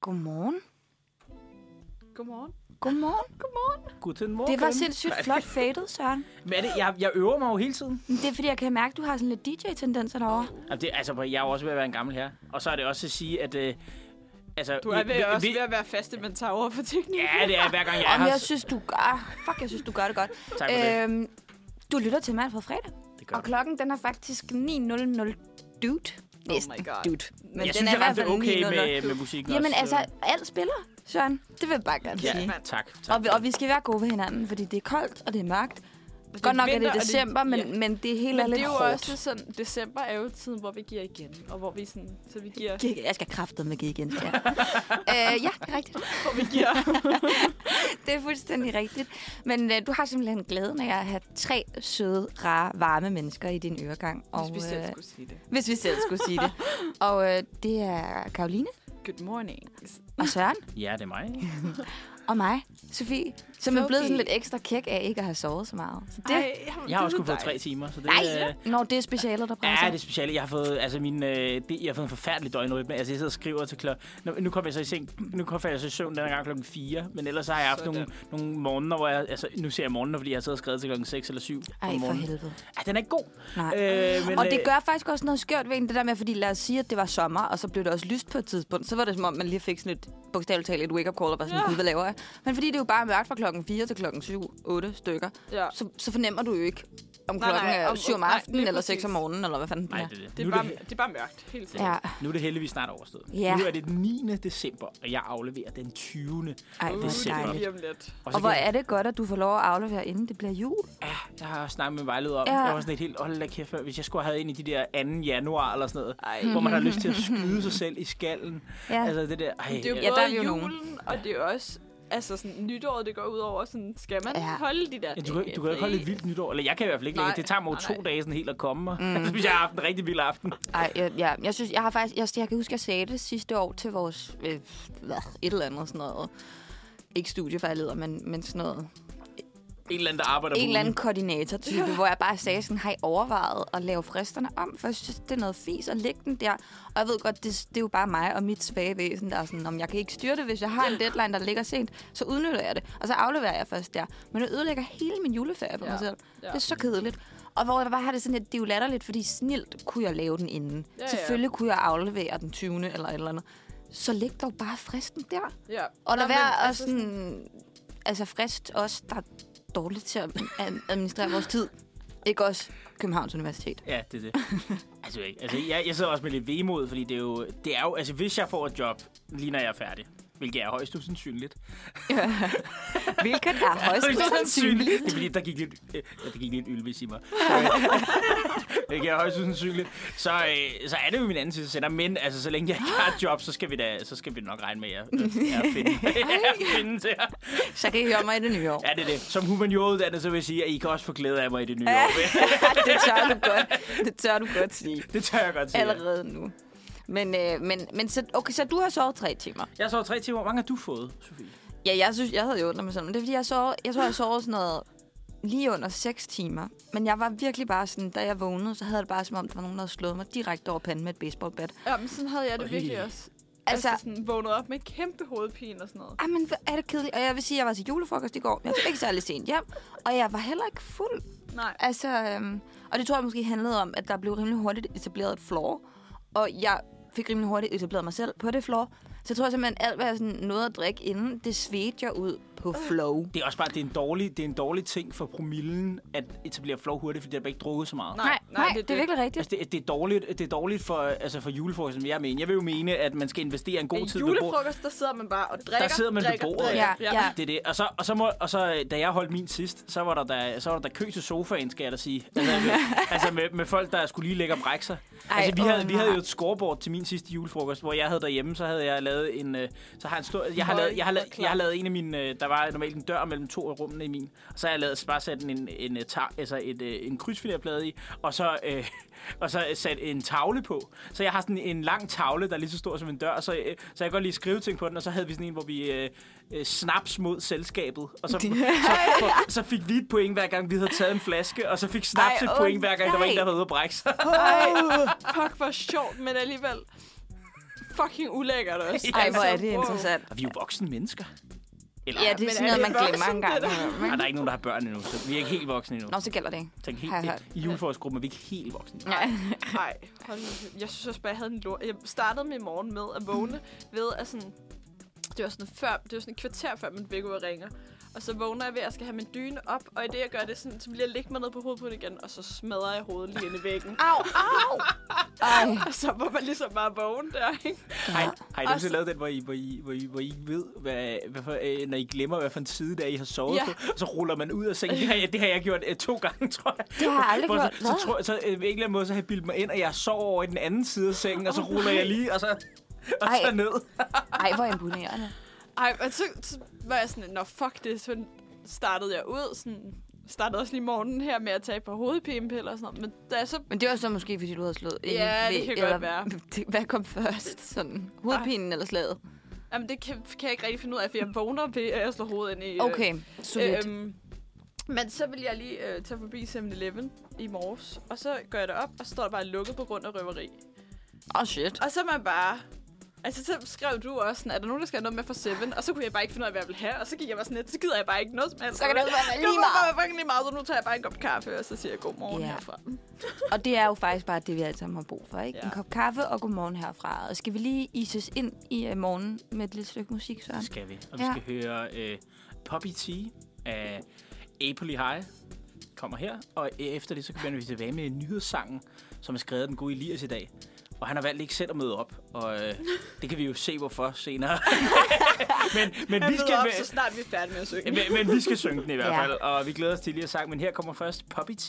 Godmorgen. Guten Morgen. Det var sindssygt flot fadet, Søren. Men er det, jeg øver mig jo hele tiden. Det er fordi, jeg kan mærke, at du har sådan lidt DJ-tendenser derovre. Jamen jeg er jo også ved at være en gammel her. Og så er det også at sige, at... Du er ved at være fast inventar over for teknik. Ja, det er hver gang, jeg er her. Jeg synes, du gør det godt. Tak for det. Du lytter til Manfred Fredag. Det gør Og klokken, den er faktisk 9.00 dude. Næsten my God. dude. Men jeg den synes, er i hvert det er fald okay 9.00. med musikken Jamen også. altså, alt spiller, Søren. Det vil jeg bare gerne sige. Ja, tak. Og vi skal være gode ved hinanden, fordi det er koldt, og det er mørkt. Godt nok er det december, men det hele er lidt det er jo hårdt. også sådan, december er jo tiden, hvor vi giver igen. Og hvor vi sådan, så vi giver... Jeg skal kraftedeme give igen, ja. Ja, det er rigtigt. Hvor vi giver... Det er fuldstændig rigtigt. Men du har simpelthen glæden af at have 3 søde, rare, varme mennesker i din øregang. Hvis vi selv skulle sige det. Hvis vi selv skulle sige det. Og det er Karoline. Good morning. Og Søren. Ja, det er mig. Og mig, Sofie, som er blevet sådan lidt ekstra kæk af ikke at have sovet så meget. Så det... Jeg har også kun fået 3 timer. Så det, Når det er specialer, der presser. Ja, det er specielt. Jeg har fået, jeg har fået en forfærdelig døgnrytme. Altså, jeg sidder og skriver til nu kom jeg så i seng. Nu kom jeg så i søvn den gang klokken 4. Men ellers har jeg haft nogle morgener, hvor jeg... Altså, nu ser jeg morgener, fordi jeg har siddet og skrevet til klokken 6 eller 7 Ej, om for morgenen. helvede. Ja, den er ikke god. Nej. Men, og det gør faktisk også noget skørt ved en, det der med, fordi lad os sige, at det var sommer, og så blev det også lyst på et tidspunkt. Så var det som om, man lige fik sådan et bogstaveligt talt et wake-up call, og var sådan, gud, hvad laver jeg? Men fordi det er jo bare mørkt fra klokken 4 til klokken 7-8 stykker, så fornemmer du jo ikke, om klokken er 7 om aftenen, eller 6 om morgenen, eller hvad fanden den er. Det er bare mørkt, helt sikkert. Ja. Nu er det heldigvis snart overstået. Ja. Nu er det den 9. december, og jeg afleverer den 20. december. Og hvor er det godt, at du får lov at aflevere, inden det bliver jul. Ja, jeg har også snakket med vejleder om. Jeg var sådan helt, hold da kæft, hvis jeg skulle have ind i de der 2. januar eller sådan noget, hvor man har lyst til at skyde sig selv i skallen. Ja. Altså det der. Det er jo både julen, og det er jo også... Altså sådan nytåret, det går ud over sådan, skal man holde de der dage? Du kan jo ikke holde et vildt nytår, eller jeg kan i hvert fald ikke længere. Det tager mig jo 2 dage sådan helt at komme mig, hvis jeg har haft en rigtig vild aften. Jeg synes, jeg har faktisk, jeg kan huske, jeg sagde det sidste år til vores, et eller andet sådan noget, ikke studievejleder, men sådan noget. En eller anden, der arbejder på en eller anden koordinator-type, hvor jeg bare sagde sådan, har I overvejet at lave fristerne om? For jeg synes, det er noget fis at lægge den der. Og jeg ved godt, det er jo bare mig og mit svage væsen, der er sådan, om jeg kan ikke styre det, hvis jeg har en deadline, der ligger sent, så udnytter jeg det. Og så afleverer jeg først der. Men det ødelægger hele min juleferie for mig selv. Ja. Det er så kedeligt. Og hvor jeg bare har det sådan, at det er jo latterligt, fordi snilt kunne jeg lave den inden. Selvfølgelig kunne jeg aflevere den 20. eller et eller andet. Så læg dog bare fristen der. Ja. Og lad være også sådan... Altså frist også, der dårligt til at administrere vores tid. Ikke også Københavns Universitet. Ja, det er det. altså jeg sidder også med lidt vemod, fordi det er jo, altså hvis jeg får et job, lige når jeg er færdig, hvilket er højst usandsynligt. Hvilket er højst usandsynligt? Det er fordi, der gik lidt ylvis i mig. Hvilket er højst usandsynligt. Så er det jo min anden sidste sender, men altså, så længe jeg ikke har et job, så skal vi nok regne med at finde til jer. Så kan I høre mig i det nye år. Ja, det er det. Som humanioreddannet, så vil jeg sige, at I kan også få glæde af mig i det nye år. Det tør du godt. Det tør du godt sige. Det tør jeg godt sige. Allerede nu. Men så, okay, så du har sovet 3 timer. Jeg har sovet 3 timer. Hvor mange har du fået, Sofie? Ja, jeg synes, jeg havde jo undret mig sådan. Men det er fordi, jeg tror, jeg sov sådan noget lige under 6 timer. Men jeg var virkelig bare sådan, da jeg vågnede, så havde det bare som om, der var nogen, der havde slået mig direkte over panden med et baseballbat. Ja, men sådan havde jeg det virkelig også. Altså sådan vågnet op med kæmpe hovedpine og sådan noget. Men er det kedeligt? Og jeg vil sige, jeg var til julefrokost i går. Jeg tog ikke særlig sent hjem. Og jeg var heller ikke fuld. Nej. Altså, og det tror jeg måske handlede om, at der blev rimelig hurtigt etableret et floor. Og jeg fik rimelig hurtigt etableret mig selv på det floor. Så jeg tror simpelthen, alt hvad jeg sådan nåede at drikke inden, det svedte jeg ud på flow. Det er også bare, det er en dårlig ting for promillen at etablere flow hurtigt, fordi der ikke drukket så meget. Nej, det er virkelig rigtigt. Altså, det er dårligt for julefrokosten, jeg mener. Jeg vil jo mene, at man skal investere en god tid ved bordet. Julefrokost, der sidder man bare og drikker. Der sidder man ved bordet. Ja. Det er det. Og så da jeg holdt min sidst, så var der kø til sofaen, skal jeg da sige. Med folk, der skulle lige ligge og brække sig. Vi havde jo et scoreboard til min sidste julefrokost, hvor jeg havde derhjemme, så havde jeg lavet en jeg har lavet en af mine, der var normalt en dør mellem 2 af rummene i min, og så har jeg bare sat en krydsfinerplade i, og så sat en tavle på. Så jeg har sådan en lang tavle, der er lige så stor som en dør, så jeg kan godt lige skrive ting på den, og så havde vi sådan en, hvor vi snaps mod selskabet, og så fik vi et point hver gang vi havde taget en flaske, og så fik snaps et point hver gang der var en, der var ude at brække sig. Fuck, hvor sjovt, men alligevel fucking ulækkert også. Ej, hvor er det interessant. Og vi er jo voksne mennesker. Eller, Ja, det er sådan noget, man glemmer engang. Nej, der er ikke nogen, der har børn endnu, så vi er ikke helt voksne endnu. Nå, så gælder det ikke. Så i juleforårsgruppen er vi ikke helt voksne. Nej, jeg synes også bare, jeg havde en lort. Jeg startede min morgen med at vågne ved, at sådan... Det var sådan et kvarter før min vækkeur ringer. Og så vågner jeg ved, at jeg skal have min dyne op, og i det, jeg gør det, sådan, så bliver jeg ligge mig ned på hovedet på det igen, og så smadrer jeg hovedet lige ind i væggen. Au! Ej. Og så må man ligesom bare vågne der, ikke? Har I nogensinde lavet den, hvor I ved, når I glemmer, hvad for en side der I har sovet på, og så ruller man ud af sengen? Det har jeg gjort 2 gange, tror jeg. Det har jeg aldrig gjort. Så på en eller anden måde, så har jeg bildet mig ind, og jeg sover over i den anden side af sengen, og så ruller jeg lige, og så ned. Ej, hvor imponerende. Ej, men så var jeg sådan, nå fuck det, så startede jeg ud, startede også lige morgenen her med at tage på hovedpinepiller og sådan noget. Men det var så måske, fordi du havde slået ja, det kan godt være. Hvad kom først? Sådan, hovedpinen eller slaget? Jamen, det kan jeg ikke rigtig finde ud af, for jeg vågner ved, at jeg slår hovedet ind i... Okay, solidt. Men så vil jeg lige tage forbi 7-Eleven i morges, og så går jeg derop, og så står der bare lukket på grund af røveri. Shit. Og så er man bare... Altså, så skrev du også sådan, er der nogen, der skal have noget med fra 7? Og så kunne jeg bare ikke finde ud af, hvad jeg ville have. Og så gik jeg bare sådan lidt, så gider jeg bare ikke noget som helst. Så kan det være lige meget. Så nu tager jeg bare en kop kaffe, og så siger jeg godmorgen herfra. Og det er jo faktisk bare det, vi alle sammen har brug for, ikke? Ja. En kop kaffe og godmorgen herfra. Og skal vi lige ises ind i morgen med et lille stykke musik, Søren? Det skal vi. Og vi skal høre Poppy T af April High kommer her. Og efter det, så kan vi tilbage med nyhedssangen, som er skrevet den gode Elias i dag. Og han har valgt ikke selv at møde op, og det kan vi jo se, hvorfor senere. men vi skal op, så snart vi er færdige med at synge. men vi skal synge den i hvert fald, og vi glæder os til lige at sang. Men her kommer først Poppy T.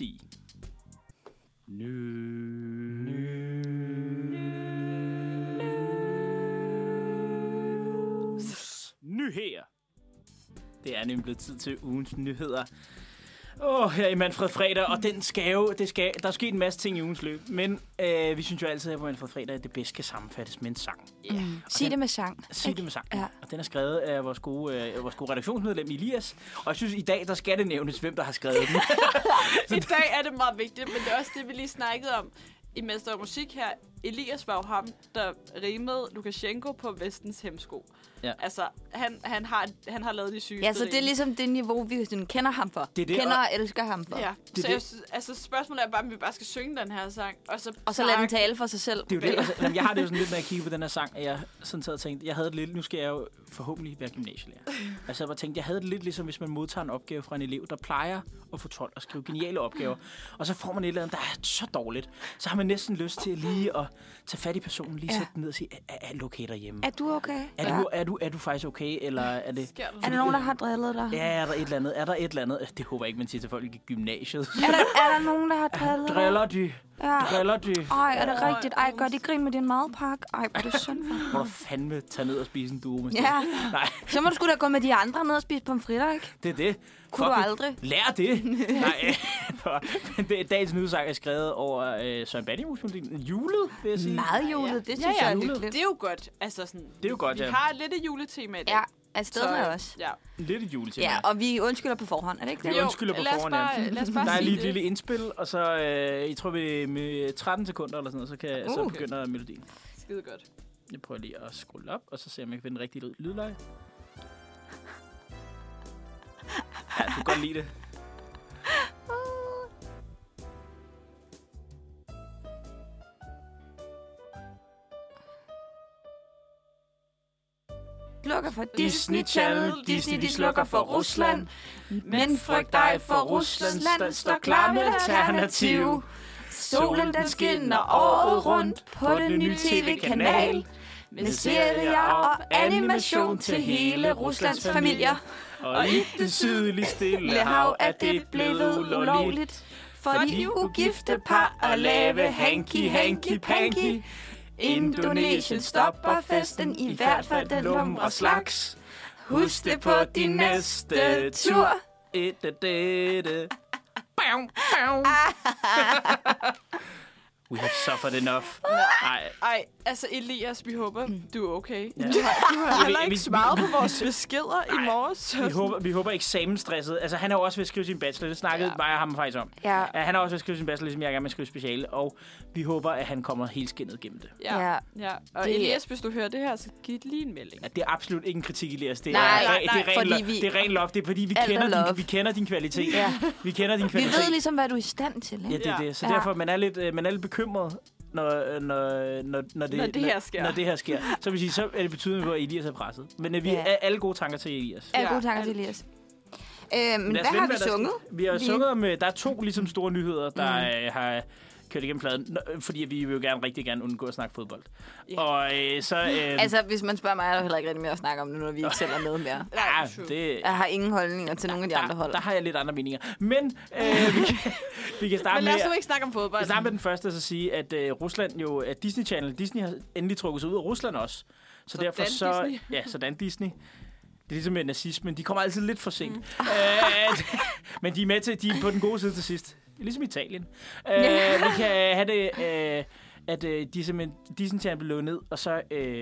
Nyheder. Det er nemlig blevet tid til ugens nyheder. Her i Manfred Fredag, og der er sket en masse ting i ugens løb, men vi synes jo altid, at på Manfred Fredag, at det bedst kan sammenfattes med en sang. Sig det med sang. Sig det med sang, ja. Og den er skrevet af vores gode redaktionsmedlem Elias, og jeg synes, i dag, der skal det nævnes, hvem der har skrevet den. I dag er det meget vigtigt, men det er også det, vi lige snakkede om i Mester Musik her. Elias var jo ham, der rimede Lukashenko på Vestens hemsko. Ja. Altså, han har lavet de sygeste. Ja, så det er ligesom det niveau, vi kender ham for. Kender og elsker ham for. Ja, så spørgsmålet er bare, om vi bare skal synge den her sang. Og så lade den tale for sig selv. Det er jo det. Altså, jeg har det jo sådan lidt, når jeg kigger på den her sang, at jeg sådan sad og tænkte, jeg havde det lidt, nu skal jeg jo forhåbentlig være gymnasielærer. Altså, jeg bare tænkte, jeg havde det lidt ligesom, hvis man modtager en opgave fra en elev, der plejer at få 12 og skrive geniale opgaver. Og så får man et eller andet, der er så dårligt. Så har man næsten lyst til lige at tage fat i personen, lige sætte den ned og sige, er du okay derhjemme? Er du okay? Er du faktisk okay, eller er det... Er der nogen, der har drillet dig? Ja, er der et eller andet? Det håber jeg ikke, man siger til folk i gymnasiet. Er der nogen, der har drillet dig? Driller de? Ja. Driller de? Ej, er det rigtigt? Ej, gør de grin med din madpakke? Ej, hvor er det synd for. Må du fandme tage ned og spise en due med ja. Nej. Så må du sgu da gå med de andre ned og spise pomfritter, ikke? Det er det. Kunne du aldrig? Lær det. Nej, men dagens nyhedssang er skrevet over Søren Bandimus-melodien. Julet, vil jeg sige. Meget julet, det synes jeg er hyggeligt. Det er jo godt. Altså sådan, det er jo godt, vi har lidt et juletema i dag. Ja. Afsted med os. Ja. Lidt et juletema. Ja, og vi undskylder på forhånd, er det ikke det? Vi undskylder på forhånd, ja. Der er lige et lille indspil, og så, jeg tror vi med 13 sekunder eller sådan noget, så begynder melodien. Skide godt. Jeg prøver lige at scrolle op, og så ser jeg, om jeg kan finde den rigtige lydleje. Ja, du kan godt lide det. Slukker for Disney Channel, Disney de slukker for Rusland. Men frygt dig, for Rusland står klar med alternativ. Solen den skinner året rundt på den nye tv-kanal. Med serier og animation til hele Ruslands familier. Og i det sydlige stille hav er det blevet ulovligt for de ugifte par at lave hanky-hanky-panky. Indonesien stopper festen, i hvert fald den lumre slags. Husk det på din næste tur. We have suffered enough. Ej, altså Elias, vi håber, du er okay. Ja. Du har heller ikke svaret på vores beskeder i morges. Vi håber eksamensstresset. Altså, han har jo også ved at skrive sin bachelor. Det snakkede mig og ham faktisk om. Ja. Han har også ved at skrive sin bachelor, ligesom jeg er gerne med at skrive speciale. Og vi håber, at han kommer helt skinnet gennem det. Ja. Og Elias, hvis du hører det her, så giv lige en melding. Ja, det er absolut ikke en kritik, Elias. Det er ren love. Det er fordi, vi kender din kvalitet. Ja. Vi kender din kvalitet. Vi ved ligesom, hvad du er i stand til. Ikke? Ja, det er det. Så derfor man er lidt bekymret, når det her sker. Så vil sige, så er det betydende, at Elias er presset. Men vi er alle gode tanker til Elias. Alle gode tanker til Elias. Men hvad har vi sunget? Vi har sunget om, der er 2 ligesom store nyheder, der har kørt igennem fladen, fordi vi vil jo rigtig gerne undgå at snakke fodbold. Yeah. Og så... altså, hvis man spørger mig, er der heller ikke rigtig mere at snakke om nu, når vi ikke selv er med mere. Jeg har ingen holdninger til nogle af de andre hold. Der har jeg lidt andre meninger. Men vi kan starte med... Men lad os nu ikke snakke om fodbold. Vi starter med den første, at sige, at Rusland jo... At Disney Channel, Disney har endelig trukket sig ud af Rusland også. Så derfor Disney? Ja, sådan Disney. Det er ligesom med nazismen. De kommer altid lidt for sent. Men de er med til... De er på den gode side til sidst. Ligesom Italien. Vi kan have det, at Disney Channel blev lukket ned, og så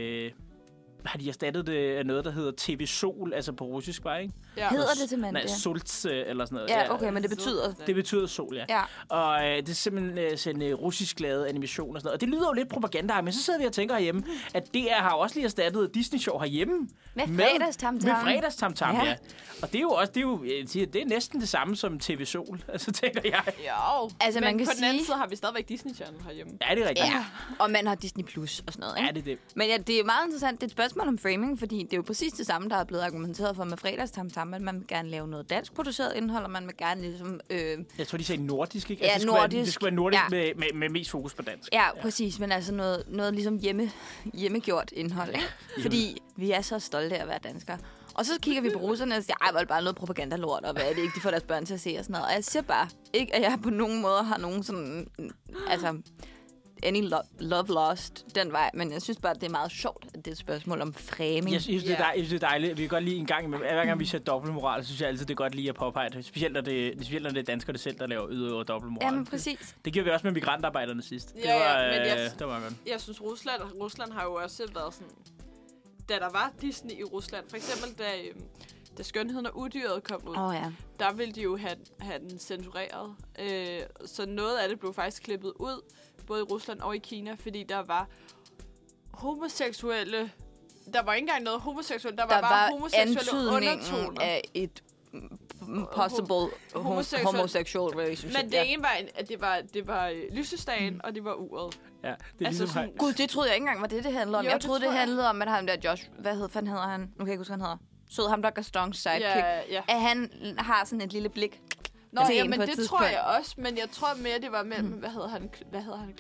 har de erstattet det af noget, der hedder TV Sol, altså på russisk bare, ikke? Ja. Hedder det simpelthen det? Nej, Solts eller sådan noget. Ja, okay, men det betyder... Det betyder sol, ja. Og det er simpelthen sådan russisk lavet animation og sådan noget. Og det lyder jo lidt propaganda, men så sidder vi og tænker herhjemme, at DR har også lige erstattet Disney Show herhjemme. Med fredagstamtam. Med fredagstamtam, ja. Og det er jo også, det er næsten det samme som TV Sol, altså tænker jeg. Jo, altså, men man kan på den anden side har vi stadigvæk Disney Channel herhjemme. Ja, det er rigtigt. Ja, og man har Disney Plus og sådan noget, ikke? Ja, det er det. Men ja, det er meget interessant. Det er et spørgsmål om framing, fordi det er jo præcis det samme, der er blevet argumenteret for med fredagstamtam, at man vil gerne lave noget dansk produceret indhold, og man vil gerne ligesom... Jeg tror, de sagde nordisk, ikke? Ja, altså, nordisk. Det skulle være nordisk med mest fokus på dansk. Ja, præcis. Men altså noget ligesom hjemmegjort indhold, ikke? Fordi vi er så stolte af at være danskere. Og så kigger vi på russerne og siger, ej, var det bare noget propagandalort, og hvad er det ikke, de får deres børn til at se og sådan noget. Og jeg siger bare ikke, at jeg på nogen måde har nogen sådan... Altså... any love lost den vej, men jeg synes bare, det er meget sjovt, at det er et spørgsmål om framing. Jeg synes, det er dejligt. Vi kan godt lige en gang, hver gang vi ser dobbeltmoral, så synes jeg altid, det er godt lige at påpege det. Specielt når det er danskere selv, der laver yderøver dobbeltmoral. Jamen, præcis. Det gjorde vi også med migrantarbejderne sidst. Det var godt. Jeg synes, Rusland har jo også været sådan... Da der var Disney i Rusland, for eksempel da Skønheden og Udyret kom ud, der ville de jo have den censureret. Så noget af det blev faktisk klippet ud, både i Rusland og i Kina, fordi der var homoseksuelle... Der var ikke engang noget homoseksuelt, der var bare homoseksuelle undertoner. Af et possible homosexual relationship. Men det ene var, at det var lysestagen, og det var uret. Ja, det er altså ligesom sådan, Gud, det troede jeg ikke engang var det handlede om. Jeg troede, det handlede om, at ham der Josh... Hvad hedder han? Nu kan jeg ikke huske, hvad han hedder. Sød ham, der Gastons sidekick. Ja. At han har sådan et lille blik. Nå, ja, men det tror jeg også. Men jeg tror mere, det var mellem... Hvad hedder han?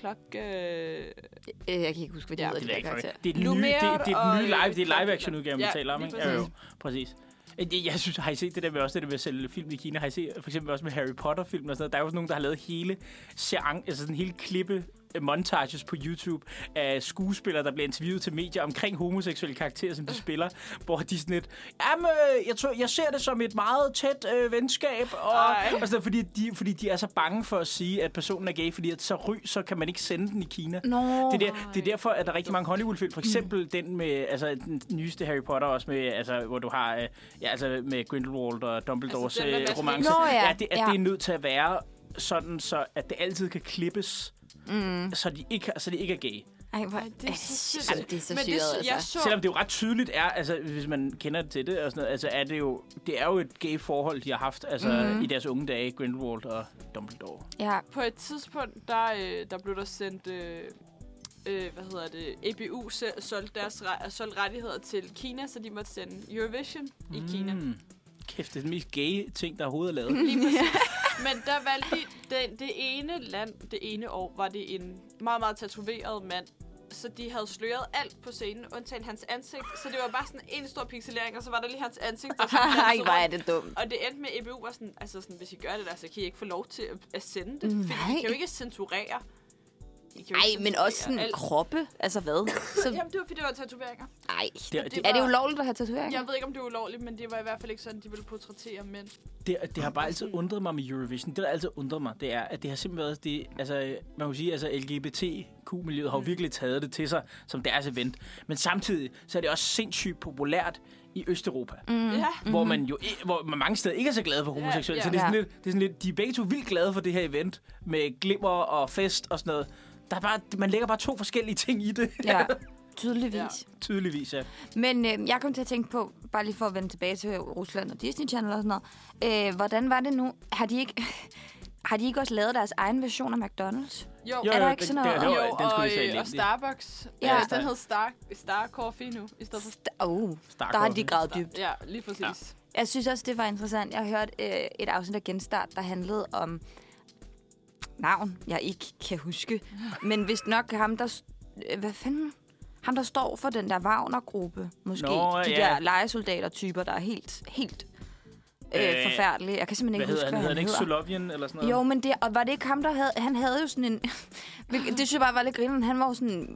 Jeg kan ikke huske, hvad det hedder. Det er den nye live-action udgave, vi taler om. Ikke? Præcis. Jeg synes, har I set det der med også det der med at sælge film i Kina? Har I set for eksempel også med Harry Potter-film og sådan noget? Der er jo også nogen, der har lavet hele sådan en hele klippe montages på YouTube af skuespillere, der bliver interviewet til medier omkring homoseksuelle karakterer, som de spiller, hvor de sådan et, jeg ser det som et meget tæt venskab, og sådan, fordi de er så bange for at sige, at personen er gay, fordi at så kan man ikke sende den i Kina. Det er derfor, at der er rigtig mange Hollywood-film, for eksempel den med, den nyeste Harry Potter, også med, hvor du har, med Grindelwald og Dumbledores romance. Det er nødt til at være sådan, så at det altid kan klippes, så de ikke er gay. Ej, det er så syret, Selvom det jo ret tydeligt er, hvis man kender til det, og sådan noget, det er jo et gay forhold, de har haft, i deres unge dage, Grindelwald og Dumbledore. Ja. På et tidspunkt, der blev der sendt, EBU solgte rettigheder til Kina, så de måtte sende Eurovision i Kina. Kæft, det er den mest gay ting, der overhovedet er lavet. Lige præcis. Men der valgte de det ene land, det ene år, var det en meget, meget tatoveret mand. Så de havde sløret alt på scenen, undtagen hans ansigt. Så det var bare sådan en stor pixelering, og så var der lige hans ansigt. Ej, hvor er det dumt. Og det endte med, EBU var sådan, hvis I gør det der, så kan I ikke få lov til at sende det. Fordi I kan jo ikke censurere. Men også sådan kroppe. Altså hvad? Jamen, det var fordi, det var tatoveringer. Nej. Er det ulovligt at have tatoveringer? Jeg ved ikke, om det er ulovligt, men det var i hvert fald ikke sådan, de ville portrættere mænd. Det har bare altid undret mig med Eurovision. Det, der altid undret mig, det er, at det har simpelthen været... Det, altså, man kan sige, altså LGBTQ-miljøet har jo virkelig taget det til sig som deres event. Men samtidig, så er det også sindssygt populært i Østeuropa. Hvor man jo hvor man mange steder ikke er så glade for homoseksuelle. Så det er sådan lidt... De er begge to vildt glade for det her event med glimmer og fest og sådan noget. Der er bare, man lægger bare to forskellige ting i det. Ja. Tydeligvis. Ja. Tydeligvis, ja. Men jeg kom til at tænke på, bare lige for at vende tilbage til Rusland og Disney Channel og sådan noget. Hvordan var det nu? Har de ikke også lavet deres egen version af McDonald's? Jo, er der ikke sådan noget? Og Starbucks. Ja, den hedder Star Coffee nu. I stedet for der har de gravet dybt. Ja, lige præcis. Ja. Jeg synes også, det var interessant. Jeg hørte et afsnit af Genstart, der handlede om navn, jeg ikke kan huske. Men vist nok ham, der... Hvad fanden? Ham, der står for den der Wagner-gruppe, måske. De der lejesoldater-typer, der er helt forfærdelige. Jeg kan simpelthen ikke huske, hvad han hedder. Ikke Solovjen eller sådan noget? Jo, men og var det ikke ham, der havde... Han havde jo sådan en... det synes jeg bare var lidt grinerende. Han var jo sådan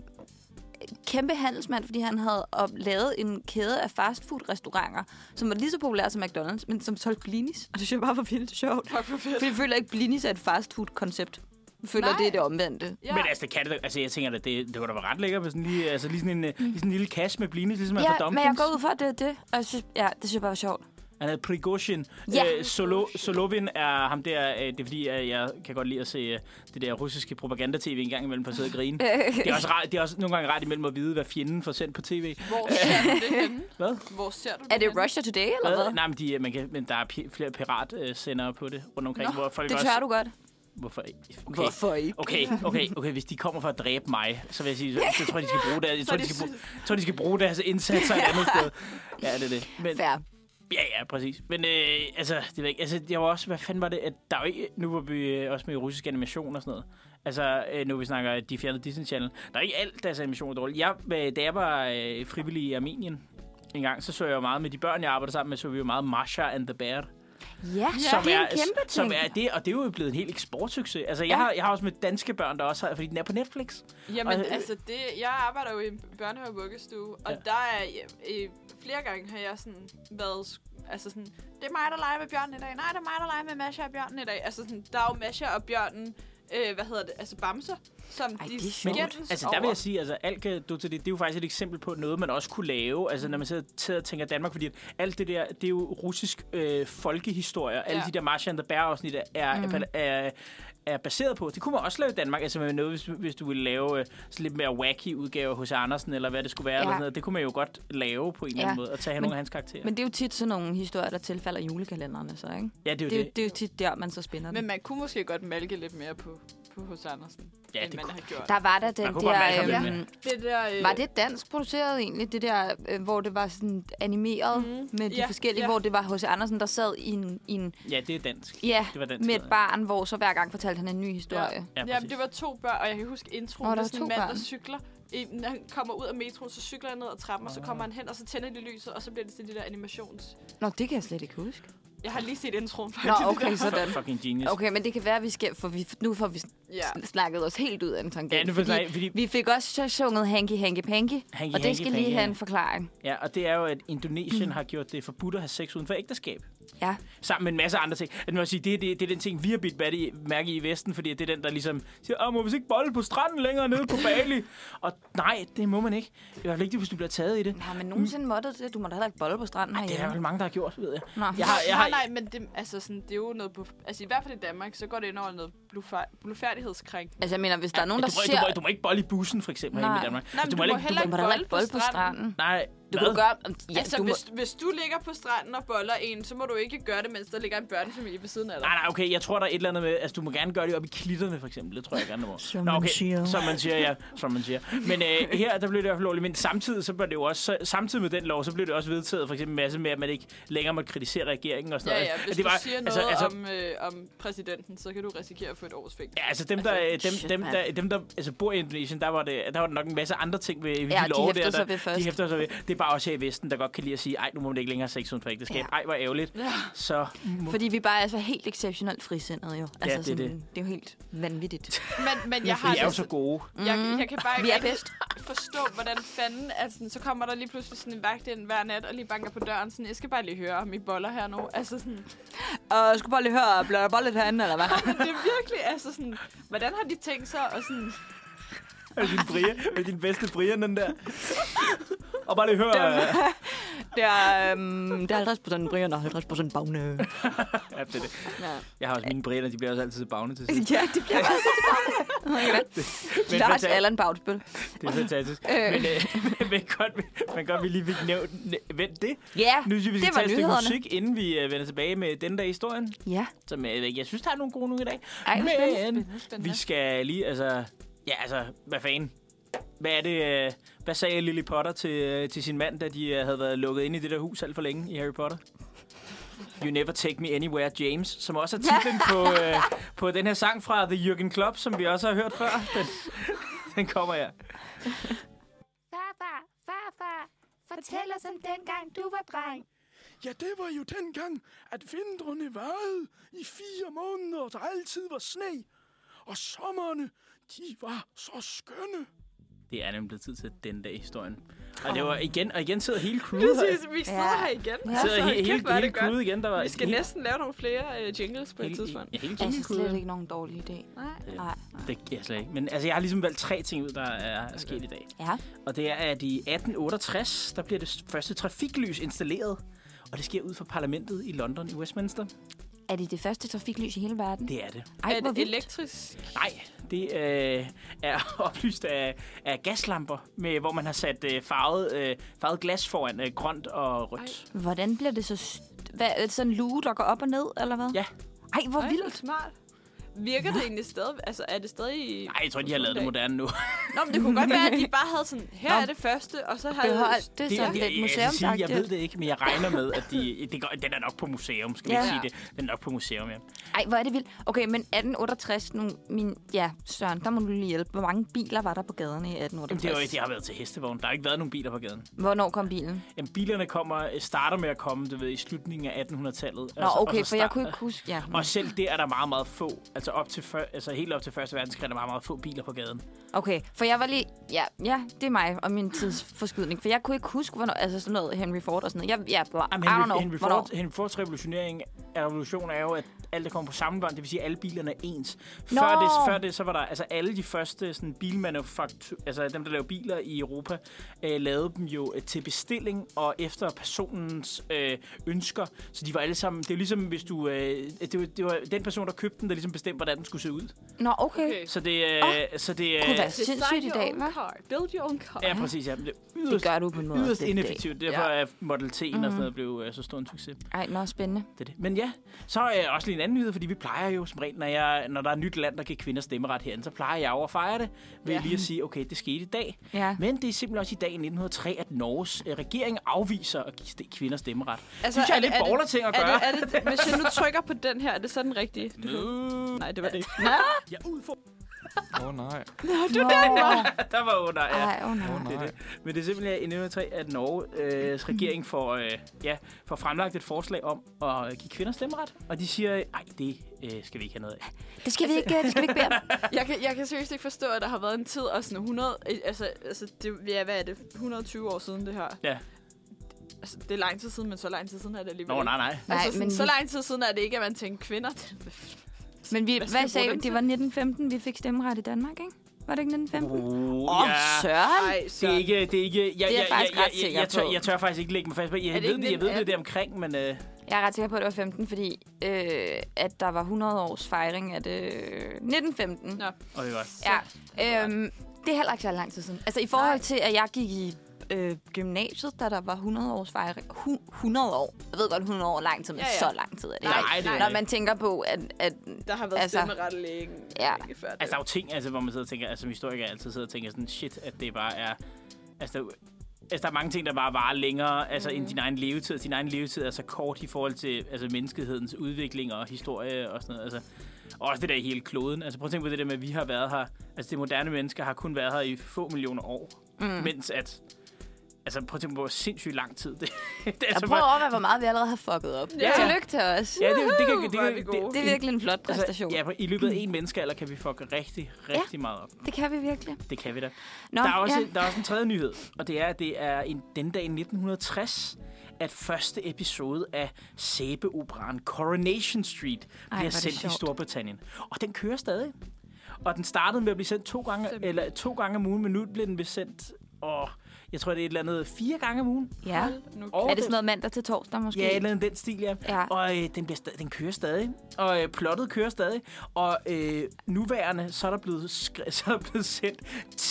kæmpe handelsmand, fordi han havde lavet en kæde af fastfood-restauranter, som var lige så populære som McDonald's, men som solgte blinis. Og det synes jeg bare var vildt sjovt. Fordi jeg føler ikke, blinis er et fastfood-koncept. Jeg føler, det er det omvendte. Ja. Men jeg tænker, at det kunne da være ret lækkert med sådan lige sådan en lille kasse med blinis, ligesom man får Dumpkins. Men jeg går ud for, at det er det. Og jeg synes, det synes jeg bare var sjovt. Han hedder Prigozhin. Solovin er ham der, det er fordi, jeg kan godt lide at se det der russiske propaganda-tv en gang imellem på at sidde og grine. Det er også nogle gange ret imellem at vide, hvad fjenden får sendt på tv. Hvor ser du det henne? Hvad? Hvor ser du det Er det Russia Today, eller hvad? Nej, men der er flere piratsendere på det rundt omkring. Hvor folk det tør du godt. Hvorfor ikke? Okay. Hvorfor ikke? Okay, hvis de kommer for at dræbe mig, så vil jeg sige, så tror jeg, de skal bruge deres, de skal bruge deres indsatser et andet sted. Ja, det er det. Men, fair. Ja, præcis. Men det var ikke. Altså, jeg var også, hvad fanden var det? At der er jo ikke, nu var vi også med russisk animation og sådan noget. Altså, nu vi snakker, de fjernede Disney Channel. Der er ikke alt deres animation dårligt. Da jeg var frivillig i Armenien en gang, så jeg jo meget med de børn, jeg arbejdede sammen med, så vi jo meget Masha and the Bear. Ja, det er en kæmpe ting. Som er det, og det er jo blevet en helt eksportsucces. Altså, jeg har også med danske børn, der også har, fordi den er på Netflix. Jamen, jeg arbejder jo i en børnehave- og vuggestue, og der er flere gange har jeg sådan været, altså sådan, det er mig, der leger med bjørnen i dag. Nej, det er mig, der leger med Masha og bjørnen i dag. Altså sådan, der er jo Masha og bjørnen, altså bamser, som de skændes altså, der vil jeg sige, altså, det er jo faktisk et eksempel på noget, man også kunne lave, altså, når man sidder og tænker Danmark, fordi alt det der, det er jo russisk folkehistorie, alle de der Masha and the Bear-afsnit er baseret på. Det kunne man også lave i Danmark, altså med noget, hvis du ville lave sådan lidt mere wacky udgave hos Andersen, eller hvad det skulle være, eller sådan noget. Det kunne man jo godt lave på en eller anden måde, og tage nogle af hans karakterer. Men det er jo tit sådan nogle historier, der tilfalder julekalenderne, så, ikke? Ja, det er jo det. Det er jo tit der, man så spænder Men man kunne måske godt malke lidt mere på hos Andersen, end man har gjort. Der var der den der... Var det dansk produceret egentlig? Det der, hvor det var sådan animeret med de forskellige, hvor det var hos Andersen, der sad i en... Ja, det er dansk. Ja, det var dansk, med et barn, hvor så hver gang fortalte han en ny historie. Ja, det var 2 børn, og jeg kan huske introen, der er sådan en mand, der cykler. Når han kommer ud af metroen, så cykler han ned ad trappen, og så kommer han hen, og så tænder de lyset, og så bliver det sådan de der animations... Nå, det kan jeg slet ikke huske. Jeg har lige set introen faktisk. Nå, okay, sådan. Fucking genius. Okay, men det kan være, at vi skal... Nu får vi snakket os helt ud af en tangent. Ja, fordi vi fik også sunget Hanky Hanky Panky, og det skal lige have en forklaring. Ja, og det er jo, at Indonesien har gjort det forbudt at have sex uden for ægteskab. Ja. Sammen med en masse andre ting. At man sige, det er den ting, vi har bidt mærke i Vesten, fordi det er den, der ligesom siger, må vi ikke bolle på stranden længere nede på Bali? Og nej, det må man ikke. Det er i hvert fald ikke, hvis du bliver taget i det. Nej, men nogensinde måtte det. Du må da heller ikke bolle på stranden herhjemme. Det er vel mange, der har gjort, ved jeg. Nej, men det, altså sådan, det er jo noget på... Altså i hvert fald i Danmark, så går det ind over noget blufærdighedskrænkning. Altså jeg mener, hvis der er nogen, der ser... Du må ikke bolle i bussen, for eksempel, hjemme i Danmark. Nej, men du må heller ikke bolle på stranden. Nej, du kan gøre... Ja, altså, hvis du ligger på stranden og boller en, så må du ikke gøre det, mens der ligger en børnefamilie ved siden af dig. Nej, okay, jeg tror, der er et eller andet med... Altså, du må gerne gøre det op i klitterne, for eksempel. Det tror jeg gerne, du må. Som man siger. Som man siger. Men her, der blev det i hvert fald lovligt. Men samtidig, så blev det jo også... Samtidig med den lov, så blev det også vedtaget, for eksempel en masse med, at man ikke længere måtte kritisere regeringen og sådan noget. Ja, hvis du siger noget om præsidenten, så kan du risikere at få et års fængsel. Ja, altså dem, der bor i Indonesien, der var det nok en masse andre ting ved de love der. De hæfter sig ved først. Det er bare også her i Vesten, der godt kan lide at sige, ej, nu må man ikke længere have sex uden for ægteskab. Ej, hvor ærgerligt. Ja. Så Fordi vi bare er så helt exceptionelt frisindet jo. Altså, det er sådan, det. det er jo helt vanvittigt. Men jeg har vi er jo så gode. Jeg kan bare Vi er ikke bedst. forstå, hvordan fanden, at sådan, så kommer der lige pludselig sådan en vagt ind hver nat, og lige banker på døren, sådan, jeg skal bare lige høre om I boller her nu. Altså sådan, Og jeg skulle bare lige høre, bliver der bollet herinde, eller hvad? det er virkelig, altså sådan, hvordan har de tænkt sig, og sådan, Med din bedste Brian, den der. Og bare lige høre... Det er 50% Brian og 50% Bagne. ja, det er det. Ja. Jeg har også mine Brianer, de bliver også altid Bagne til sidst. Ja, det bliver bare så til Bagne. Lars Allan Bagtspil. Det er fantastisk. Men godt, vi lige fik vendt det. Ja, Nu synes vi det skal var tage et stykke nyhederne. musik, inden vi vender tilbage med den der historien. Ja. Som jeg synes, der er nogle gode nu i dag. Ej, hvor Men spændende. vi skal lige, hvad fanden? Hvad er det? Hvad sagde Lily Potter til sin mand, da de havde været lukket inde i det der hus alt for længe i Harry Potter? You Never Take Me Anywhere, James, som også er titlen på den her sang fra The Jürgen Klopp, som vi også har hørt før. Den kommer her. Farfar, fortæl os om dengang du var dreng. Ja, det var jo dengang, at vintrene varede i 4 måneder, og der altid var sne. Og sommerne, de var så skønne. Det er nemlig blevet tid til den dag i historien. Og det var igen sidder hele crewet her. Præcis, vi sidder her igen. Ja. Sidder hele det godt. crewet igen. Der var Vi skal næsten lave nogle flere jingles på et hele tidspunkt. hele Jeg synes crewet. slet ikke nogen dårlig idé. Nej. Det er slet ikke. Men altså, jeg har ligesom valgt 3 ting ud, der er sket i dag. Ja. Og det er, at i 1868, der bliver det første trafiklys installeret. Og det sker ud fra parlamentet i London i Westminster. Er det første trafiklys i hele verden? Det er det. Ej, Er hvor det vildt. elektrisk? Nej, det er oplyst af gaslamper, hvor man har sat farvet glas foran grønt og rødt. Hvordan bliver det så... sådan en luge, der går op og ned, eller hvad? Ja. Ej, hvor Ej, vildt. smart. Virker det egentlig stadig? Altså, er det stadig... Nej, jeg tror, de har lavet det moderne nu. Nå, men det kunne godt være, at de bare havde sådan, her er det første, og så har Behold, det er sådan lidt jeg museumsagtigt. ved det ikke, men jeg regner med, at den er nok på museum, skal vi Ja. ikke sige det. Den er nok på museum, ja. Ej, hvor er det vildt. Okay, men 1868, Søren, der må du lige hjælpe. Hvor mange biler var der på gaderne i Jamen, 1868? det har været til hestevogn. Der har ikke været nogen biler på gaden. Hvornår kom bilen? Jamen, bilerne starter med at komme, du ved, i slutningen af 1800-tallet. Nå, okay, for jeg kunne ikke huske... Ja. Og selv det er der meget, meget få. Altså helt op til Første Verdenskrig er der meget, meget få biler på gaden. Okay, for jeg var lige... Ja, det er mig og min tidsforskydning. For jeg kunne ikke huske, hvornår... Altså sådan noget Henry Ford og sådan noget. Jeg bare... Jamen, I don't know, hvornår. Henry Fords revolution er jo, at alt det kommer på samme bånd. Det vil sige, at alle bilerne er ens. Nå. Før det, så var der altså alle de første sådan, altså dem, der laver biler i Europa, lavede dem jo til bestilling og efter personens ønsker. Så de var alle sammen... Det er jo ligesom, hvis du... det var den person, der købte den, der ligesom bestemte, hvordan den skulle se ud. Nå, okay. Så det... Kunne være sindssygt i dag, hva'? Build your own car. Ja, præcis. Ja. Det gør du på en måde. Yderst det- ineffektivt. Derfor er Model T'en og sådan noget blev så stor en succes. Ej, nå, spændende. Det er det. Men ja, så er også lige en anden nyhed, fordi vi plejer jo som regel, når der er et nyt land, der giver kvinder stemmeret herinde, så plejer jeg jo at fejre det ved lige at sige, okay, det skete i dag. Ja. Men det er simpelthen også i dag i 1903, at Norges regering afviser at give kvinder stemmeret. Altså, Synes jeg er lidt borgerlig ting at gøre. Hvis jeg nu trykker på den her, er det så den rigtige? Nej, det var det ikke. Ja, ud for... Nej. Der var under, ja. Ej, nej. Det. Men det er simpelthen i 1903, at Norges regering får fremlagt et forslag om at give kvinder stemmeret. Og de siger, nej, det skal vi ikke have noget af. Det skal vi ikke bede om. Jeg kan seriøst ikke forstå, at der har været en tid, og sådan 100... Altså det, ja, hvad er det? 120 år siden, det her. Ja. Altså, det er lang tid siden, men så lang tid siden er det alligevel Nå, ikke. nej. Altså, Nej, sådan, men så vi- lang tid siden er det ikke, at man tænker kvinder. Men Hvad skal hvad jeg bruge sagde dem det til? var 1915, vi fik stemmeret i Danmark, ikke? Var det ikke 1915? Ja. Søren! Nej, Det er ikke... Det er jeg faktisk ret sikker på. Jeg tør faktisk ikke lægge mig fast på. Jeg det ved ikke det, det er omkring, men... Jeg er ret sikker på, at det var 15, fordi at der var 100 års fejring af det 1915. Nå. Okay, godt. Ja, det er heller ikke så lang tid siden. Altså i forhold til, at jeg gik i gymnasiet, da der var 100 års fejring. 100 år. Jeg ved godt, 100 år er lang tid, men Ja. så lang tid er det Nej, ikke. det er Når det man tænker på, at Der har været Altså, stemmeret længe. ja. Ikke før det. Altså, der er jo ting, hvor man sidder og tænker, som historiker altid sidder og tænker sådan, shit, at det bare er... Altså, der er mange ting, der bare varer længere end din egen levetid. Din egen levetid er så kort i forhold til menneskehedens udvikling og historie og sådan noget. Altså, og også det der i hele kloden. Altså, prøv at tænke på det der med, at vi har været her. Altså, det moderne mennesker har kun været her i få millioner år. Mens at Altså, prøv at tænke på, hvor sindssygt lang tid det Jeg prøver at overveje, hvor meget vi allerede har fucket op. Ja. Tillykke til os. Ja, det Det er virkelig en flot præstation. Ja, i løbet af en menneskealder kan vi fucke rigtig meget op. Det kan vi virkelig. Det kan vi da. Nå, der er også en tredje nyhed, og det er, at det er den dag i 1960, at første episode af sæbeoperaen Coronation Street bliver sendt i Storbritannien. Og den kører stadig. Og den startede med at blive sendt 2 gange om ugen, men nu bliver den sendt... jeg tror, det er et eller andet 4 gange om ugen. Ja. Er det sådan noget mandag til torsdag måske? Ja, et eller andet den stil, ja. Og den kører stadig. Og plottet kører stadig. Og nuværende, så er der blevet sendt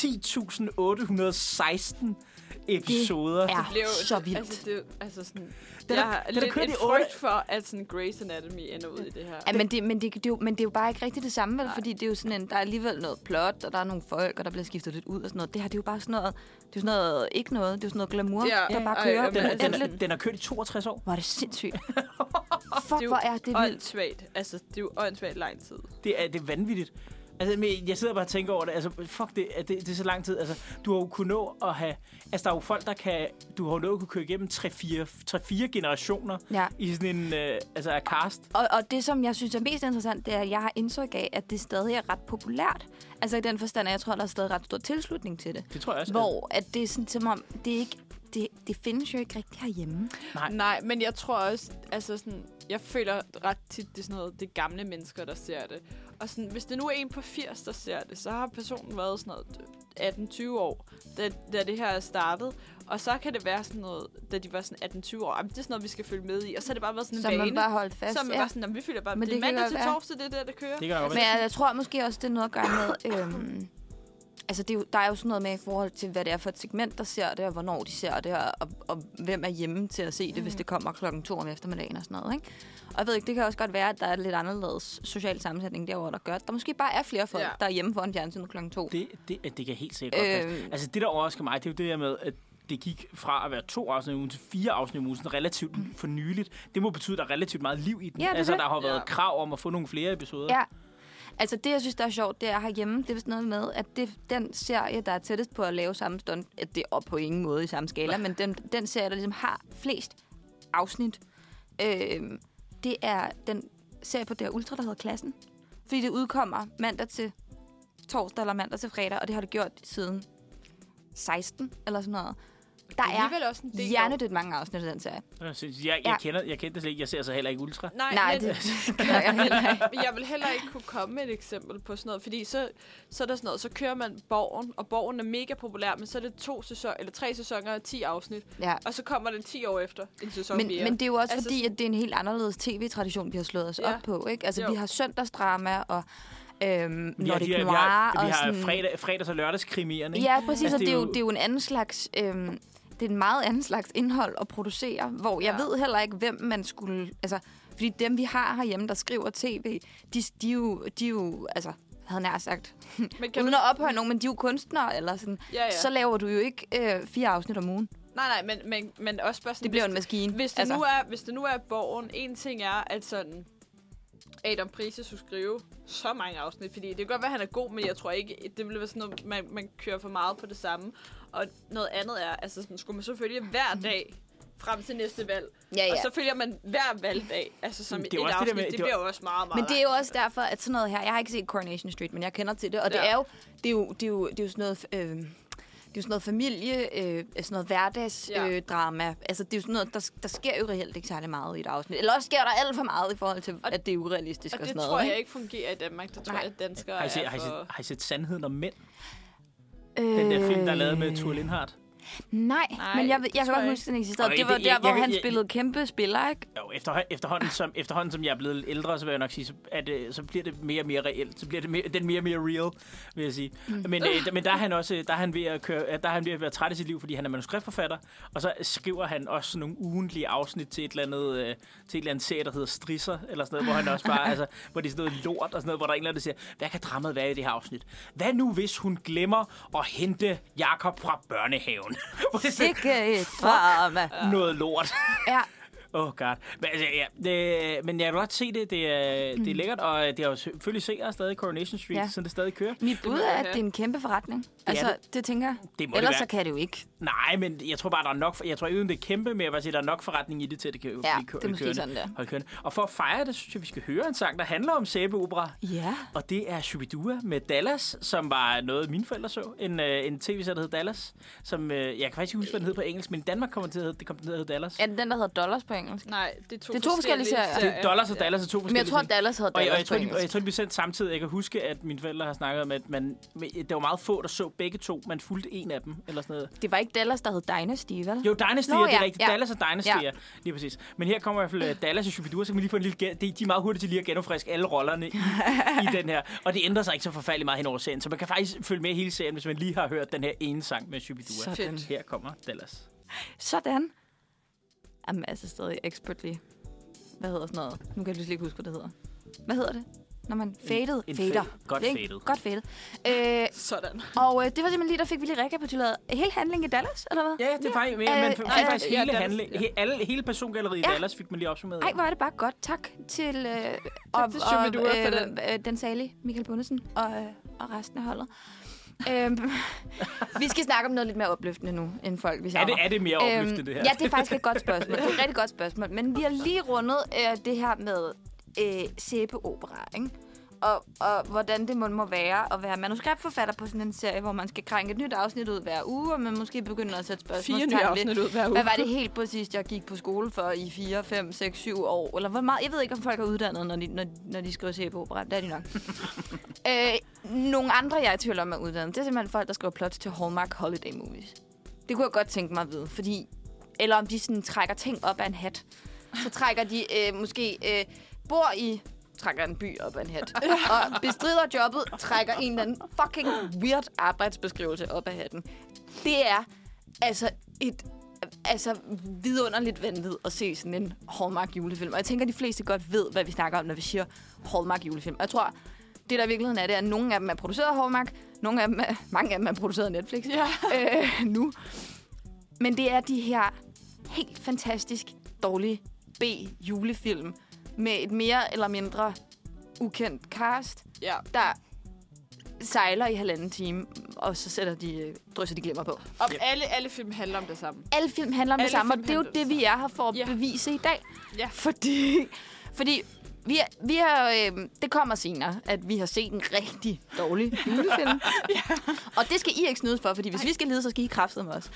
10.816 episoder. Det er så vildt. Altså, sådan, jeg har lidt et frygt for, at sådan Grey's Anatomy ender ud i det her. Ja, men det er jo bare ikke rigtigt det samme, vel? Fordi det er jo sådan der er alligevel noget plot, og der er nogle folk, og der bliver skiftet lidt ud og sådan noget. Det her, det er jo bare sådan noget, det er sådan noget, ikke noget, det er sådan noget glamour, der bare kører. Den har kørt i 62 år. Hvor er det sindssygt. Fuck, hvor er det vildt. Åndssvagt. Altså, det er jo åndssvagt lang tid. Det er vanvittigt. Altså, jeg sidder bare og tænker over det. Altså, fuck, det er så lang tid. Altså, du har jo kunnet nå at have... Altså, der er jo folk, der kan... Du har jo nået at kunne køre igennem 3-4 generationer i sådan en... af cast. Og det, som jeg synes er mest interessant, det er, at jeg har indtryk af, at det stadig er ret populært. Altså, i den forstand, at jeg tror, der er stadig ret stor tilslutning til det. Det tror jeg også. Hvor at det er sådan, som om... Det er ikke... Det findes jo ikke rigtig herhjemme. Nej, men jeg tror også, altså sådan, jeg føler ret tit, det er sådan noget, det er gamle mennesker, der ser det. Og sådan, hvis det nu er en på 80, der ser det, så har personen været sådan noget 18-20 år, da det her er startet. Og så kan det være sådan noget, da de var sådan 18-20 år, det er sådan noget, vi skal følge med i. Og så er det bare været sådan en vane. Så man bare holdt fast. Så man bare sådan, vi følger bare, det er mandag til torsdag, det er der kører. Det men jeg tror måske også, det er noget at gøre med... Altså, der er jo sådan noget med i forhold til, hvad det er for et segment, der ser det, og hvornår de ser det, og hvem er hjemme til at se det, hvis det kommer 2:00 om eftermiddagen og sådan noget, ikke? Og jeg ved ikke, det kan også godt være, at der er lidt anderledes social sammensætning derovre, der gør, at der måske bare er flere folk, der er hjemme foran fjernsynet 2:00. Det kan helt sikkert godt. Altså, det der overrasker mig, det er jo det der med, at det gik fra at være 2 afsnit om ugen til 4 afsnit om ugen, sådan relativt for nyligt. Det må betyde, at der er relativt meget liv i den. Ja, altså, der har været krav om at få nogle flere episoder. Ja. Altså, det, jeg synes, der er sjovt, det er herhjemme, det er sådan noget med, at den serie, der er tættest på at lave samme stunt, at det er på ingen måde i samme skala, men den serie, der ligesom har flest afsnit, det er den serie på DR Ultra, der hedder Klassen. Fordi det udkommer mandag til torsdag eller mandag til fredag, og det har det gjort siden 16 eller sådan noget. Der er også hjernedødt mange afsnit af den serie. Jeg kender det slet ikke. Jeg ser så heller ikke Ultra. Nej, det gør jeg heller ikke. Jeg vil heller ikke kunne komme med et eksempel på sådan noget, fordi så er der sådan noget, så kører man Borgen, og Borgen er mega populær, men så er det 3 sæsoner og 10 afsnit. Ja. Og så kommer det 10 år efter en sæson mere. Men det er jo også fordi, at det er en helt anderledes tv-tradition, vi har slået os op på, ikke? Altså, vi har søndagsdrama og Nordic Noir og sådan... fredags- og lørdagskrimierne. Ja, præcis, altså, og det er jo en anden slags... det er en meget anden slags indhold at producere, hvor jeg ved heller ikke, hvem man skulle... Altså, fordi dem, vi har herhjemme, der skriver tv, de er jo altså, havde nær sagt, uden at ophøje nogen, men de er jo kunstnere, eller sådan. Ja. Så laver du jo ikke 4 afsnit om ugen. Nej, men også bare sådan... Det bliver en maskine. Hvis det nu er Borgen, en ting er, at sådan... Adam Prise skulle skrive så mange afsnit, fordi det kan godt være, at han er god, men jeg tror ikke, det ville være sådan noget, man kører for meget på det samme. Og noget andet er, altså sådan, skulle man så følge hver dag frem til næste valg. Ja. Og så følger man hver valgdag, altså som et afsnit. Det bliver jo også meget, meget. Men det er jo også derfor, at sådan noget her, jeg har ikke set Coronation Street, men jeg kender til det, og det er jo sådan noget... Det er jo sådan noget familie, sådan noget hverdagsdrama. Altså, det er jo sådan noget, der sker jo reelt ikke særlig meget i et afsnit. Eller også sker der alt for meget i forhold til, at det er urealistisk og sådan noget. Og det tror jeg ikke fungerer i Danmark. Det tror jeg, at danskere har I set Sandheden om mænd? Den der film, der er lavet med Thure Lindhardt. Nej, men jeg kan godt huske, den eksisterede. Det var der, hvor han spillede kæmpe spiller, ikke? Jo, efterhånden som jeg er blevet ældre, så vil jeg nok sige, at så bliver det mere og mere reelt. Så bliver det mere og mere real, vil jeg sige. Men der er han også, der er han ved at være træt i sit liv, fordi han er manuskriptforfatter, og så skriver han også nogle ugentlige afsnit til et eller andet serie, der hedder Strisser, eller sådan noget, hvor han også bare, altså, hvor det er sådan noget lort, og sådan noget, hvor der er en eller anden, der siger, hvad kan dramaet være i det her afsnit? Hvad nu, hvis hun glemmer at hente Jakob fra børnehaven? Sikke et drama. Noget lort. Ja. Oh god. Men, altså, men jeg kan godt se det. Det er lækkert, og det har jo selvfølgelig set stadig Coronation Street, så det stadig kører. Mit bud er, at det er en kæmpe forretning. Altså, det tænker jeg. Ellers så kan det jo ikke. Nej, men jeg tror bare, der er nok... Jeg tror ikke, det er kæmpe, men jeg vil sige, der er nok forretning i det til, at det kan det er måske sådan der. Og for at fejre det, synes jeg, vi skal høre en sang, der handler om sæbeopera. Ja. Og det er Shubidua med Dallas, som var noget, mine forældre så. En tv-serie, der hed Dallas. Som, jeg kan faktisk ikke huske, hvad den hed på engelsk, men i Danmark kommer til at hedde Dallas. Er det den, der hedder Dollars på engelsk? Nej, det er to forskellige serier. Dollars og Dallas er to forskellige. Men jeg tror, Dallas hedder Dallas på engelsk. Og jeg tror, det blev sendt samtidig. Jeg kan huske, at mine forældre har snakket om, at det var meget få, der så begge to. Man fulgte en af dem, eller sådan noget. Det var ikke Dallas, der hed Dynasty, vel? Jo, Dynasty, det er rigtigt. Ja. Dallas og Dynasty, lige præcis. Men her kommer i hvert fald Dallas og Shubidua, så kan vi lige få en lille... De er meget hurtigt til lige at genopfriske alle rollerne i den her. Og det ændrer sig ikke så forfærdeligt meget hen over serien, så man kan faktisk følge med hele serien, hvis man lige har hørt den her ene sang med Shubidua. Sådan. Her kommer Dallas. Sådan. Jamen, altså stadig expertly. Hvad hedder sådan noget? Nu kan jeg ikke huske, hvad det hedder. Hvad hedder det? Når man fader. Godt fadet. Sådan. Og det var simpelthen lige, der fik vi lige rekapituleret hele handlingen i Dallas, eller hvad? Ja, det er faktisk hele handlingen. Hele persongalleriet i Dallas fik man lige opsummeret. Ej, hvor er det bare godt. Tak til den salige Michael Bundesen og resten af holdet. Vi skal snakke om noget lidt mere opløftende nu, end folk vi savner. Er det mere opløftende, det her? Ja, det er faktisk et godt spørgsmål. Det er et rigtig godt spørgsmål. Men vi har lige rundet det her med sæbeopera, ikke? Og hvordan det må være at være manuskriptforfatter på sådan en serie, hvor man skal krænke et nyt afsnit ud hver uge, og man måske begynder at sætte spørgsmålstegn 4 nye afsnit ud hver uge. Hvad var det helt præcis, jeg gik på skole for i 4, 5, 6, 7 år? Eller hvor meget? Jeg ved ikke, om folk er uddannet, når de skriver sæbeopera. Det er de nok. Nogle andre, jeg er i tvivl om, er uddannet. Det er simpelthen folk, der skriver plots til Hallmark Holiday Movies. Det kunne jeg godt tænke mig at vide, fordi... Eller om de sådan trækker ting op af en hat. Så trækker de bor i... trækker en by op af en hat. Og bestrider jobbet, trækker en eller anden fucking weird arbejdsbeskrivelse op af hatten. Det er altså et vidunderligt vanvid at se sådan en Hallmark julefilm. Og jeg tænker, at de fleste godt ved, hvad vi snakker om, når vi siger Hallmark julefilm. Og jeg tror, det der i virkeligheden er, det er, at nogle af dem er produceret af Hallmark, mange af dem er produceret af Netflix nu. Men det er de her helt fantastisk dårlige B-julefilm, med et mere eller mindre ukendt cast, der sejler i 1,5 time, og så drysser de glimmer på. Og alle film handler om det samme. Alle film handler om det samme, og det er jo det, vi er her for at bevise i dag. Ja. Fordi vi har, det kommer senere, at vi har set en rigtig dårlig julefilm. Og det skal I ikke snydes for, fordi hvis vi skal lide, så skal I kraftedeme os.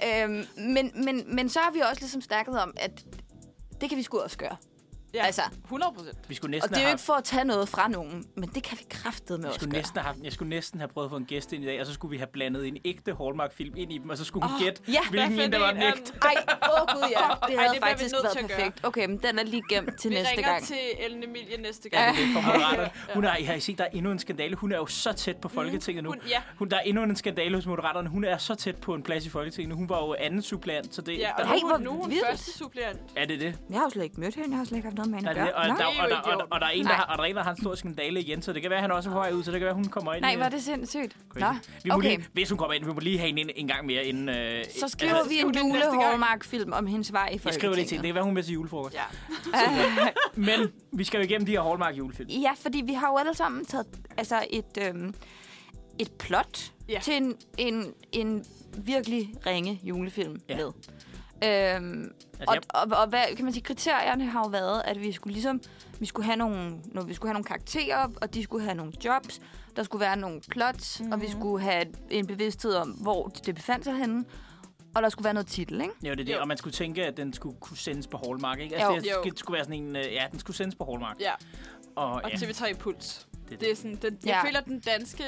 Men så har vi også ligesom snakket om, at det kan vi sgu også gøre. Ja, altså 100%. Vi skulle næsten og det er jo ikke for at tage noget fra nogen, men det kan vi kraftedeme også gøre. Jeg skulle næsten have prøvet at få en gæst ind i dag, og så skulle vi have blandet en ægte Hallmark-film ind i dem, og så skulle hun gætte, hvilken en, der var den ægte. Gud, ja. Det havde faktisk været perfekt. Okay, men den er lige gemt til næste gang. Vi ringer til Ellen Emilie næste gang. Ja, det er for Moderaterne. Har I set, der er endnu en skandale. Hun er jo så tæt på Folketinget nu. Der er endnu en skandale hos Moderaterne. Hun er så tæt på en plads i Folketinget nu. Hun var jo anden suppleant, så det... Ja, og nu er hun første suppleant. Er det det? Jeg har jo slet ikke mødt hende. Jeg har slet ikke haft noget med hende at gøre. Og der er en, der har en stor skandale igen, så det kan være, at han også er på vej ud, så det kan være, hun kommer ind. Nej, var det sindssygt. Hvis hun kommer ind, vi må lige have hende en gang mere inden... så skriver vi en jule-Hallmark-film om hendes vej i Folketinget. Jeg skriver det til. Det kan være, hun med til julefrokost. Ja. Men vi skal jo igennem de her Hallmark-julefilm. Ja, fordi vi har jo alle sammen taget et plot til en virkelig ringe julefilm med. Og hvad kan man sige, kriterierne har jo været, at vi skulle have nogle karakterer, og de skulle have nogle jobs, der skulle være nogle plots, og vi skulle have en bevidsthed om, hvor det befandt sig henne, og der skulle være noget titel, ikke? Jo, det er det, og man skulle tænke, at den skulle kunne sendes på Hallmark, ikke? Altså, det skulle være sådan en, den skulle sendes på Hallmark. Ja. Og TV3 Puls. Det er sådan, jeg føler, den danske,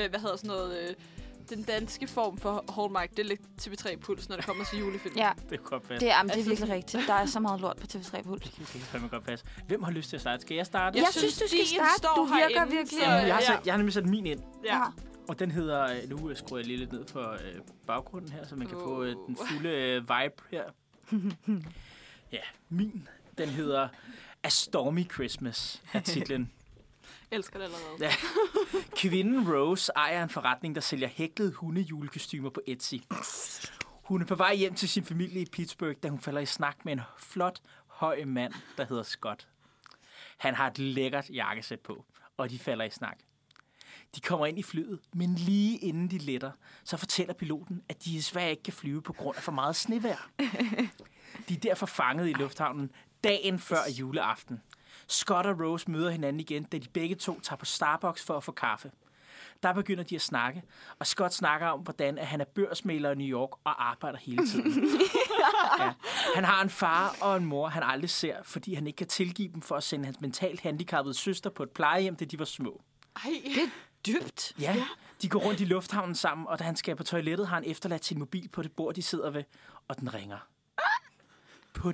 den danske form for Hallmark, det er lidt TV3 Puls, når det kommer til julefilm. Ja, det er godt passe. Det er virkelig rigtigt. Der er så meget lort på TV3 Puls. Det kan fandme godt passe. Hvem har lyst til at starte? Skal jeg starte? Jeg synes, du skal starte. Du virker virkelig... Jeg har nemlig sat min ind. Ja. Og den hedder... Nu skruer jeg lige lidt ned for baggrunden her, så man kan få den fulde vibe her. Ja, den hedder A Stormy Christmas, er titlen. Elsker det allerede. Ja. Kvinden Rose ejer en forretning, der sælger hæklede hundejulekostymer på Etsy. Hun er på vej hjem til sin familie i Pittsburgh, da hun falder i snak med en flot, høj mand, der hedder Scott. Han har et lækkert jakkesæt på, og de falder i snak. De kommer ind i flyet, men lige inden de letter, så fortæller piloten, at de desværre ikke kan flyve på grund af for meget snevejr. De er derfor fanget i lufthavnen dagen før juleaften. Scott og Rose møder hinanden igen, da de begge to tager på Starbucks for at få kaffe. Der begynder de at snakke, og Scott snakker om, hvordan han er børsmægler i New York og arbejder hele tiden. Ja. Han har en far og en mor, han aldrig ser, fordi han ikke kan tilgive dem for at sende hans mentalt handicappede søster på et plejehjem, da de var små. Ej. Det er dybt. Ja, de går rundt i lufthavnen sammen, og da han skal på toilettet, har han efterladt sin mobil på det bord, de sidder ved, og den ringer. På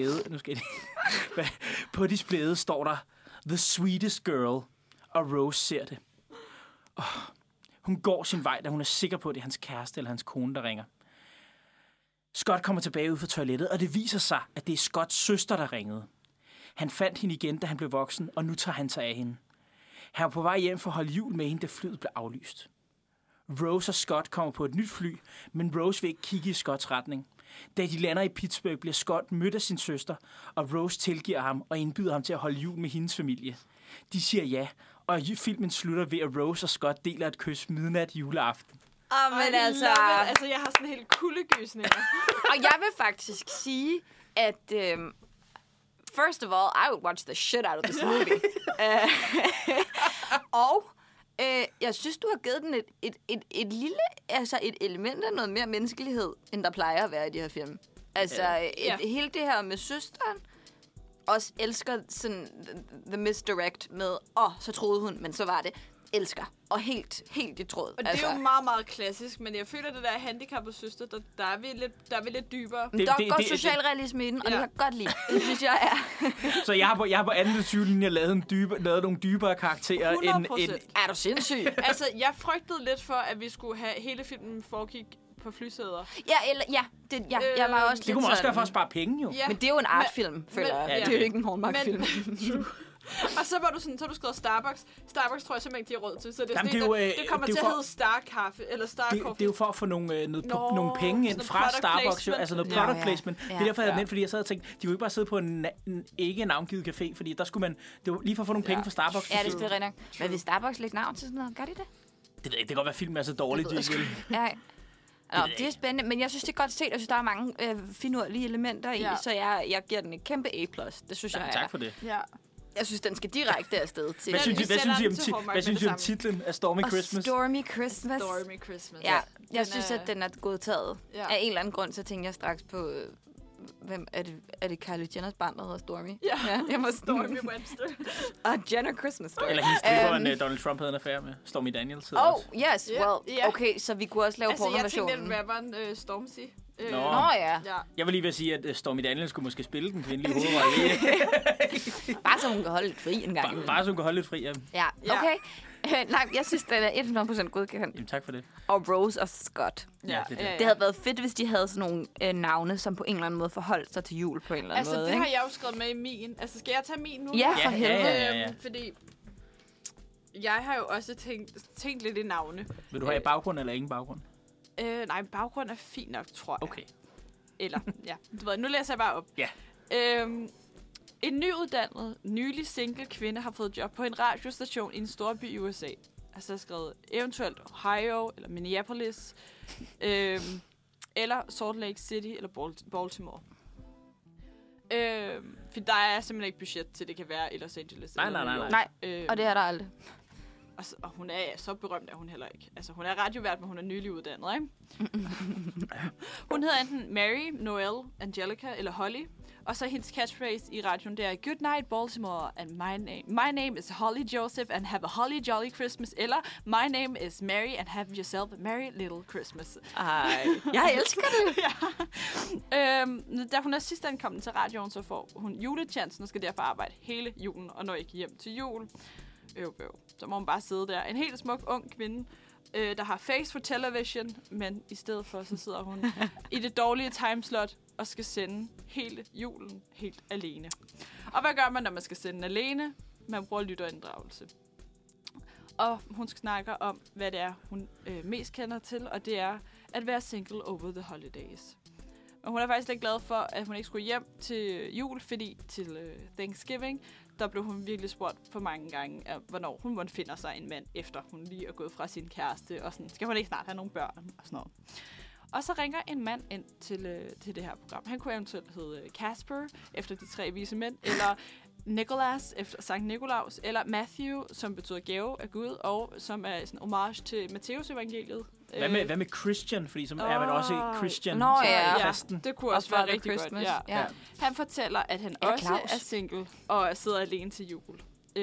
displayet står der The Sweetest Girl, og Rose ser det. Hun går sin vej, da hun er sikker på, at det er hans kæreste eller hans kone, der ringer. Scott kommer tilbage ud fra toilettet, og det viser sig, at det er Scotts søster, der ringede. Han fandt hende igen, da han blev voksen, og nu tager han sig af hende. Han var på vej hjem for at holde jul med hende, da flyet blev aflyst. Rose og Scott kommer på et nyt fly, men Rose vil ikke kigge i Scotts retning. Da de lander i Pittsburgh, bliver Scott mødt af sin søster, og Rose tilgiver ham og indbyder ham til at holde jul med hendes familie. De siger ja, og filmen slutter ved, at Rose og Scott deler et kys midnat juleaften. Men altså... jeg har sådan helt kuldegysninger. Og jeg vil faktisk sige, at... first of all, I would watch the shit out of this movie. Og jeg synes, du har givet den et lille... Altså et element af noget mere menneskelighed, end der plejer at være i de her film. Altså, hele det her med søsteren, også elsker sådan the misdirect med, så troede hun, men så var det, elsker. Og helt i tråd. Og det er jo meget, meget klassisk, men jeg føler, det der handicappede søster, der er vi lidt dybere. Men der går socialrealisme i den, og det har jeg godt lide. Det synes jeg er. Så jeg har på anden 20 linje lavet nogle dybere karakterer 100%. end... Er du sindssyg? Altså, jeg frygtede lidt for, at vi skulle have hele filmen foregik på flysæder. Jeg var også det kunne man også gøre for at spare penge, jo. Ja. Men det er jo en artfilm, føler jeg. Det er jo ikke en Hallmark-film. Og så var du sådan, så har du skrevet Starbucks. Starbucks tror jeg simpelthen ikke, de har råd til. Så det, det kommer til at hedde Star-kaffe, eller Star-coffee. Det er jo for at få nogle penge ind fra Starbucks, jo, altså noget product placement. Det er derfor, jeg havde fordi jeg sad og tænkte, de kunne ikke bare sidde på en ikke navngivet café, fordi der skulle man, det var lige for at få nogle penge fra Starbucks. Ja, det er selvfølgelig nok. Men vil Starbucks lægge navn til sådan noget? Gør de det? Det ved jeg ikke, det kan godt være, filmen er så dårligt, de ikke vil. Ja. Det er spændende, men jeg synes, det er godt set. Jeg synes, der er mange finurlige elementer i, så jeg giver den et kæmpe A+. Det synes jeg er. Tak for det. Ja. Jeg synes, den skal direkte afsted til. Hvad synes I om titlen af Stormy Christmas? Stormy Christmas. Stormy Christmas. Ja, jeg synes, at den er godtaget. Af en eller anden grund, så tænker jeg straks på... Hvem er det Kylie Jenners barn, der hedder Stormy? Ja, jeg må Stormy Webster. Og Jenner Christmas Story. Eller hendes stripperen, Donald Trump havde en affære med. Stormy Daniels hedder også. Yes, well, okay, så vi kunne også lave pornoversionen. Jeg tænkte, at rapperen Stormzy. Nå, ja. Jeg vil lige ved sige, at Stormy Daniels skulle måske spille den kvindelige hovedrolle. Bare så hun kan holde lidt fri en gang. Bare så hun kan holde lidt fri, ja. Okay. Nej, jeg synes, den er 100% godkendt. Jamen, tak for det. Og Rose og Scott. Ja, det havde været fedt, hvis de havde sådan nogle navne, som på en eller anden måde forholdt sig til jul på en eller anden måde. Altså, det har jeg jo skrevet med i min. Altså, skal jeg tage min nu? Ja, for helvede. Ja. Fordi jeg har jo også tænkt lidt i navne. Vil du have baggrund eller ingen baggrund? Nej, baggrund er fint nok, tror jeg. Okay. Eller, ja. Du ved, nu læser jeg bare op. Ja. En nyuddannet, nylig single kvinde har fået job på en radiostation i en storby i USA. Altså, jeg har skrevet eventuelt Ohio, eller Minneapolis, eller Salt Lake City, eller Baltimore. For der er simpelthen ikke budget til, det kan være i Los Angeles. Nej, og det er der aldrig. Og hun er så berømt, er hun heller ikke. Altså, hun er radiovært, men hun er nylig uddannet, ikke? Hun hedder enten Mary, Noel, Angelica eller Holly. Og så hendes catchphrase i radioen, det er Good night, Baltimore, and my name is Holly Joseph, and have a holly jolly Christmas. Eller My name is Mary, and have yourself a merry little Christmas. Ej, jeg elsker det. Ja. Da hun er sidst ankommet til radioen, så får hun juletjansen og skal derfor arbejde hele julen og når ikke hjem til jul. Så må hun bare sidde der. En helt smuk ung kvinde, der har face for television, men i stedet for, så sidder hun i det dårlige timeslot og skal sende hele julen helt alene. Og hvad gør man, når man skal sende alene? Man bruger lytterinddragelse. Og hun snakker om, hvad det er, hun mest kender til, og det er at være single over the holidays. Og hun er faktisk lidt glad for, at hun ikke skulle hjem til jul, fordi til Thanksgiving, der blev hun virkelig spurgt for mange gange, hvornår hun måtte finde sig en mand, efter hun lige er gået fra sin kæreste, og sådan, skal hun ikke snart have nogle børn, og sådan noget. Og så ringer en mand ind til det her program. Han kunne eventuelt hedde Casper, efter de 3 vise mænd, eller Nicholas, efter Sankt Nikolaus, eller Matthew, som betyder gave af Gud, og som er sådan homage til Matteus evangeliet. Hvad med Christian? Fordi som er man også Christian. Nå, ja. Det kunne også være rigtig godt. Ja. Han fortæller, at han også er single og sidder alene til jul.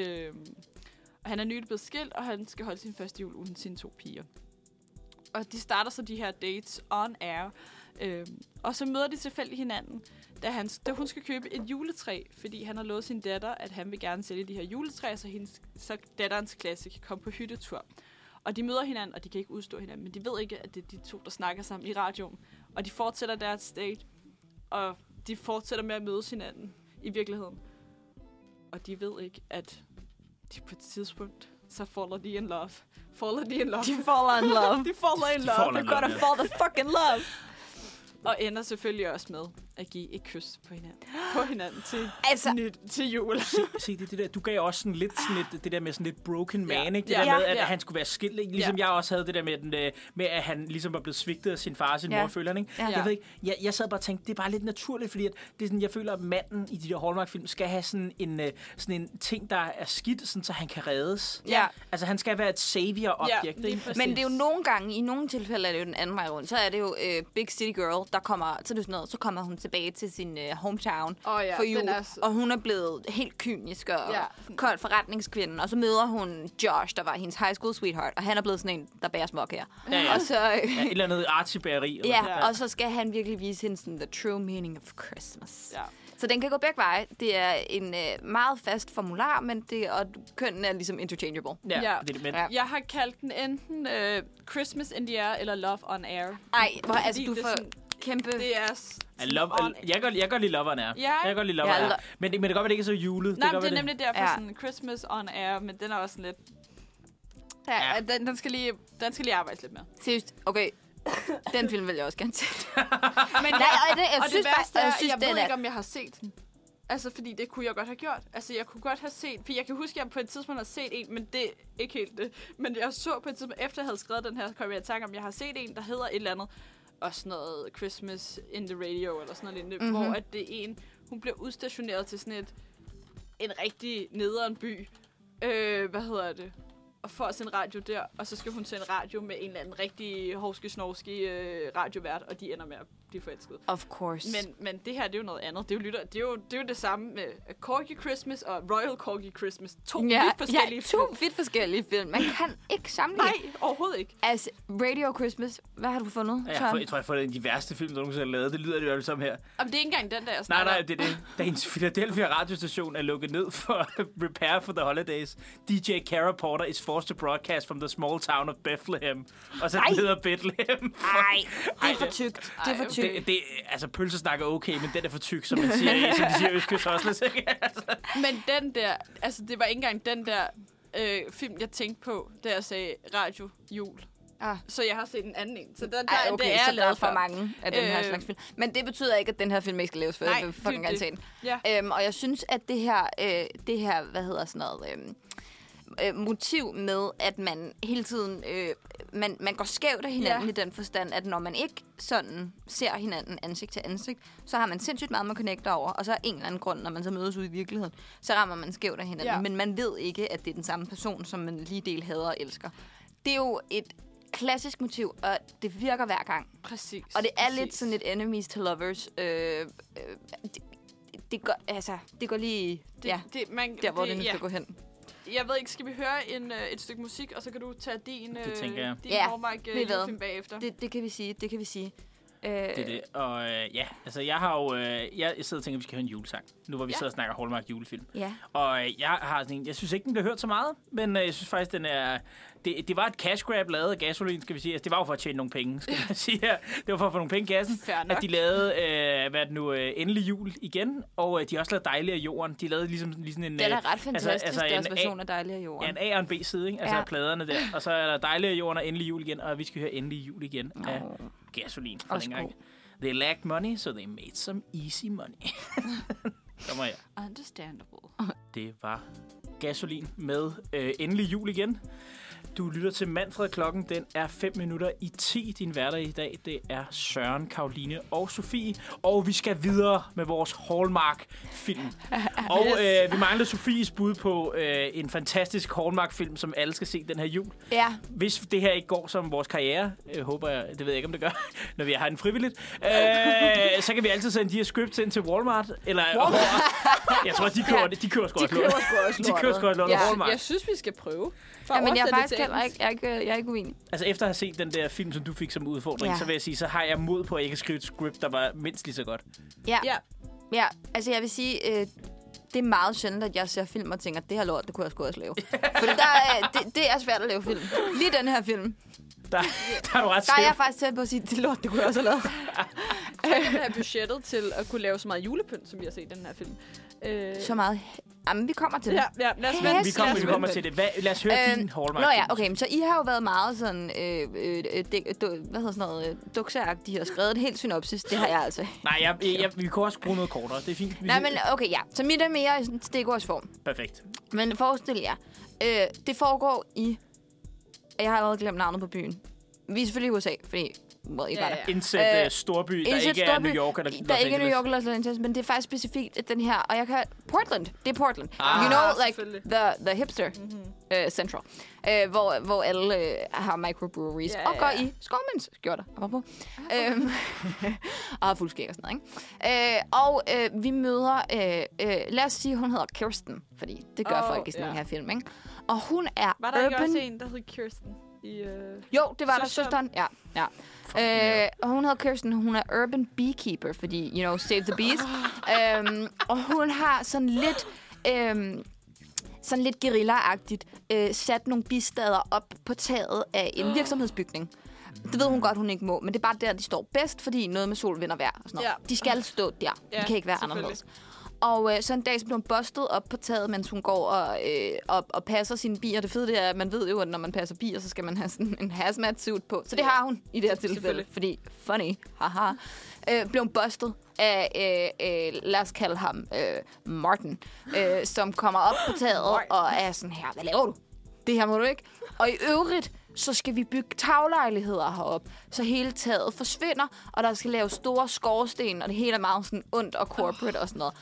Og han er nylig blevet skilt, og han skal holde sin første jul uden sine 2 piger. Og de starter så de her dates on air. Og så møder de tilfældigt hinanden, da hun skal købe et juletræ, fordi han har lovet sin datter, at han vil gerne sælge de her juletræer, så datterens klasse kan komme på hyttetur. Og de møder hinanden, og de kan ikke udstå hinanden, men de ved ikke, at det er de 2, der snakker sammen i radioen. Og de fortsætter deres date, og de fortsætter med at mødes hinanden i virkeligheden. Og de ved ikke, at de på et tidspunkt, så falder de in love. De falder in love. They're gonna fall the fucking love. Og ender selvfølgelig også med at give et kys på hinanden til jul. Se det der. Du gav også sådan lidt det der med sådan lidt broken man, ikke? Det der med, at han skulle være skilt, ligesom jeg også havde det der med, at han ligesom var blevet svigtet af sin far og sin mor, føler han, ikke? Jeg ved ikke, jeg sad bare og tænkte, det er bare lidt naturligt, fordi at det er sådan, jeg føler, at manden i de der Hallmark-film skal have sådan en ting, der er skidt, sådan, så han kan reddes. Ja. Altså, han skal være et savior-objekt. Men det er jo nogle gange, i nogle tilfælde er det jo den anden vej rundt, så er det jo Big City Girl, der kommer, så er det sådan noget, så kommer hun tilbage til sin hometown for jul, og hun er blevet helt kynisk og kold forretningskvinde, og så møder hun Josh, der var hendes high school sweetheart, og han er blevet sådan en, der bærer småkager. Og så et eller andet artsy-bæreri. Og så skal han virkelig vise hende sådan, the true meaning of Christmas. Ja. Så den kan gå begge veje. Det er en meget fast formular, men kønnen er ligesom interchangeable. Jeg har kaldt den enten Christmas in the Air eller Love on Air. Ej, altså du får kæmpe... Det er... Jeg kan godt lide Love on Air. Ja. Jeg kan godt lide Love on Air. Men det kan godt være, det ikke er så julet. Nej, det er nemlig derfor sådan Christmas on Air, men den er også lidt... Ja. Den skal lige arbejdes lidt med. Seriøst, okay. Den film vil jeg også gerne se. Men jeg ved ikke, om jeg har set den. Altså, fordi det kunne jeg godt have gjort. Altså, jeg kunne godt have set... For jeg kan huske, at jeg på et tidspunkt har set en, men det er ikke helt det. Men jeg så på et tidspunkt, efter jeg havde skrevet den her, kom jeg i tanke om, jeg har set en, der hedder et eller andet. Og sådan noget Christmas in the Radio, eller sådan noget, hvor at det er en... Hun bliver udstationeret til sådan en rigtig nederen by. Og får sin radio der, og så skal hun sende radio med en eller anden rigtig hovske-snovske radiovært, og de ender med at blive forelsket. Of course. Men det her, det er jo noget andet. Det er jo det samme med Corgi Christmas og Royal Corgi Christmas. To vidt forskellige film. Man kan ikke sammenligne. Nej, overhovedet ikke. Altså, Radio Christmas, hvad har du fundet? Jeg tror, jeg får de værste film, der nogensinde har lavet. Det lyder det jo som her. Om det er ikke engang den, der jeg snakker. Nej, det er det. Da hendes Philadelphia radiostation er lukket ned for Repair for the Holidays. DJ Cara Porter is forced to broadcast from the small town of Bethlehem. Og så hedder Bethlehem. Nej, det er for tykt. Det er for tykt. Altså, pølsesnak er okay, men den er for tyk, som man siger, som de siger Østkyst Hostlers, ikke? Altså. Men den der, altså det var ikke engang den der film, jeg tænkte på, da jeg sagde radio jul. Så jeg har set en anden en. Så den der, okay, det er så lavet der er for mange af den her slags film. Men det betyder ikke, at den her film ikke skal laves, for jeg vil fucking gerne se den. Ja. Og jeg synes, at det her hvad hedder sådan noget... motiv med, at man hele tiden man går skævt af hinanden i den forstand, at når man ikke sådan ser hinanden ansigt til ansigt, så har man sindssygt meget, man connecter over, og så er en eller anden grund, når man så mødes ude i virkeligheden, så rammer man skævt af hinanden, men man ved ikke, at det er den samme person, som man lige del hader og elsker. Det er jo et klassisk motiv, og det virker hver gang. Præcis. Og det er lidt sådan et enemies to lovers. Det går lige der, hvor det nu skal gå hen. Jeg ved ikke, skal vi høre et stykke musik, og så kan du tage din Hallmark film bagefter? Det kan vi sige, Det er det. Og altså jeg har jo... jeg sidder og tænker, at vi skal høre en julesang. Nu hvor vi sidder og snakker Hallmark julefilm. Ja. Og jeg synes ikke, den bliver hørt så meget, men jeg synes faktisk, den er... Det var et cash grab lavet af Gasolin, skal vi sige. Altså, det var jo for at tjene nogle penge, skal man sige her. Det var for at få nogle penge i kassen, at de lavede Endelig Jul igen, og de har også lavet Dejlig af Jorden. De lavede ligesom sådan en... Den er ret fantastisk, deres version af Dejlig af Jorden. Ja, en A og en B-side, ikke? Altså pladerne der. Og så er der Dejlig af Jorden og Endelig Jul igen, og vi skal høre Endelig Jul igen af Gasolin fra den gang. They lacked money, so they made some easy money. Kommer jeg. Understandable. Det var Gasolin med endelig jul igen. Du lytter til Manfred. Klokken den er 5:10. Din værter i dag, det er Søren, Karoline og Sofie. Og vi skal videre med vores Hallmark-film. Og vi mangler Sofies bud på en fantastisk Hallmark-film, som alle skal se den her jul. Ja. Hvis det her ikke går som vores karriere, håber jeg, det ved jeg ikke, om det gør, når vi har den frivilligt, så kan vi altid sende de her scripts ind til Walmart. Eller jeg tror, de kører sgu også lort. Walmart. Jeg synes, vi skal prøve. Men jeg er faktisk jeg er ikke uenig. Altså efter at have set den der film, som du fik som udfordring, så vil jeg sige, så har jeg mod på, at jeg kan skrive et script, der var mindst lige så godt. Ja, altså jeg vil sige, det er meget sjældent, at jeg ser film og tænker, det her lort, det kunne jeg sgu også lave. Fordi det er svært at lave film. Lige den her film. Der er du ret Der er jeg faktisk tæt på at sige, det lort, det kunne jeg også have lavet. Tænk at have budgettet til at kunne lave så meget julepynt, som vi har set i den her film. Så meget. Jamen, vi kommer til det. Ja, lad os vi kommer til det. Lad os høre din Hallmark. Nå ja, okay. Så I har jo været meget sådan, hvad hedder sådan noget, dukseagtige og skrevet et helt synopsis. Det har jeg altså. Nej, vi kan også bruge noget kortere. Det er fint. Nej, men okay, ja. Så mit er mere i sådan stikårsform. Perfekt. Men forestil jer. Det foregår i... Jeg har allerede glemt navnet på byen. Vi er selvfølgelig i USA, fordi... Indsæt storby, der ikke er New York eller Los Angeles. Der ikke er New York eller Los Angeles, men det er faktisk specifikt den her, og jeg kan... Portland. Det er Portland. You know, like the hipster central. Hvor alle har microbreweries og går i skovmandsskjorter. Og har fuldskæg og sådan noget, ikke? Vi møder... lad os sige, hun hedder Kirsten, fordi det gør folk i sådan en her film, ikke? Og hun er Var der ikke også en, der hed Kirsten? Jo, det var der søsteren. Ja. Og hun hedder Kirsten, hun er urban beekeeper, fordi, you know, save the bees. Og hun har sådan lidt guerilla-agtigt sat nogle bistader op på taget af en virksomhedsbygning. Det ved hun godt, hun ikke må, men det er bare der, de står bedst, fordi noget med sol, vind og vejr og sådan noget. De skal stå der. De kan ikke være anderledes. Og så en dag så blev hun bustet op på taget, mens hun går og passer sine bier. Det fede er, at man ved jo, at når man passer bier, så skal man have sådan en hazmat-suit på. Så det har hun i det her tilfælde, fordi funny, haha. Blev hun bustet af, lad os kalde ham, Martin, som kommer op på taget og er sådan her, hvad laver du? Det her må du ikke. Og i øvrigt, så skal vi bygge taglejligheder herop, så hele taget forsvinder, og der skal laves store skorsten, og det hele er meget sådan ondt og corporate og sådan noget.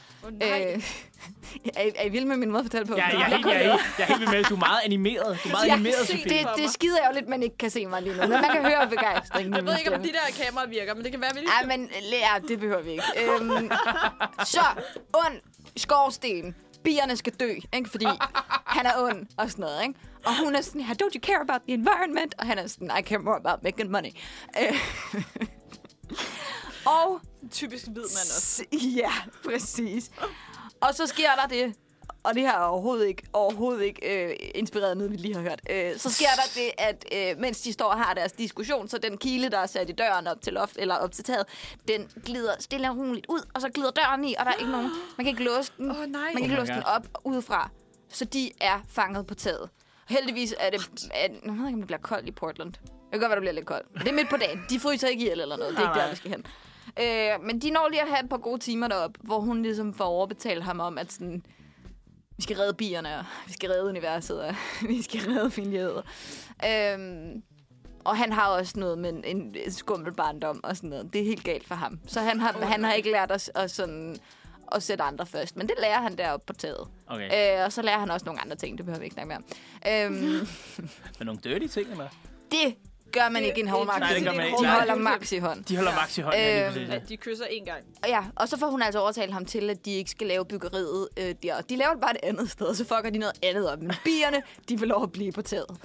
Er I vilde med min måde at fortælle på? Jeg er helt vildt med. Du er meget animeret. Sofie. Det skider jeg jo lidt, man ikke kan se mig lige nu, men man kan høre begejstringen. Jeg ved ikke, om de der kameraer virker, men det kan være, vi det behøver vi ikke. Så, ond skorsten. Bierne skal dø, ikke? Fordi han er ond og sådan noget, ikke? Og hun er sådan her, don't you care about the environment? Og han er sådan, I care more about making money. Og typisk hvid mand også. Ja, præcis. Og så sker der det, og det har overhovedet ikke inspireret noget, vi lige har hørt. Så sker der det, at mens de står og har deres diskussion, så den kile, der er sat i døren op til loft eller op til taget, den glider stille og roligt ud, og så glider døren i, og der er ikke nogen. Man kan ikke låse den. Man kan ikke låse den op udefra. Så de er fanget på taget. Heldigvis er det... jeg ved ikke, om det bliver koldt i Portland. Det kan godt være, det bliver lidt koldt. Det er midt på dagen. De fryser ikke ihjel eller noget. Det er ikke der, vi skal hen. Men de når lige at have et par gode timer deroppe, hvor hun ligesom får overbetalt ham om, at sådan... Vi skal redde bierne, og vi skal redde universet, og vi skal redde findigheder. Og han har også noget med en skummel barndom og sådan noget. Det er helt galt for ham. Så han har ikke lært os at sætte andre først. Men det lærer han deroppe på taget. Okay. Og så lærer han også nogle andre ting. Det behøver vi ikke snakke mere om. Men nogle dirty ting, eller? Det gør man ikke i en Hallmark. Nej, det gør man ikke. De holder max i hånd. De holder max i hånd, ja, de kysser en gang. Ja, og så får hun altså overtalt ham til, at de ikke skal lave byggeriet der. De laver det bare et andet sted, og så fucker de noget andet op. Men bierne, de vil lov at blive på taget.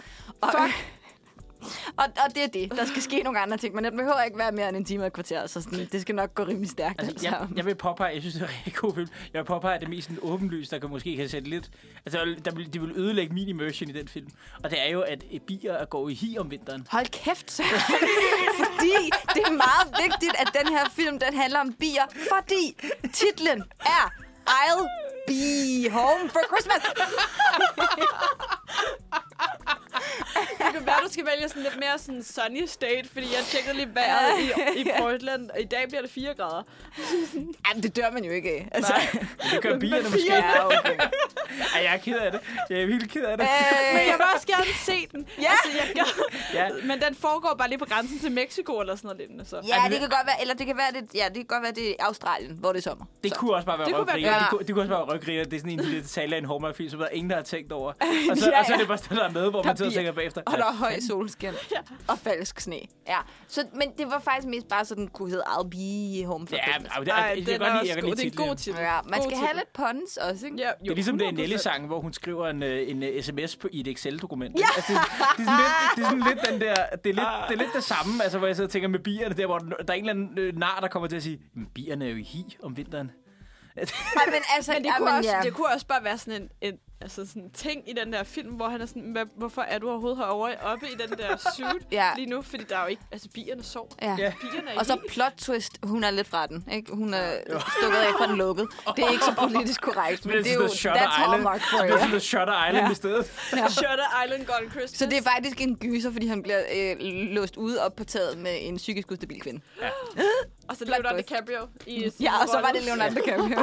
Og det er det. Der skal ske nogle andre ting, men det behøver ikke være mere end en time og et kvarter, så sådan, det skal nok gå rimelig stærkt. Altså, jeg vil påpege, jeg synes, det er en rigtig god film. Jeg vil påpege, at det mest åbenlyst, der måske kan sætte lidt... Altså, de vil ødelægge min immersion i den film. Og det er jo, at bier går i hi om vinteren. Hold kæft, så. Fordi det er meget vigtigt, at den her film, den handler om bier, fordi titlen er I'll Be Home for Christmas. Det kan være, du skal vælge sådan lidt mere sådan sunny state, fordi jeg tjekkede lige vejret i Portland, og i dag bliver det 4 grader. Jamen, det dør man jo ikke af. Altså. Nej, det gør bierne måske. Ja, okay. Ej, jeg er ked af det. Jeg er virkelig ked af det. Men jeg vil også gerne se den. Ja. Altså, men den foregår bare lige på grænsen til Mexico eller sådan noget lignende. Så. Ja, det kan godt være, eller det kan være, det kan godt være, det er Australien, hvor det er sommer. Det kunne også bare være røvgriner. Det kunne også være røvgriner. Det er sådan en lille detalje af en Hallmark-film, som der er ingen, der har tænkt over. Og så er det bare sådan der med, hvor man sidder og tænker bagefter. Og der er høj solskin og falsk sne. Ja. Så, men det var faktisk mest bare sådan, kunne hedde I'll be home for Christmas. Det er en god titel. Ja, man skal have lidt puns også, ikke? Ja, jo, det er ligesom 100%. Det er Nelly-sang, hvor hun skriver en sms i et Excel-dokument. Ja. Altså, det er sådan lidt den der... Det er lidt det samme, altså, hvor jeg sidder og tænker med bierne der, hvor der er en eller anden nar, der kommer til at sige, bierne er jo i hi om vinteren. Nej, men altså, men det kunne også bare være sådan en sådan en ting i den der film, hvor han er sådan, hvorfor er du overhovedet herovre oppe i den der suit lige nu? Fordi der er jo ikke, altså bierne sover. Ja. Og så plot twist, hun er lidt fra den, ikke? Hun er stukket af fra den lukket. Det er ikke så politisk korrekt, men det er jo, that's Hallmark for you. Det er Shutter Island i stedet. Ja. Shutter Island Gone Christmas. Så det er faktisk en gyser, fordi han bliver låst ude op på taget med en psykisk ustabil kvinde. Ja. Og så Leonardo DiCaprio i ja, og så var det Leonardo DiCaprio.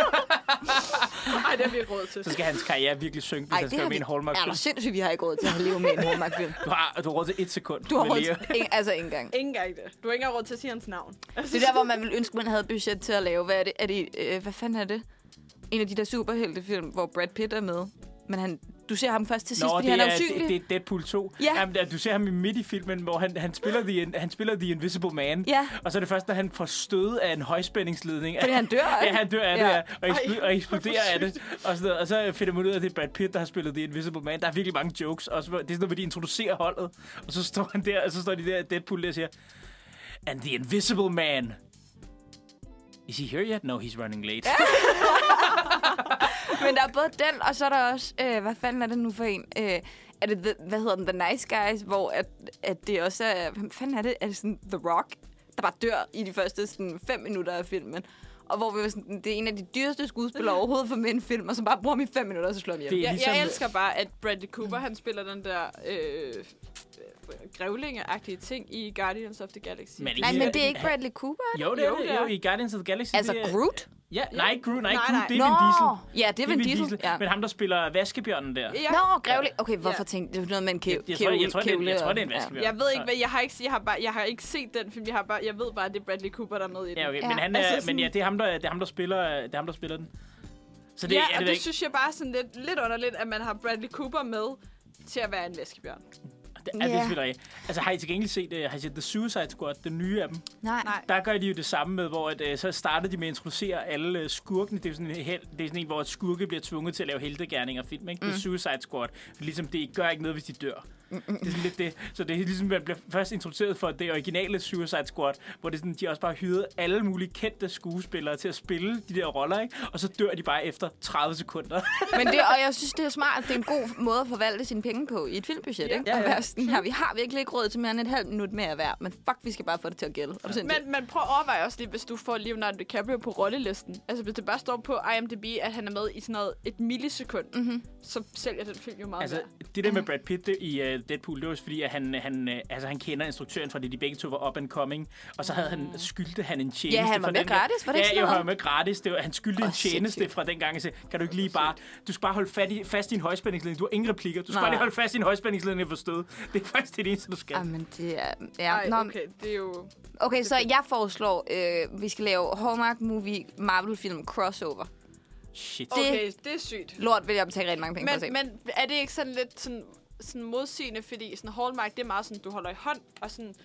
Ej, det har vi ikke råd til. Så skal hans karriere virkelig synke, hvis han skal med en Hallmark-film. Ja, sindssygt, vi har ikke råd til at leve med en Hallmark-film. Du har råd til 1 sekund. Du har råd til altså ingen gang. Ingen gang det. Du har ikke råd til at sige hans navn. Det er der, hvor man ville ønske, man havde budget til at lave. Hvad fanden er det? En af de der superheltefilm, hvor Brad Pitt er med. Men du ser ham først til sidst, fordi han er usynlig. Det er Deadpool 2. Ja. Jamen, du ser ham midt i filmen, hvor han spiller The Invisible Man. Ja. Og så er det først, da han får stød af en højspændingsledning. Fordi han dør af det. Ja, han dør af det, og eksploderer af det. Og så finder man ud af, at det er Brad Pitt, der har spillet The Invisible Man. Der er virkelig mange jokes. Også, det er sådan noget, hvor de introducerer holdet. Og så står han der, og så står de der Deadpool der og siger, and the Invisible Man. Is he here yet? No, he's running late. Men der er både den, og så er der også, hvad fanden er det nu for en? Er det, hvad hedder den, The Nice Guys, hvor at det også er, hvad fanden er det? Er det sådan The Rock, der bare dør i de første sådan 5 minutter af filmen? Og hvor vi sådan, det er en af de dyreste skuespillere overhovedet for med en film, og så bare bruger dem i 5 minutter, og så slår vi hjem. Jeg elsker bare, at Bradley Cooper, han spiller den der grævlinge-agtige ting i Guardians of the Galaxy. Men det er ikke Bradley Cooper? Jo, det er jo i Guardians of the Galaxy. Altså Groot? Ja, nej, Groot, det er Vin Diesel. Ja, det er Vin Diesel. Ja. Men ham, der spiller vaskebjørnen der. Ja. Nå, grævling. Okay, hvorfor tænkte du noget med en kævle? Jeg tror, det er en vaskebjørn. Jeg ved ikke, hvad jeg har ikke set den film. Jeg ved bare, at det er Bradley Cooper, der er med i den. Ja, okay, men han er, men ja, det er ham, der spiller den. Så det, og det synes jeg bare sådan lidt underligt, at man har Bradley Cooper med til at være en vaskebjørn. Det er selvfølgelig ikke. Altså, har I til gengæld set The Suicide Squad, den nye af dem? Nej. Der gør de jo det samme med, hvor så startede de med at introducere alle skurkene. Det er sådan en, hvor skurke bliver tvunget til at lave heltegerninger film, ikke? The Suicide Squad. For ligesom, det gør ikke noget, hvis de dør. Det er sådan lidt det. Så det er ligesom, man bliver først introduceret for det originale Suicide Squad, hvor det sådan, de også bare hyrede alle mulige kendte skuespillere til at spille de der roller, ikke? Og så dør de bare efter 30 sekunder. Og jeg synes, det er smart. Det er en god måde at forvalte sine penge på i et filmbudget, ikke? Ja. Her, vi har virkelig ikke råd til mere end et halvt minut mere hver, men fuck, vi skal bare få det til at gælde. Men prøv at overveje også lige, hvis du får Leonardo DiCaprio på rollelisten. Altså, hvis det bare står på IMDb, at han er med i sådan noget et millisekund, så sælger den film jo meget altså, det der med Brad Pitt i Deadpool, det var fordi, at han kender instruktøren fra det, de begge to var up and coming, og så havde skyldte han en tjeneste. Ja, han var med gratis, var det ikke sådan noget? Ja, han var med gratis. Han skyldte en tjeneste fra den gang, så kan du ikke lige bare... Du skal bare holde fast i en højspændingsledning. Du har ingen replikker. Du skal bare lige holde fast i en højspændingsledning for stød. Det er faktisk det eneste, du skal. Jamen, det er... okay, det er jo... Okay, så jeg foreslår, vi skal lave Hallmark Movie Marvel-film crossover. Shit. Okay, det er sygt. Lort vil jeg betale rigtig mange penge for at se. Men er det ikke sådan lidt sådan modsigende, fordi sådan Hallmark, det er meget sådan, du holder i hånd, og sådan...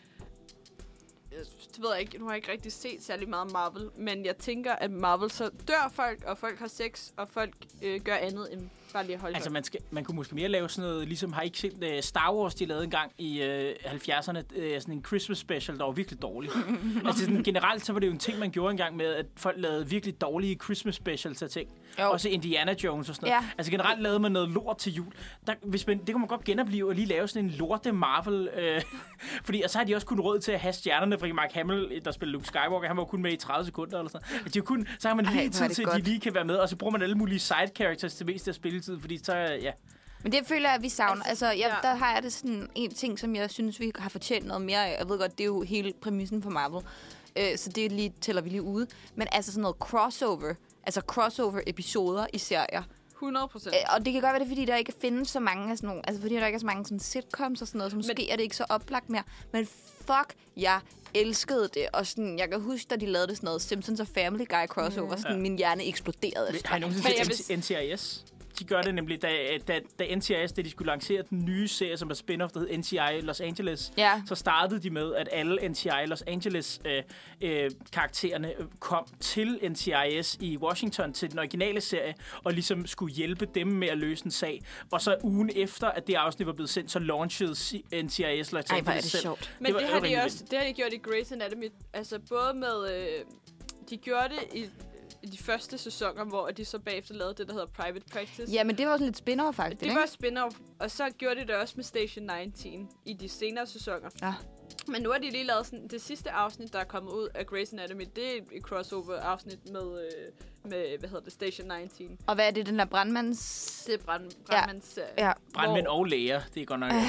Det ved jeg ikke, nu har jeg ikke rigtig set særlig meget Marvel, men jeg tænker, at Marvel så dør folk, og folk har sex, og folk gør andet end bare lige at holde altså, man kunne måske mere lave sådan noget, ligesom har I ikke set Star Wars, de lavede engang i 70'erne, sådan en Christmas special, der var virkelig dårlig. Altså sådan, generelt så var det jo en ting, man gjorde engang med, at folk lavede virkelig dårlige Christmas specials af ting. Også Indiana Jones og sådan noget. Ja. Altså generelt lavede man noget lort til jul. Det kunne man godt genopleve og lige lave sådan en lorte Marvel. Fordi, og så har de også kun råd til at have stjernerne, fordi Mark Hamill, der spiller Luke Skywalker, han var kun med i 30 sekunder eller sådan noget. Så har man lige tid til, at de lige kan være med, og så bruger man alle mulige side characters til mest af spilletid, fordi så, ja. Men det føler jeg, at vi savner. Altså, ja. der har jeg det sådan en ting, som jeg synes, vi har fortjent noget mere af. Jeg ved godt, det er jo hele præmissen for Marvel. Så det tæller vi lige ude. Men altså sådan noget crossover. Altså crossover-episoder i serier. 100%. Og det kan godt være det, fordi der ikke findes så mange af sådan nogle... Altså fordi der ikke er så mange sådan sitcoms og sådan noget, så måske er det ikke så oplagt mere. Men fuck, jeg elskede det. Og sådan, jeg kan huske, da de lavede det sådan noget Simpsons og Family Guy crossover, sådan min hjerne eksploderede. Har I nogensinde set NCIS? De gør det nemlig, da NCIS, da de skulle lancere den nye serie, som er spin-off, der hed NCI Los Angeles, så startede de med, at alle NCI Los Angeles karaktererne kom til NCIS i Washington til den originale serie, og ligesom skulle hjælpe dem med at løse en sag. Og så ugen efter, at det afsnit var blevet sendt, så launchede NCIS Los Angeles selv. Sjovt. Men det har de gjort i Grey's Anatomy. Altså både med... de gjorde det i de første sæsoner, hvor de så bagefter lavede det, der hedder Private Practice. Ja, men det var sådan lidt spin-off, faktisk. Det var spin-off, og så gjorde de det også med Station 19 i de senere sæsoner. Ja. Men nu har de lige lavet sådan, det sidste afsnit, der er kommet ud af Grey's Anatomy, det er et crossover-afsnit med hvad hedder det, Station 19. Og hvad er det, den der brandmands... Det er brandmands... Ja. Brandmænd og læger, det er godt nok...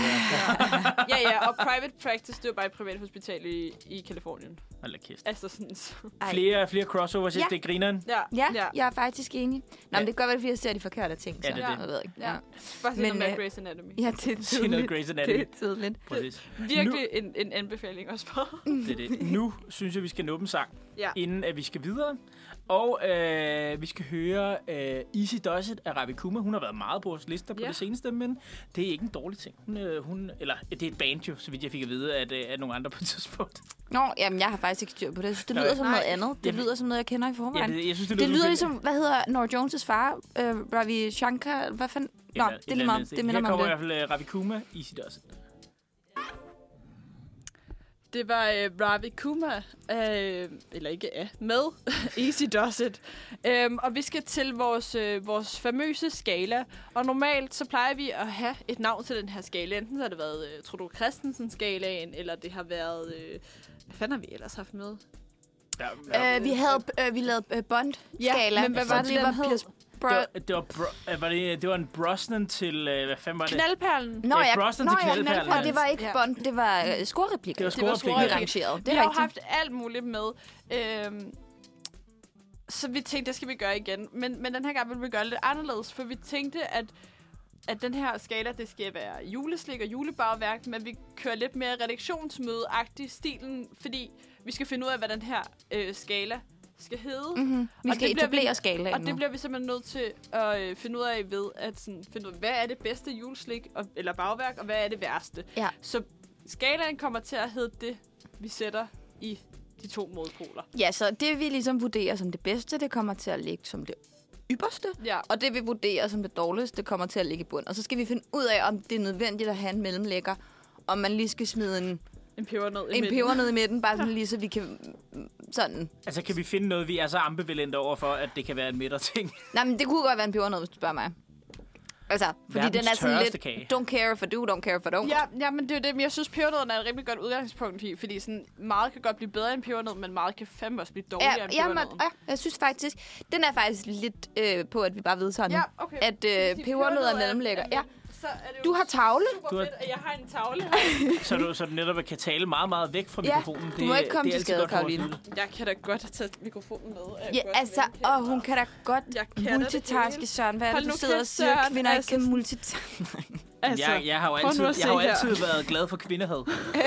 ja, og Private Practice, det er bare et privat hospital i Californien. Hold da kæft. Altså sådan så. Flere crossovers, det er grineren. Ja, jeg er faktisk enig. Nå, men det kan godt være, fordi jeg ser de forkerte ting. Så. Ja, det er det. Jeg ved ikke. Ja. Bare se noget med Grey's Anatomy. Ja, det er tydeligt. Grey's Anatomy. Det er tydeligt. Præcis. Virkelig en anbefaling også på. Det er det. Nu synes jeg, vi skal nå en sang, inden at vi skal videre. Og vi skal høre Easy Does It af Ravi Kuma. Hun har været meget på vores lister på det seneste, men det er ikke en dårlig ting. Eller det er et band jo, så vidt jeg fik at vide af nogle andre på et tidspunkt. Nå, jamen jeg har faktisk ikke styr på det. Jeg synes, det lyder som noget andet. Det lyder som noget, jeg kender i forvejen. Ja, jeg synes, det lyder ligesom, hvad hedder Nora Jones' far? Ravi Shankar? Hvad fanden? Nå, det er lige meget. Det minder mig om det. Her kommer i hvert fald Ravi Kuma, Easy Does It. Det var Ravi Kuma, eller ikke med Easy Does It. Og vi skal til vores famøse skala. Og normalt så plejer vi at have et navn til den her skala. Enten så har det været Trudeau Christensen-skalaen, eller det har været... hvad fanden har vi ellers haft med? Vi lavede Bond-skala. Men hvad var det, den hed? Det var en Brosnan til... hvad fanden var det? Knaldperlen. Nå, ja, Brosnan til Knaldperlen. Og det var ikke Bond, det var scorereplikker. Det var scorereplikker. Vi har jo haft alt muligt med. Så vi tænkte, det skal vi gøre igen. Men den her gang vil vi gøre det lidt anderledes, for vi tænkte, at den her skala, det skal være juleslik og julebagværk, men vi kører lidt mere redaktionsmøde-agtig stilen, fordi vi skal finde ud af, hvad den her skala skal hedde. Mm-hmm. Vi skal etablere skalaen. Og det bliver vi simpelthen nødt til at finde ud af ved at finde ud af, hvad er det bedste juleslik eller bagværk, og hvad er det værste. Ja. Så skalaen kommer til at hedde det, vi sætter i de to modpoler. Ja, så det vi ligesom vurderer som det bedste, det kommer til at ligge som det ypperste. Ja. Og det vi vurderer som det dårligste, det kommer til at ligge i bund. Og så skal vi finde ud af, om det er nødvendigt at have en mellemlægger, om man lige skal smide en pebernød i midten, bare sådan lige så vi kan sådan... Altså kan vi finde noget, vi er så ambivalente over for, at det kan være en midterting? Nej, men det kunne godt være en pebernød, hvis du spørger mig. Altså, fordi den er sådan lidt, kage. Don't care for do, don't care for don't. Ja, men det er jo det, men jeg synes, pebernøden er et rimelig godt udgangspunkt i, fordi sådan, meget kan godt blive bedre end pebernød, men meget kan fandme også blive dårligere end pebernøden. Ja, jeg synes faktisk, den er faktisk lidt på, at vi bare ved sådan, at pebernød er mellemlægger. Ja. Du har tavle. Jeg har en tavle her. så du netop kan tale meget, meget væk fra mikrofonen. Du må ikke komme til skade, Karoline. Jeg kan da godt tage mikrofonen med. Ja, altså, og hun kan da godt multitaske, Søren. Hvad er det, du sidder og siger, at kvinder ikke kan multitaske? Altså, jeg har jo altid været glad for kvindehad.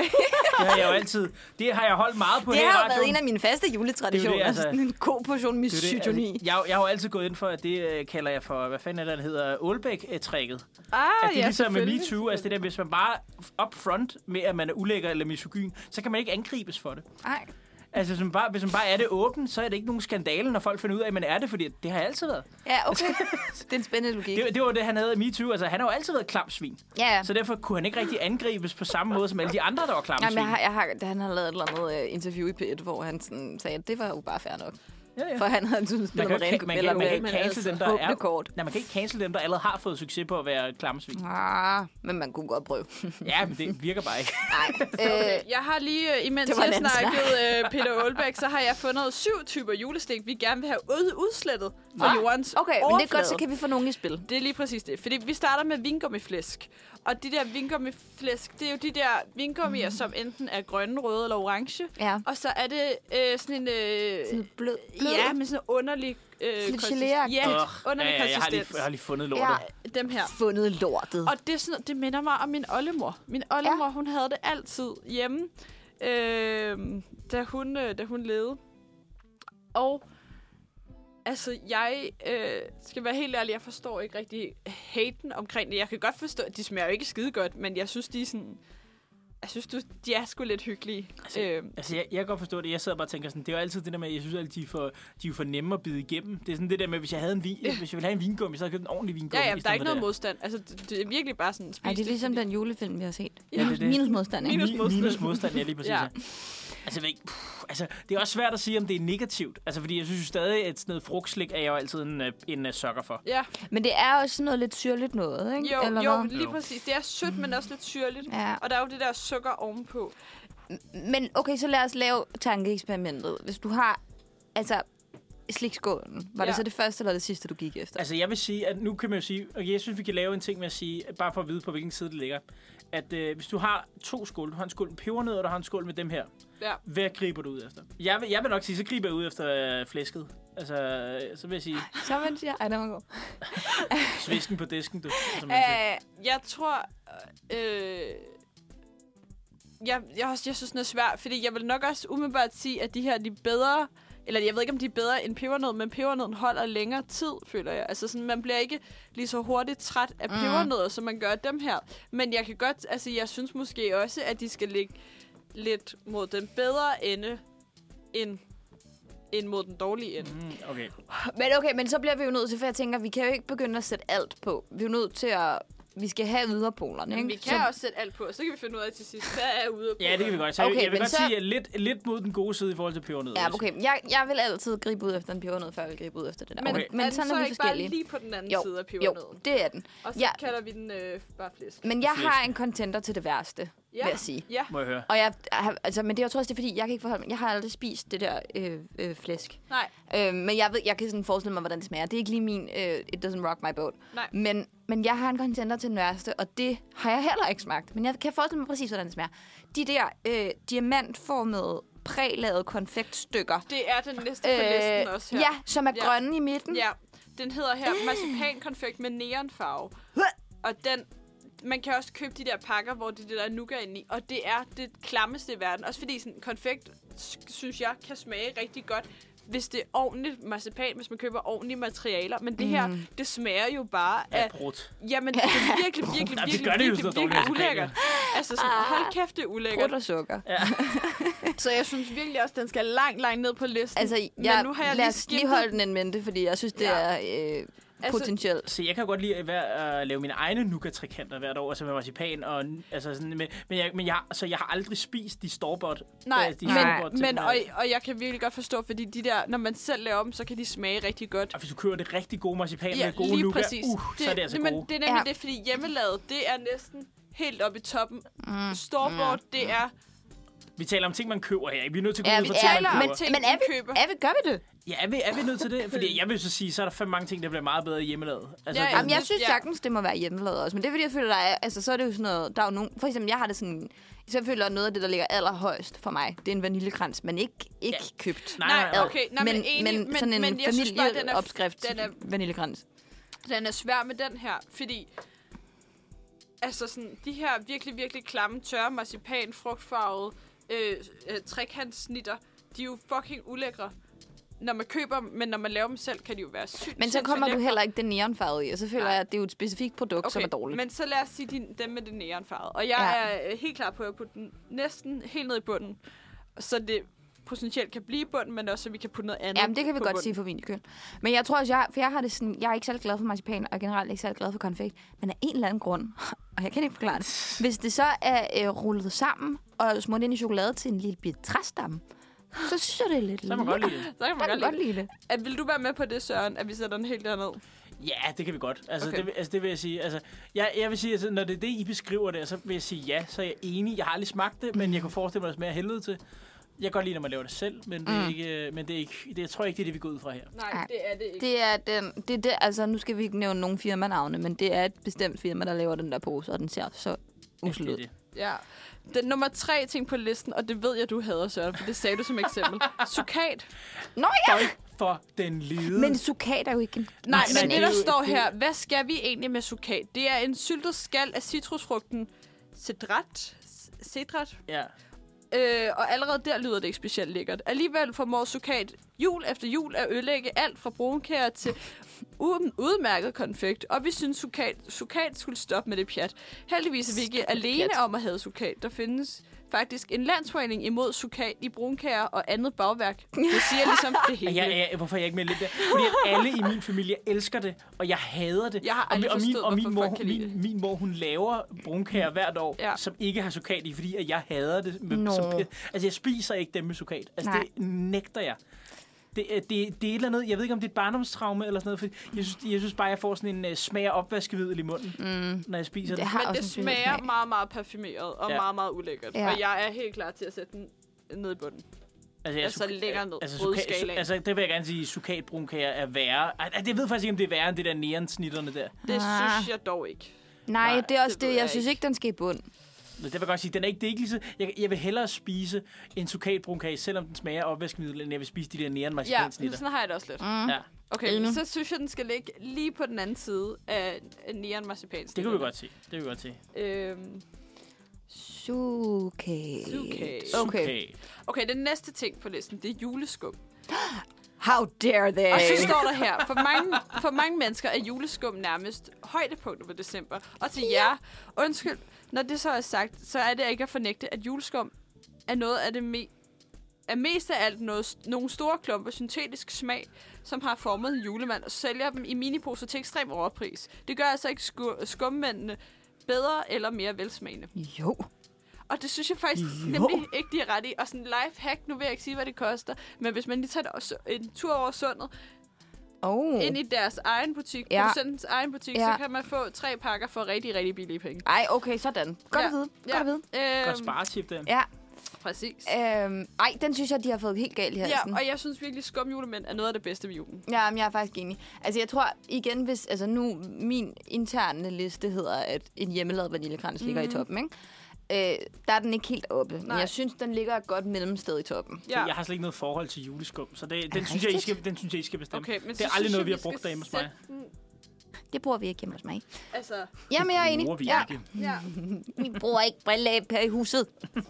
Det har jeg jo altid. Det har jeg holdt meget på her i radioen. Det har været en af mine faste juletraditioner. Altså, sådan en god portion misogyni. Jeg har jo altid gået ind for, at det kalder jeg for, hvad fanden er det, der hedder Aalbæk-trækket. Det er ligesom med MeToo. Altså det der, hvis man bare up front med, at man er ulækker eller misogyn, så kan man ikke angribes for det. Nej. Altså, hvis man bare er det åben, så er det ikke nogen skandale, når folk finder ud af, at man er det, fordi det har altid været. Ja, okay. Det er en spændende logik. Det var det, han havde i MeToo. Altså, han har jo altid været klamsvin. Ja. Så derfor kunne han ikke rigtig angribes på samme måde som alle de andre, der var klamsvin. Han har lavet et eller andet interview i P1, hvor han sådan sagde, at det var jo bare fair nok. Ja. For han havde sådan spillet med rene man kan ikke cancel dem, man kan ikke cancel dem, der allerede har fået succes på at være klamsvin. Men man kunne godt prøve. Ja, men det virker bare ikke. Nej. Okay. Jeg har lige, imens jeg snakkede Peter Aalbæk, så har jeg fundet 7 typer julestik, vi gerne vil have udslettet. på jordens Okay, men det er godt, så kan vi få nogen i spil. Det er lige præcis det. Fordi vi starter med vingummiflæsk. Og de der vingummiflæsk, det er jo de der vingummier, som enten er grønne, røde eller orange. Ja. Og så er det sådan en... Sådan blød. Ja, med sådan en underlig konsistens. Ja, underlig konsistens. Jeg har lige fundet lortet. Ja. Dem her. Fundet lortet. Og det, er sådan, det minder mig om min oldemor. Min oldemor, hun havde det altid hjemme, da hun levede. Og altså, jeg skal være helt ærlig, jeg forstår ikke rigtig haten omkring det. Jeg kan godt forstå, at de smager jo ikke skide godt, men jeg synes, de er sådan... Jeg synes, de er sgu lidt hyggelige. Jeg kan godt forstå det. Jeg sidder bare og tænker sådan, det er jo altid det der med, jeg synes altid, de er for nemme at bide igennem. Det er sådan det der med, hvis jeg havde hvis jeg ville have en vingummi, så havde jeg købt en ordentlig vingummi. Ja, der er ikke noget modstand. Altså, det er virkelig bare sådan... Ej, det er ligesom den julefilm, vi har set. Ja, Minus modstand, ikke? Minus modstand, ja, lige præcis. Ja. Altså, det er også svært at sige, om det er negativt. Altså, fordi jeg synes jo stadig, at sådan noget frugtslik er jeg jo altid en sukker for. Ja. Men det er også sådan noget lidt syrligt noget, ikke? Jo, lige præcis. Det er sødt, men også lidt syrligt. Ja. Og der er jo det der sukker ovenpå. Men okay, så lad os lave tankeeksperimentet. Hvis du har, altså, slikskålen, var det så det første eller det sidste, du gik efter? Altså, jeg vil sige, at nu kan man jo sige, okay, jeg synes, vi kan lave en ting med at sige, bare for at vide, på hvilken side det ligger, at hvis du har 2 skåle, du har en skål med pebernødder, og du har en skål med dem her, hvad griber du ud efter? Jeg vil nok sige, så griber jeg ud efter flæsket. Altså, så vil jeg sige... Så man siger, ej, der var god. Svisken på disken, du. Jeg tror... Jeg synes, det er svært, fordi jeg vil nok også umiddelbart sige, at de her de er bedre... Eller jeg ved ikke, om de er bedre end pebernød, men pebernøden holder længere tid, føler jeg. Altså sådan, man bliver ikke lige så hurtigt træt af pebernødder, som man gør dem her. Men jeg kan godt, altså jeg synes måske også, at de skal ligge lidt mod den bedre ende, end mod den dårlige ende. Okay, men så bliver vi jo nødt til, for jeg tænker, vi kan jo ikke begynde at sætte alt på. Vi er jo nødt til at... Vi skal have yderpolerne, ikke? Vi kan også sætte alt på, og så kan vi finde ud af til sidst, hvad er yderpolerne. Ja, det kan vi godt. Så jeg vil godt sige, at lidt mod den gode side i forhold til pebernød. Ja, okay. Jeg vil altid gribe ud efter en pebernød, før jeg vil gribe ud efter det der. Men sådan er vi forskellige. Bare lige på den anden side af pebernøden? Jo, det er den. Og så kalder vi den bare flæsk. Men jeg har en contender til det værste, vil jeg sige. Ja. Må jeg høre. Og men det er jo også det, fordi jeg kan ikke forholde mig. Jeg har aldrig spist det der flæsk. Nej. Men jeg kan sådan forestille mig, hvordan det smager. Det er ikke lige min it doesn't rock my boat. Nej. Men jeg har en contender til den værste, og det har jeg heller ikke smagt. Men jeg kan forestille mig præcis, hvordan det smager. De der diamantformede, prælavede konfektstykker. Det er den næste på listen også her. Ja, som er grønne i midten. Ja, den hedder her marcipankonfekt med neonfarve. Og man kan også købe de der pakker, hvor det der nougat inde i. Og det er det klammeste i verden. Også fordi sådan konfekt, synes jeg, kan smage rigtig godt, hvis det er ordentligt marcipan, hvis man køber ordentlige materialer. Men det her, det smager jo bare af... Brut. Jamen, det er virkelig ulækkert. Altså sådan, hold kæft, det er ulækkert. Brut og sukker. Ja. Så jeg synes virkelig også, den skal langt ned på listen. Altså, men nu har jeg lad os lige holde den en mente, fordi jeg synes, det er... potentielt. Så jeg kan godt lide at lave mine egne nougat-trikanter hvert år, altså med marcipan og altså sådan, men jeg har aldrig spist de store-bought. Nej, men jeg kan virkelig godt forstå, fordi de der, når man selv laver dem, så kan de smage rigtig godt. Og hvis du køber det rigtig gode marcipan med gode nougat, så er det altså gode. Det er nemlig det, fordi hjemmelavet, det er næsten helt oppe i toppen. Store-bought, det er... Vi taler om ting, man køber her. Vi er nødt til at gå ud for ting, man køber. Gør vi det? Ja, er vi nødt til det? Fordi jeg vil så sige, så er der fandme mange ting, der bliver meget bedre hjemmelavet. Altså, Jamen, jeg synes sagtens, det må være hjemmelavet også. Men det er fordi, jeg føler, så er det jo sådan noget... Der er jo nogen, for eksempel, jeg har det sådan... Så jeg føler, at noget af det, der ligger allerhøjst for mig, det er en vaniljekrans, men ikke købt. Nej, okay. Men sådan en familieopskrift vaniljekrans. Den er svær med den her, fordi... Altså sådan, de her virkelig, virkelig klamme, tørre marcipan, frugtfarvede trekantsnitter, de er jo fucking ulækre, når man køber dem, men når man laver dem selv, kan de jo være sygt. Men så kommer du heller ikke den neonfarvede i, og så føler jeg, at det er jo et specifikt produkt, som er dårligt. Men så lad os sige dem med det neonfarvede. Og jeg er helt klar på at putte den næsten helt ned i bunden, så det potentielt kan blive i bunden, men også så vi kan putte noget andet. Jamen, det kan vi godt sige for min køn. Men jeg tror også, jeg har det sådan, jeg er ikke særlig glad for marcipan, og generelt ikke særlig glad for konfekt, men af en eller anden grund, og jeg kan ikke forklare det, hvis det så er rullet sammen og smurt ind i chokolade til en lille bit træstamme, så synes jeg, det er lidt så kan man godt lide det. Så kan man godt lide det. Vil du være med på det, Søren, at vi sætter den helt derned? Ja, det kan vi godt. Altså, okay. det vil jeg sige. Altså, jeg vil sige, at når det er det, I beskriver det, så vil jeg sige ja, så er jeg enig. Jeg har aldrig smagt det, men jeg kunne forestille mig, at det smager helvede til. Jeg kan godt lide, når man laver det selv, men det er ikke, jeg tror ikke, det er det, vi går ud fra her. Nej, det er det ikke. Det er det, altså nu skal vi ikke nævne nogen firmanavne, men det er et bestemt firma, der laver den der pose, og den ser så usel ud. Ja. Den nummer 3 ting på listen, og det ved jeg, du hader, Søren, for det sagde du som eksempel. Sukat. Nå ja! For den lide. Men sukat er jo ikke en... Nej, men det, der står her, hvad skal vi egentlig med sukat? Det er en syltet skal af citrusfrugten cedrat. Ja. Og allerede der lyder det ikke specielt lækkert. Alligevel formår sukat jul efter jul at ødelægge alt fra brunkager til udmærket konfekt. Og vi synes, sukat skulle stoppe med det pjat. Heldigvis er vi ikke alene om at have sukat. Der findes faktisk en landsforening imod sukat i brunkager og andet bagværk. Det siger ligesom det hele. Hvorfor er jeg ikke med lidt der? Fordi alle i min familie elsker det, og jeg hader det. Jeg har aldrig forstået, hvorfor folk kan lide det. Min mor, hun laver brunkager hvert år, som ikke har sukat i, fordi at jeg hader det. Altså, jeg spiser ikke dem med sukat. Altså, det nægter jeg. Det er et eller andet, jeg ved ikke, om det er et barndomstraume eller sådan noget, for jeg synes bare, jeg får sådan en smag af opvaskemiddel i munden, når jeg spiser det. Men det smager meget, meget parfumeret og meget, meget ulækkert. Ja. Og jeg er helt klar til at sætte den ned i bunden. Altså længere ned. Altså, det vil jeg gerne sige, sukatbrunkager er værre. Jeg ved faktisk ikke, om det er værre end det der neonsnitterne der. Det synes jeg dog ikke. Nej, det er også det. Jeg synes ikke, den skal i bund. Det vil jeg godt sige, det er ikke lige så... Jeg vil hellere spise en sukatbrunkage, selvom den smager opvaskemiddel, end jeg vil spise de der neon-marcipansnitter. Ja, sådan har jeg det også lidt. Ja. Okay, så synes jeg, den skal ligge lige på den anden side af neon-marcipansnitter. Det kan vi godt se. Okay, den næste ting på listen, det er juleskum. How dare they? Og så står der her, for mange mennesker er juleskum nærmest højdepunktet på december. Og til jer, undskyld, når det så er sagt, så er det ikke at fornægte, at juleskum er noget af det mest af alt nogle store klumper syntetisk smag, som har formet en julemand og sælger dem i miniposer til ekstrem overpris. Det gør altså ikke skummændene bedre eller mere velsmagende. Jo. Og det synes jeg faktisk nemlig ikke, de er ret i. Og sådan en life hack, nu vil jeg ikke sige, hvad det koster, men hvis man lige tager en tur over sundet, ind i deres egen butik, producentens egen butik, så kan man få 3 pakker for rigtig, rigtig billige penge. Ej, okay, sådan. Godt at vide. Godt sparetip, den. Ja. Præcis. Ej, den synes jeg, de har fået helt galt i halsen. Ja, og jeg synes virkelig, skumjulemænd er noget af det bedste ved julen. Ja, men jeg er faktisk enig. Altså, jeg tror igen, hvis... Altså, nu, min interne liste hedder, at en hjemmelavet vaniljekrans ligger i toppen, ikke? Der er den ikke helt oppe. Men jeg synes, den ligger et godt mellemsted i toppen. Ja. Jeg har slet ikke noget forhold til juleskum, så den synes jeg, I skal bestemme. Okay, det er aldrig noget, vi har brugt derhjemme hos mig. Det bruger vi ikke hjemme hos mig. Altså... Jamen, jeg er enig. Det bruger vi ikke. Ja. Vi bruger ikke brilleab her i huset.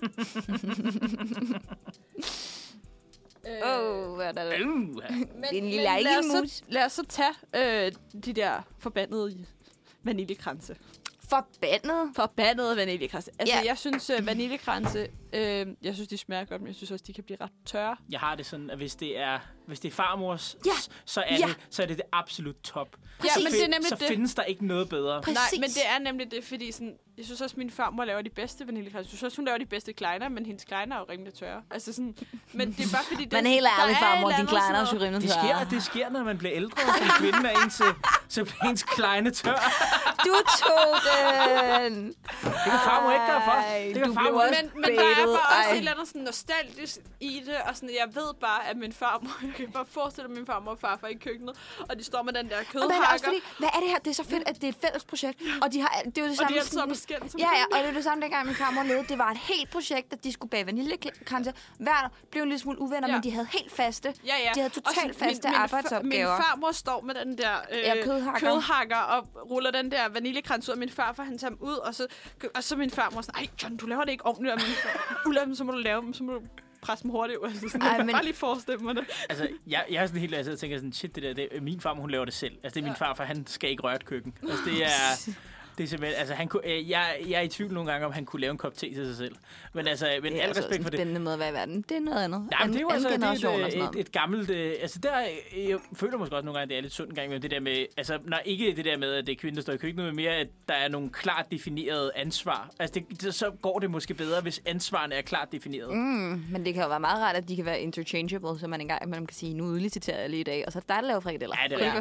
Hvad er det? En lille ejlemus. Lad os så tage de der forbandede vaniljekranse. Forbandede vaniljekranse. Altså, jeg synes vaniljekranse, jeg synes, de smager godt, men jeg synes også, de kan blive ret tørre. Jeg har det sådan, at hvis det er farmors, så er det absolut top. Ja, men det er nemlig så findes der ikke noget bedre. Præcis. Nej, men det er nemlig det, fordi sådan, jeg synes også, min farmor laver de bedste vaniljekranse. Jeg synes også, hun laver de bedste kleiner, men hendes kleiner er jo rimelig tørre. Altså sådan, men det er bare fordi... Men helt ærligt, farmor, din kleiner er jo rimelig tørre. Det sker, når man bliver ældre, som kvinde er ens kleine tør. Du tog den! Det kan farmor ikke gøre for. Men der er bare også et eller andet sådan nostalgisk i det, og sådan, jeg ved bare, at min farmor, jeg kan bare forestille mig, min farmor og farfar i køkkenet, og de står med den der kødhakker. Hvad er det her? Det er så fedt, at det er et fælles projekt, og det er jo det samme. Og de er altid på skænd. Ja, og det er det samme, dengang min farmor levede. Det var et helt projekt, at de skulle bage vaniljekranse. Hver blev en lille smule uvenner, men de havde helt faste. Ja. De havde totalt faste arbejdsopgaver. Min farmor står med den der kødhakker og ruller den der vaniljekrans ud, og min farfar, han tager dem ud, og så min farmor sådan, ej, John, du laver det ikke ordentligt, og min så må du lave dem, så må du presse dem hurtigt. Altså, sådan, jeg kan bare lige forestille mig det. Altså, jeg er sådan helt og tænker sådan, shit, min farmor, hun laver det selv. Altså, det er min farfar, han skal ikke røre et køkken. Altså, det er simpelthen, altså jeg er i tvivl nogle gange, om han kunne lave en kop te til sig selv. Men altså, men al respekt for det. Det er en spændende måde at være i verden. Det er noget andet. Nej, men det er jo altså et gammelt, altså der, jeg føler måske også nogle gange, det er lidt sundt en gang med det der med, altså ikke det der med, at det er kvinden, der står i køkkenet, men mere, at der er nogle klart definerede ansvar. Altså så går det måske bedre, hvis ansvarene er klart defineret. Men det kan jo være meget rart, at de kan være interchangeable, så man engang imellem kan sige, nu udliciterer jeg lige i dag, og så er det dig, der laver frikadeller. Ja, det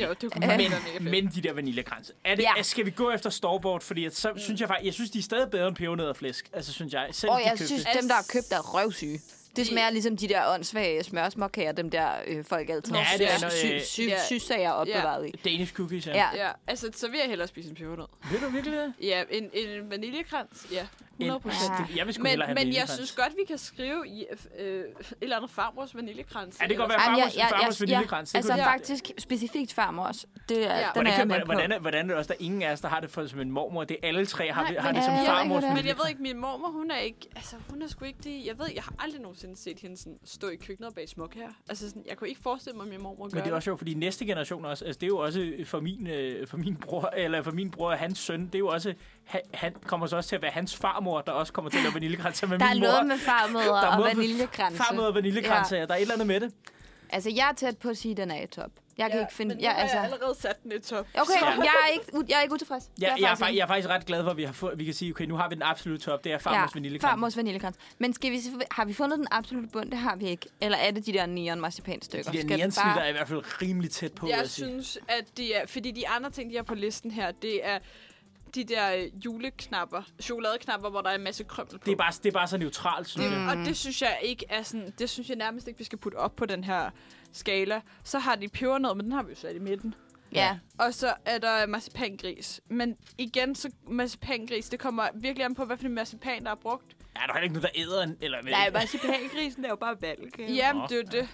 er men de der vaniljekranse. Skal vi gå efter storeboard, fordi så synes jeg faktisk, de er stadig bedre end pebernødder og flæsk. Altså synes jeg. Jeg synes, dem der har købt er røvsyge. Det smager ligesom de der åndssvage smørsmåkager, dem der folk altid har sysager opbevaret i. Danish cookies, Ja, altså, så vil jeg hellere spise en pebernød. Vil du virkelig det? Ja, en vaniljekrans, ja. 100%. Jeg vil sgu hellere have men jeg vaniljekrans. synes godt, vi kan skrive i et eller andet farmors vaniljekrans. Ja, det kan godt være farmors vaniljekrans. Altså faktisk specifikt farmors. Den er jeg med på. Hvordan er det også, der ingen af os, der har det som en mormor? Det er alle tre har det som farmors. Men jeg ved ikke, min mormor, hun er ikke... Altså, hun er sgu ikke det... Jeg har aldrig nogensinde set hende sådan, stå i køkkenet bag småkager. Altså, sådan, jeg kunne ikke forestille mig, at min mormor gør det. Men det er også sjovt, fordi næste generation også... Altså, det er jo også for min bror og hans søn. Det er jo også... Han kommer så også til at være hans farmor, der også kommer til at lave vaniljekranser med min mor. Der er noget med farmødre og vaniljekranser. Farmødre og vaniljekranser, ja. Der er et eller andet med det. Altså, jeg er tæt på at sige, at den er i top. Jeg kan ikke finde... Men jeg har allerede sat den i top. Okay, jeg er ikke utilfres. Jeg er faktisk ret glad for, at vi kan sige, okay, nu har vi den absolutte top. Det er farmors vaniljekrans. Farmors vaniljekrans. Men har vi fundet den absolutte bund? Det har vi ikke. Eller er det de der neon marcipanstykker? De der neonsnitter er i hvert fald rimelig tæt på. Jeg synes, at det er... Fordi de andre ting, de har på listen her, det er... De der juleknapper, chokoladeknapper, hvor der er en masse krømmel på. Det er bare så neutralt, synes jeg. Og det synes jeg ikke er sådan... Det synes jeg nærmest ikke, vi skal putte op på den her skala. Så har de pebernød, men den har vi jo sat i midten. Ja. Og så er der marcipangris. Men igen, så marcipangris, det kommer virkelig an på, hvad for en marcipan, der er brugt. Ja, der er heller ikke noget, der æder en... Eller, nej, marcipangrisen er jo bare valg. Jamen, det er det.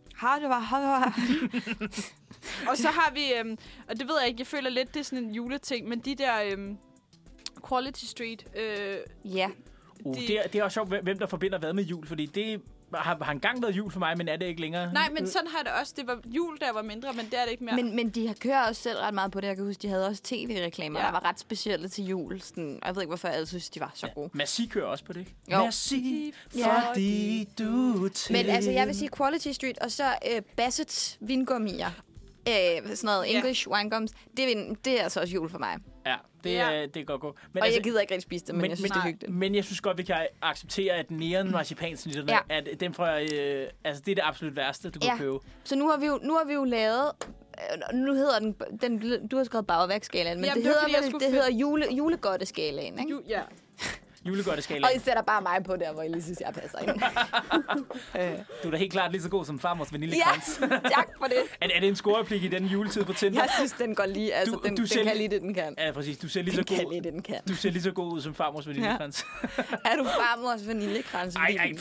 Og så har vi, og det ved jeg ikke, jeg føler lidt, det er sådan en juleting, men de der Quality Street... ja. Det er også sjovt, hvem der forbinder hvad med jul, fordi det har engang været jul for mig, men er det ikke længere? Nej, men sådan har det også. Det var jul, der var mindre, men det er det ikke mere. Men de kører også selv ret meget på det. Jeg kan huske, de havde også tv-reklamer, der var ret specielle til jul. Sådan, jeg ved ikke, hvorfor jeg altid synes, de var så gode. Merci kører også på det, ikke? Jo. Merci, fordi du til. Men altså, jeg vil sige Quality Street, og så Bassett's vingummier. Sådan noget English wine gums. Det er altså også jul for mig. Ja, det går godt. Men og altså, jeg gider ikke rigtig spise det, men jeg synes, det er hyggeligt. Men jeg synes godt, vi kan acceptere, at neon marcipansnitterne, at dem fra, altså det er det absolut værste, du kan købe. Så nu har vi jo lavet... Nu hedder den du har skrevet bagværksskalaen, men jamen, det hedder julegodteskalaen, ikke? Ja. Julegodteskalaen. Og I sætter bare mig på der, hvor I lige synes, jeg passer ind. Du er da helt klart lige så god som farmors vaniljekrans. Ja, tak for det. Er det en scoreplik i den juletid på Tinder? Jeg synes, den går lige. Altså, den kan lige det, den kan. Ja, præcis. Du ser lige så god ud som farmors vaniljekrans. Er du farmors vaniljekrans? Ej, er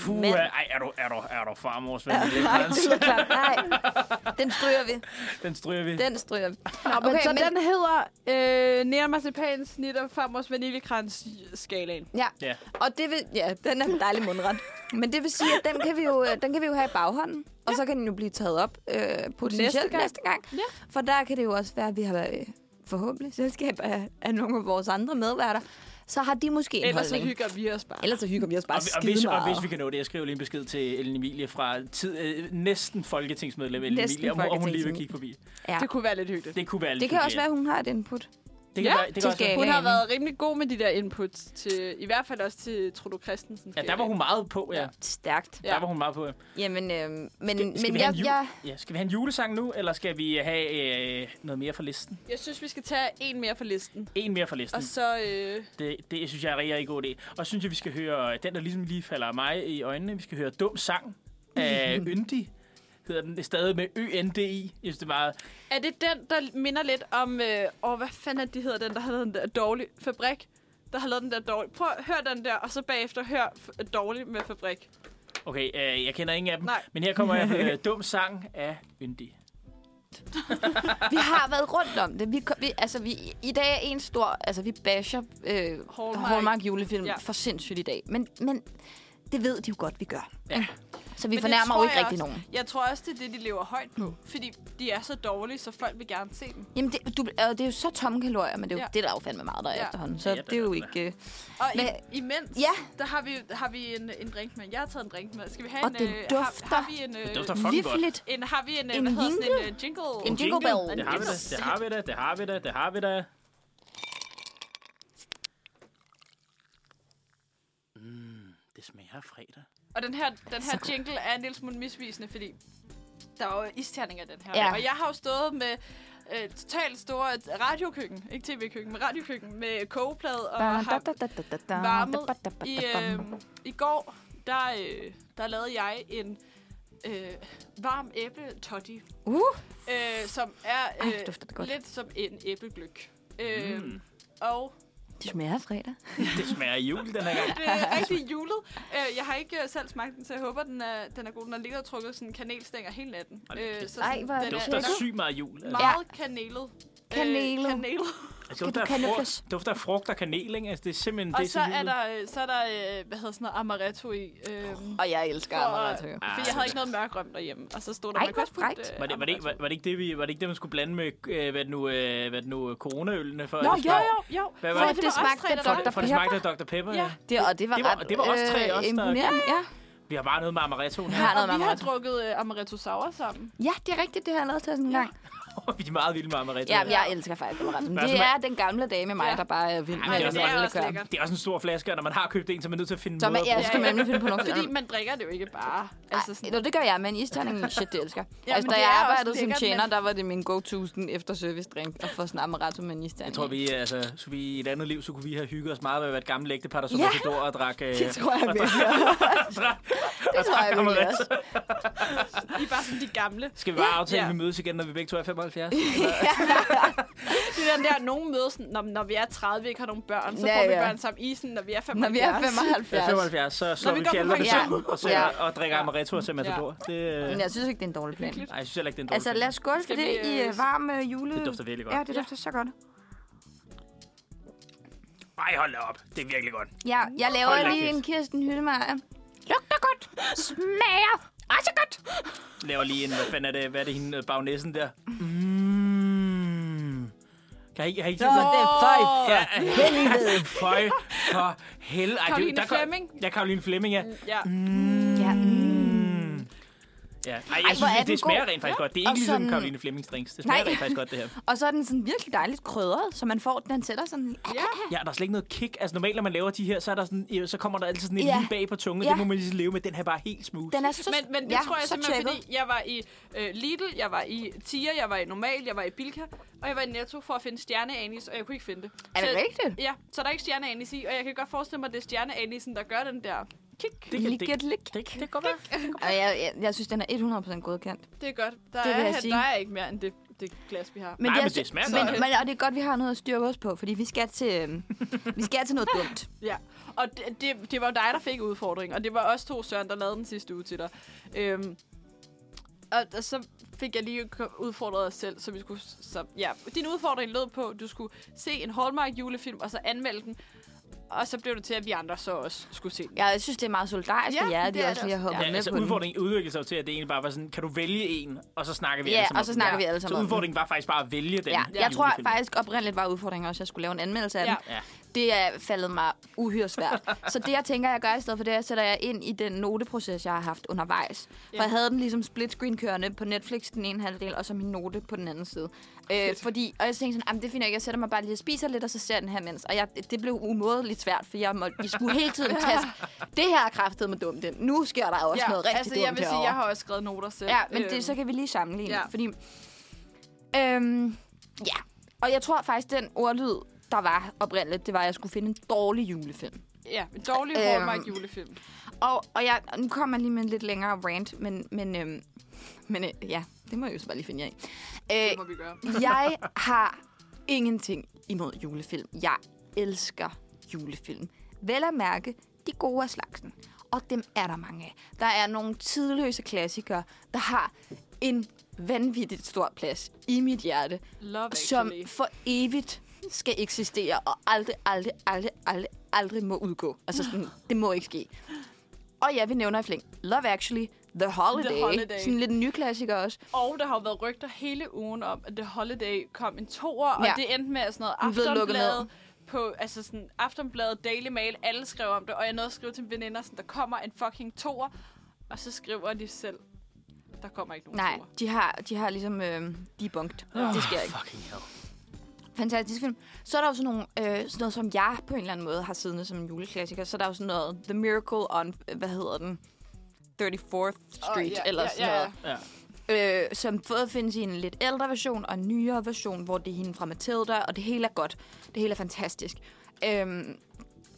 du farmors vaniljekrans? Nej, den stryger vi. Nå, men så den hedder Neon Marcipans Snitter Farmors Vaniljekrans skalaen. Ja. Og det vil, den er dejlig mundret. Men det vil sige, at den kan vi jo have i baghonden, og så kan den jo blive taget op potentielt næste gang. Ja. For der kan det jo også være, at vi har forhåbentlig selskab af nogle af vores andre medværter. Så har de måske en Ellers holdning. så hygger vi os bare. Og hvis vi kan nå det, jeg skriver lige en besked til Ellen Emilie fra næsten folketingsmedlem Ellen Emilie, om hun lige vil kigge forbi. Ja. Det kunne være lidt hyggeligt. Det kan også være, at hun har et input. Det kan være, hun har været rimelig god med de der inputs, til, i hvert fald også til Trudo Christensen. Ja, der var hun meget på, ja. Stærkt. Der var hun meget på, ja. Jamen, skal vi have en julesang nu, eller skal vi have noget mere fra listen? Jeg synes, vi skal tage en mere fra listen. En mere fra listen. Og så... Det synes jeg er rigtig god idé. Og synes jeg, vi skal høre den, der ligesom lige falder mig i øjnene. Vi skal høre Dum Sang af Yndig. Hedder den stadig med ØNDI. Jeg synes, det er meget... Er det den, der minder lidt om... hvad fanden er det hedder den, der har lavet den der dårlig Fabrik? Der har lavet den der dårlig... Prøv at høre den der, og så bagefter hør dårlig med Fabrik. Okay, jeg kender ingen af dem. Nej. Men her kommer jeg Dum Sang af Yndig. Vi har været rundt om det. I dag er en stor... Altså, vi basher Hallmark julefilm for sindssygt i dag. Men det ved de jo godt, vi gør. Ja. Så vi fornærmer jo ikke rigtig nogen. Jeg tror også, det er det, de lever højt på. Fordi de er så dårlige, så folk vil gerne se dem. Jamen, det er jo så tomme kalorier, men det er jo det, der er jo fandme meget der efterhånden. Så det er jo ikke... Og imens, der har vi en drink med. Jeg har taget en drink med. Skal vi have og den dufter har vi en livligt. Har vi en jingle? En jingle bell. Det har vi da. Det smager fredag. Og den her jingle er en lille smule misvisende, fordi der er jo isterninger den her. Ja. Og jeg har jo stået med totalt store radiokøkken, ikke tv-køkken, men radiokøkken med kogeplade og har varmet i går der lavede jeg en varm æble-toddy, som er lidt som en æblegløk. Og det smager fredag. Det smager jul, den her gang. Det er rigtig julet. Jeg har ikke selv smagt den, så jeg håber, den er god. Den har ligget og trukket sådan kanelstænger hele natten. Ej, hvor er det dufter sygt meget jul. Altså. Meget kanelet. Kanelet. Det dufter af frugt og kanel, ikke? Altså, det er simpelthen... Og det så er der, hvad hedder sådan noget, amaretto i. Og jeg elsker amaretto. For jeg havde ikke noget mørkrøm derhjemme. Og så stod der... Ej, hvor frækt. Var det ikke det, man skulle blande med, hvad nu coronaølene? For, Jo. Hvad var det smagte af Dr. Pepper. Det smagte af Dr. Pepper, ja. Det var også tre også, imponerende, ja. Vi har bare noget med amaretto. Vi har drukket amaretto sour sammen. Ja, det er rigtigt, det har jeg lavet til sådan en gang. Vi er meget vilde med amaretto. Ja, jeg elsker faktisk amaretto. Det er den gamle dage med mig, der bare er vild med det. Det er også en stor flaske, og når man har købt en, så er man nødt til at finde noget. Ja, skal man finde på noget. Fordi man drikker det jo ikke bare. Det gør jeg, men isterningen, shit, det elsker. Altså, da jeg arbejdede som tjener, der var det min go-to efter service-drink at få sådan amaretto med en isterning. Jeg tror, vi i et andet liv, så kunne vi have hygget os meget ved at være et gammelt ægtepar, der så Matador og drak... Det tror jeg virkelig. Det tror jeg virkelig også. I er bare sådan de gamle. Skal vi bare aftale, at vi mødes igen, når vi begge to er 75? Det er den der, nogen mødes, når vi er 30, vi ikke har nogen børn, så får vi børn sammen isen, når vi er 75. Når vi er 75. Ja, 75, så slår vi fjallerne sammen og drikker amaretto og ser Matador. Men jeg synes ikke, det er en dårlig plan. Nej, jeg synes heller ikke, det er en dårlig plan. Altså, lad os skåle for det i varm jule... Det dufter virkelig godt. Ja, det dufter så godt. Ej, hold da op. Det er virkelig godt. Ja, jeg laver lige en Kirsten Hyllemeyer. Lugter godt. Smager også godt. Laver lige en, hvad er det hende bagnæssen der? Kan I det er føj for helvede. Caroline Fleming. Ja, Caroline Fleming, ja. Ja. Det smager rent faktisk godt. Det er ikke ligesom Caroline Flemings drinks. Det smager rent faktisk godt, det her. Og så er den sådan virkelig dejligt krydret, så man får den sætter sådan... Ja, der er slet ikke noget kick. Altså normalt, når man laver de her, så er der sådan, så kommer der altid sådan en lille bag på tungen. Det må man lige leve med. Den her bare helt smooth. Den er så, men det tror jeg simpelthen, fordi jeg var i Lidl, jeg var i Tier, jeg var i Normal, jeg var i Bilka, og jeg var i Netto for at finde stjerneanis, og jeg kunne ikke finde det. Er det rigtigt? Ja, så der er ikke stjerneanis i, og jeg kan godt forestille mig, at det er stjerneanisen, der gør den der... Det kan godt være. Jeg synes, den er 100% godkendt. Det er godt. Der er ikke mere end det glas, vi har. Men det smager godt. Og det er godt, vi har noget at styre os på, fordi vi skal til noget dumt. Ja, og det var dig, der fik udfordringen, og det var også to Søren, der lavede den sidste uge til dig. Og så fik jeg lige udfordret os selv, så vi skulle... din udfordring lød på, at du skulle se en Hallmark julefilm, og så anmelde den. Og så blev det til, at vi andre så også skulle se den. Ja, jeg synes, det er meget solidarisk for jer, at de også lige har hoppet med altså, på den. Udfordringen udviklede sig til, at det egentlig bare var sådan, kan du vælge en, og så snakker vi alle sammen og så snakker vi alle sammen. Så udfordringen var faktisk bare at vælge den. Ja, jeg tror faktisk oprindeligt var udfordringen også, at jeg skulle lave en anmeldelse af den. Ja. Det er faldet mig uhyre svært. Så det, jeg tænker, jeg gør i stedet for det, jeg sætter jeg ind i den noteproces, jeg har haft undervejs. For jeg havde den ligesom split screen kørende på Netflix, den ene halvdel, og så min note på den anden side. Og jeg tænkte sådan, det finder jeg sætter mig bare lige og spiser lidt, og så ser den her mens. Og det blev umådeligt svært, for I skulle hele tiden taste. Det her er kraftet med dumt. Nu sker der også noget rigtig dumt jeg vil sige, jeg har også skrevet noter selv. Ja, men så kan vi lige sammenligne. Fordi, og jeg tror faktisk, den ordlyd, der var oprindeligt, det var, at jeg skulle finde en dårlig julefilm. Ja, en dårlig Hallmark julefilm. Og nu kommer jeg lige med en lidt længere rant, men det må jeg jo så bare lige finde jer i. Det må vi gøre. Jeg har ingenting imod julefilm. Jeg elsker julefilm. Vel at mærke de gode af slagsen. Og dem er der mange af. Der er nogle tidløse klassikere, der har en vanvittigt stor plads i mit hjerte, som for evigt skal eksistere og aldrig må udgå. Altså sådan, det må ikke ske. Og ja, vi nævner i flæng Love Actually, The Holiday. Sådan lidt en ny klassiker også. Og der har været rygter hele ugen om, at The Holiday kom en toer, og det endte med sådan noget Aftonbladet på, altså sådan Aftonbladet, Daily Mail, alle skrev om det, og jeg nåede at skrive til veninder, sådan, der kommer en fucking toer, og så skriver de selv, der kommer ikke nogen toer. Nej, de har ligesom debunked. Det sker ikke. Fucking hell. Fantastisk film. Så er der jo sådan noget, som jeg på en eller anden måde har siddende som en juleklassiker. Så er der jo sådan noget The Miracle on, 34th Street, eller sådan noget. Som både findes i en lidt ældre version og en nyere version, hvor det er hende fra Matilda, og det hele er godt. Det hele er fantastisk.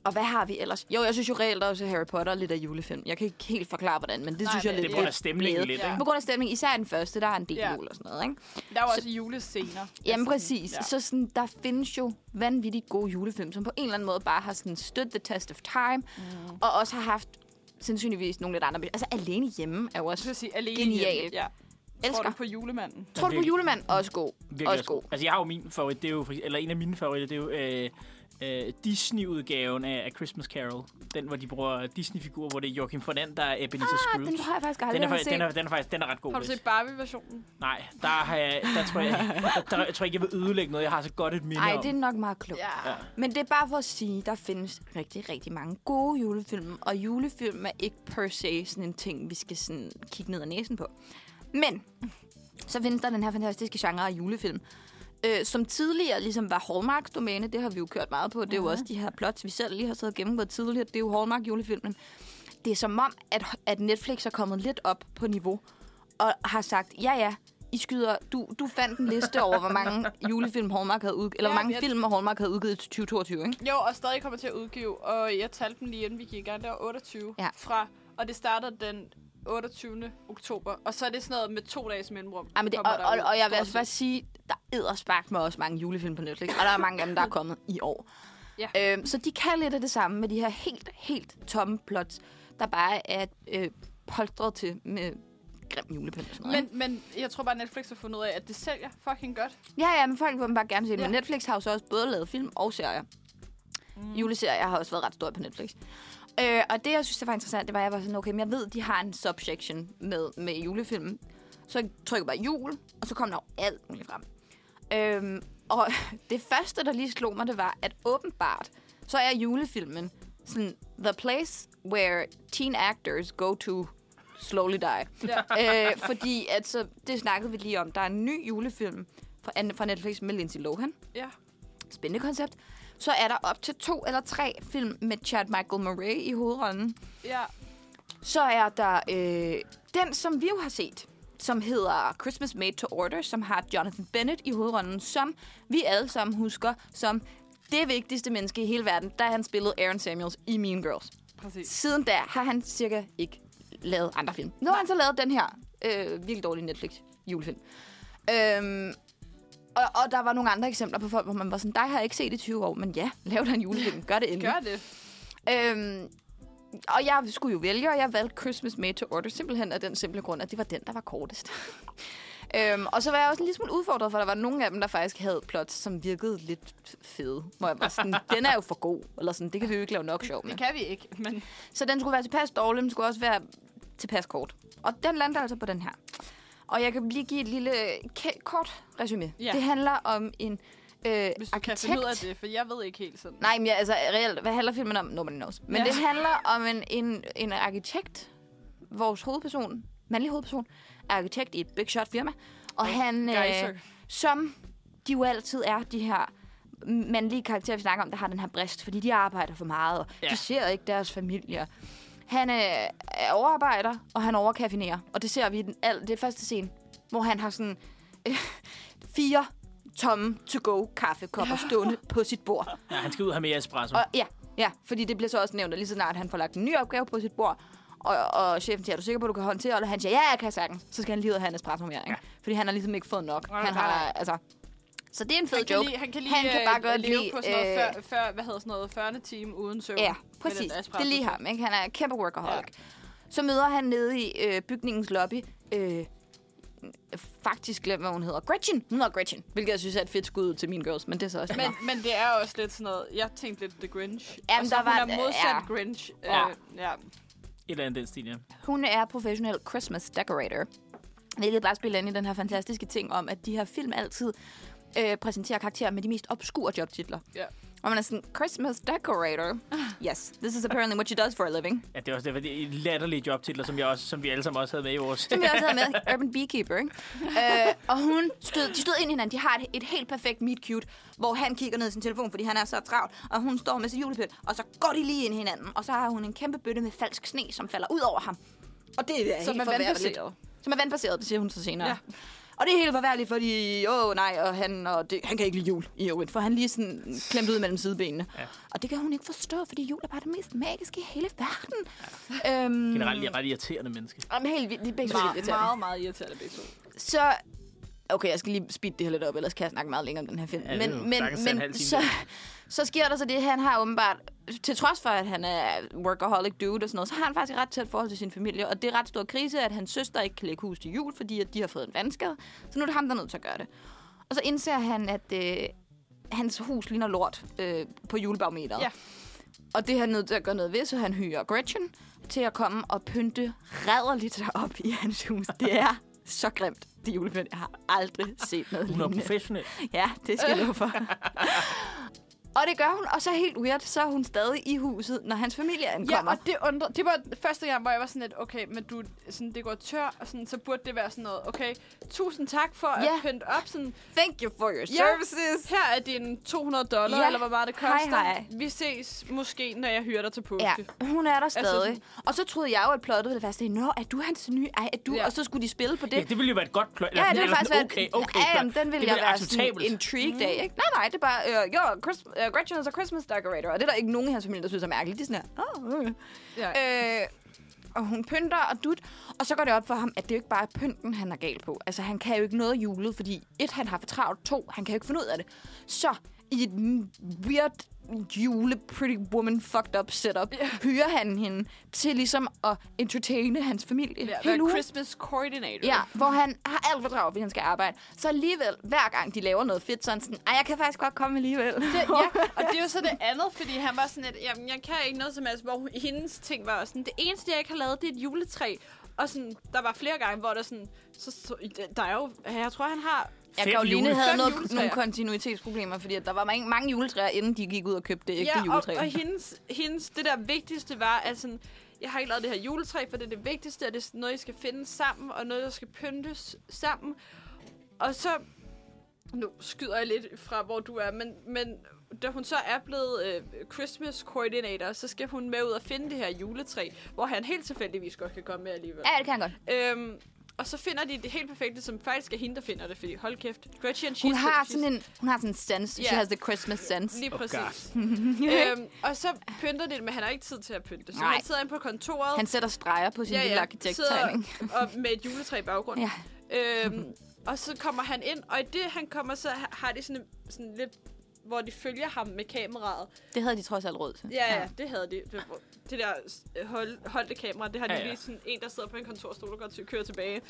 Og hvad har vi ellers? Jo, jeg synes jo reelt også, at Harry Potter er lidt af julefilm. Jeg kan ikke helt forklare, hvordan, men det synes jeg det er på grund af stemningen lidt, ikke? På grund af stemningen, især den første, der er en del jul og sådan noget, ikke? Der er jo også julescener. Jamen præcis. Ja. Så sådan, der findes jo vanvittigt gode julefilm, som på en eller anden måde bare har sådan stood the test of time, og også har haft sandsynligvis nogle lidt andre. Altså Alene Hjemme er jo også genial. Ja. Tror du på Julemanden? Tror du på Julemanden? Også god. Også god. Altså jeg har jo min favorit, det er jo, eller en af mine favoritter, det er jo Disney-udgaven af Christmas Carol. Den, hvor de bruger Disney-figurer, hvor det er Joachim Fernand, der er Ebenezer Scrooge. Den har jeg faktisk aldrig den er ret god. Har du set Barbie-versionen? Nej, der tror jeg ikke, jeg vil ødelægge noget. Jeg har så godt et minde om. Nej, det er nok meget klogt. Ja. Men det er bare for at sige, der findes rigtig, rigtig mange gode julefilm. Og julefilm er ikke per se sådan en ting, vi skal sådan kigge ned ad næsen på. Men så findes der den her fantastiske genre af julefilm, som tidligere ligesom var Hallmarks domæne. Det har vi jo kørt meget på. Det er jo også de her plots, vi selv lige har siddet og gennemgået tidligere. Det er jo Hallmark julefilmen. Det er som om, at Netflix er kommet lidt op på niveau og har sagt, ja, I skyder, du fandt en liste over, hvor mange julefilm Hallmark havde udgivet, eller hvor mange film Hallmark havde udgivet til 2022, ikke? Jo, og stadig kommer til at udgive, og jeg talte dem lige inden vi gik i gang, der var 28 fra, og det starter den 28. oktober, og så er det sådan noget med 2 dages mellemrum. Ja, men og jeg vil altså bare sige, der edderspark med også mange julefilm på Netflix, og der er mange af dem, der er kommet i år. Ja. Så de kan lidt af det samme med de her helt tomme plots, der bare er polstret til med grim julepynt og sådan noget. Men jeg tror bare, Netflix har fundet ud af, at det sælger fucking godt. Ja, men folk vil bare gerne se det. Men Netflix har jo så også både lavet film og serier. Juleserier har også været ret store på Netflix. Og det, jeg synes, det var interessant, det var, at jeg var sådan, okay, men jeg ved, de har en subsection med julefilmen. Så jeg trykker bare jul, og så kommer der jo alt muligt frem. Og det første, der lige slog mig, det var, at åbenbart, så er julefilmen sådan, the place where teen actors go to slowly die. Ja. Fordi, altså, det snakkede vi lige om, der er en ny julefilm fra Netflix med Lindsay Lohan. Ja. Spændende koncept. Så er der op til 2 eller 3 film med Chad Michael Murray i hovedrollen. Ja. Så er der den, som vi jo har set, som hedder Christmas Made to Order, som har Jonathan Bennett i hovedrollen, som vi alle sammen husker som det vigtigste menneske i hele verden, da han spillede Aaron Samuels i Mean Girls. Præcis. Siden da har han cirka ikke lavet andre film. Nu har han så lavet den her virkelig dårlige Netflix julefilm. Og der var nogle andre eksempler på folk, hvor man var sådan, dig har jeg ikke set i 20 år, men ja, lav da en julefilm. Gør det endelig. Gør det. Og jeg skulle jo vælge, og jeg valgte Christmas Made to Order, simpelthen af den simple grund, at det var den, der var kortest. Og så var jeg også en lille smule udfordret, for der var nogle af dem, der faktisk havde plots, som virkede lidt fede. Hvor jeg var sådan, den er jo for god, eller sådan, det kan vi jo ikke lave nok sjov med. Det kan vi ikke, men... Så den skulle være tilpas dårlig, men den skulle også være tilpas kort. Og den lander altså på den her. Og jeg kan lige give et lille kort resume. Ja. Det handler om en hvis du arkitekt. Kan finde ud af det, for jeg ved ikke helt sådan. Nej, men altså reelt, hvad handler filmen om? Nobody knows. Men det handler om en arkitekt, vores hovedperson, mandlig hovedperson, er arkitekt i et big shot firma. Og han, som de jo altid er, de her mandlige karakterer, vi snakker om, der har den her brist, fordi de arbejder for meget, og de ser ikke deres familier. Han er overarbejder, og han overkaffinerer. Og det ser vi i det første scene, hvor han har sådan 4 tomme to-go kaffekopper stående på sit bord. Ja, han skal ud og have mere espresso. Og, ja, fordi det bliver så også nævnt, at lige så snart han får lagt en ny opgave på sit bord, og chefen siger, er du sikker på, at du kan håndtere det? Og han siger, ja, jeg kan sagtens. Så skal han lige ud og have en espresso mere, ikke? Fordi han har ligesom ikke fået nok. Han har, altså... Så det er en fed joke. Han kan bare godt leve på sådan noget, hvad hedder sådan noget, 40. time uden søvn. Ja, præcis. Det er lige ham, ikke? Han er kæmpe workaholic. Ja. Så møder han nede i bygningens lobby, faktisk glemt, hvad hun hedder. Gretchen! Hun hedder Gretchen, hvilket jeg synes er et fedt skud til Mean Girls, men det er så også men det er også lidt sådan noget, jeg tænkte lidt The Grinch. Jamen, og så der hun er modsat Grinch. Et eller andet den stil, ja. Hun er professionel Christmas decorator. Hvilket bare spiller ind i den her fantastiske ting om, at de her film altid præsenterer karakterer med de mest obskure jobtitler. Ja. Og man er sådan, Christmas decorator. Yes, this is apparently what she does for a living. Ja, det er også det latterlige jobtitler, som vi alle sammen også havde med i vores... Som vi også havde med. Urban Beekeeper, ikke? Og de stod ind i hinanden. De har et helt perfekt meet cute, hvor han kigger ned i sin telefon, fordi han er så travlt. Og hun står med sin julepynt, og så går de lige ind i hinanden. Og så har hun en kæmpe bøtte med falsk sne, som falder ud over ham. Og det er helt forværligt. Som er vandbaseret, det siger hun så senere. Ja. Og det er helt forfærdeligt, fordi han kan ikke lide jul i øvrigt, for han lige sådan klemt ud mellem sidebenene. Ja. Og det kan hun ikke forstå, fordi jul er bare det mest magiske i hele verden. Ja. Generelt er ret irriterende menneske. Helt vildt. De er begge meget, meget irriterende begge to. Så... Okay, jeg skal lige speede det her lidt op, ellers kan jeg snakke meget længere om den her film. Ja, men så sker der så det, han har åbenbart, til trods for, at han er workaholic dude og sådan noget, så har han faktisk ret tæt forhold til sin familie. Og det er ret stor krise, at hans søster ikke kan lægge hus til jul, fordi at de har fået en vandskade. Så nu er det ham, der er nødt til at gøre det. Og så indser han, at hans hus ligner lort på julebarometeret. Ja. Og det er han nødt til at gøre noget ved, så han hyrer Gretchen til at komme og pynte rædderligt derop i hans hus. Det er så grimt, det julepynt. Jeg har aldrig set noget lignende. Hun er professionel. Ja, det skal jeg love for. Og det gør hun, og så helt weird, så er hun stadig i huset, når hans familie ankommer. Ja, og det var første gang, hvor jeg var sådan lidt, okay, men du, sådan, det går tør, og sådan, så burde det være sådan noget, okay, tusind tak for at pynte op. Sådan, thank you for your services. Her er dine $200, eller hvad var det koster. Hej. Vi ses måske, når jeg hyrer dig til påske. Ja, hun er der stadig. Altså, og så troede jeg jo, at plottet ville være sådan, nå, er du hans nye? Ej, er du? Ja. Og så skulle de spille på det. Ja, det ville jo være et godt plot. Ja, det ville faktisk være okay, den ville jeg være sådan intrigued af, ikke? Nej, det er bare, Gretchen is a Christmas decorator. Og det er der ikke nogen i hans familie, der synes er mærkeligt. De er sådan her, og hun pynter og dut. Og så går det op for ham, at det jo ikke bare er pynten, han er gal på. Altså, han kan jo ikke noget julet, fordi 1, han har for travlt, 2, han kan jo ikke finde ud af det. Så i et weird pretty woman fucked up setup, hyrer han hende til ligesom at entertaine hans familie. Ja, være Christmas coordinator. Ja, hvor han har alt for travlt, fordi han skal arbejde. Så alligevel, hver gang de laver noget fedt, sådan, jeg kan faktisk godt komme alligevel. Og det er jo så det andet, fordi han var sådan, at jeg kan ikke noget som helst, hvor hendes ting var sådan, det eneste, jeg ikke har lavet, det er et juletræ. Og sådan, der var flere gange, hvor der sådan, der er jo, jeg tror, han har... Caroline havde nogle kontinuitetsproblemer, fordi der var mange juletræer, inden de gik ud og købte det ægte juletræ. Og hendes, det der vigtigste var, at sådan, jeg har ikke lavet det her juletræ, for det er det vigtigste, og det er noget, I skal finde sammen, og noget, der skal pyntes sammen. Og så, nu skyder jeg lidt fra, hvor du er, men da hun så er blevet Christmas coordinator, så skal hun med ud og finde det her juletræ, hvor han helt tilfældigvis godt kan komme med alligevel. Ja, det kan han godt. Og så finder de det helt perfekte, som faktisk er hende, der finder det, fordi hold kæft, Gretchen, hun har sådan en sense. She has the Christmas sense. Lige præcis. Og så pynter det, men han har ikke tid til at pynte. Så han sidder inde på kontoret. Han sætter streger på sin lille arkitekttegning. Og med et juletræ i baggrunden. Ja. Og så kommer han ind, og i det han kommer, så har de sådan lidt, hvor de følger ham med kameraet. Det havde de trods alt råd til. Ja, det havde de. Det der holdte kamera, det har de lige sådan en, der sidder på en kontorstol og går kører tilbage.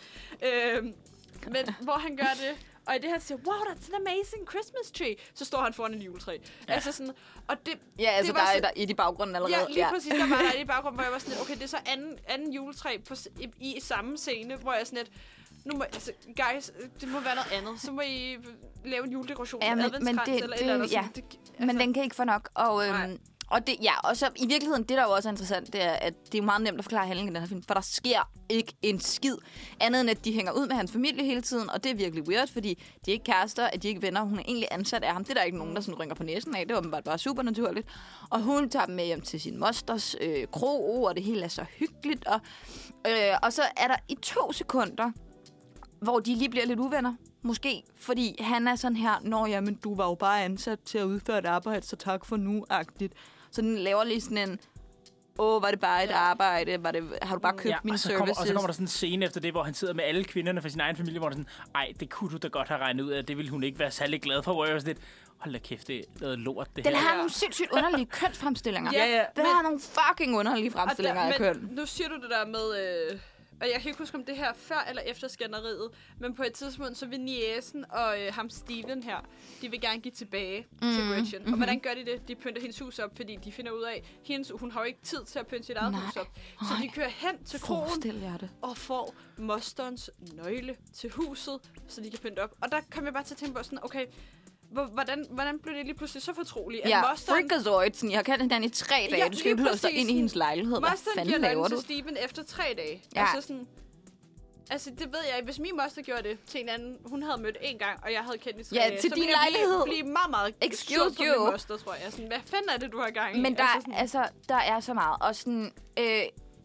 Men hvor han gør det, og i det her siger, wow, that's an amazing Christmas tree, så står han foran en juletræ. Ja. Altså sådan, og det... Ja, altså det var der er et i baggrunden allerede. Ja, lige præcis, der var der et i baggrunden, hvor jeg var sådan lidt, okay, det er så anden juletræ i samme scene, hvor jeg sådan lidt, nu må, altså, guys, det må være noget andet. Så må I lave en juledekoration, adventskrans eller et eller andet. Ja, men den kan ikke få nok. Og det, og så i virkeligheden, det der jo også er interessant, det er, at det er meget nemt at forklare handlingen i den her film, for der sker ikke en skid, andet end at de hænger ud med hans familie hele tiden, og det er virkelig weird, fordi de er ikke kærester, at de ikke venner, hun er egentlig ansat af ham. Det er der ikke nogen, der sådan rynker på næsen af, det var bare super naturligt. Og hun tager dem med hjem til sin mosters kro, og det hele er så hyggeligt, og så er der i 2 sekunder, hvor de lige bliver lidt uvenner. Måske, fordi han er sådan her, jamen du var jo bare ansat til at udføre et arbejde, så tak for nu-agtigt. Så den laver lige sådan en, var det bare et arbejde? Har du bare købt mine services? Og så kommer der sådan en scene efter det, hvor han sidder med alle kvinderne fra sin egen familie, hvor der sådan, det kunne du da godt have regnet ud af, det ville hun ikke være særlig glad for, hvor jeg var sådan lidt, hold da kæft, det er noget lort, det her. Den har nogle sindssygt underlige kønsfremstillinger. Den har nogle fucking underlige fremstillinger af køn. Nu siger du det der med... Og jeg kan ikke huske, om det her før eller efter skænderiet, men på et tidspunkt, så vil niæsen og ham Steven her, de vil gerne give tilbage til Gretchen. Og hvordan gør de det? De pynter hendes hus op, fordi de finder ud af, hun har jo ikke tid til at pynte sit eget hus op. Så de kører hen til kroen og får mosterens nøgle til huset, så de kan pynte op. Og der kom jeg bare til at tænke på sådan, okay, hvordan blev det lige pludselig så fortroligt? Ja, Freakazoid, jeg kan den i 3 dage. Ja, du skal ikke låse dig ind i hendes lejlighed. Hvad fanden laver du? Mosteren giver til Steven efter 3 dage. Ja. Altså, det ved jeg. Hvis min moster gjorde det til en anden, hun havde mødt 1 gang, og jeg havde kendt i 3 dage, til din lejlighed. Blive meget, meget excuse you. Min moster, tror jeg. Sådan, hvad fanden er det, du har gang i? Men der er så meget. Og sådan,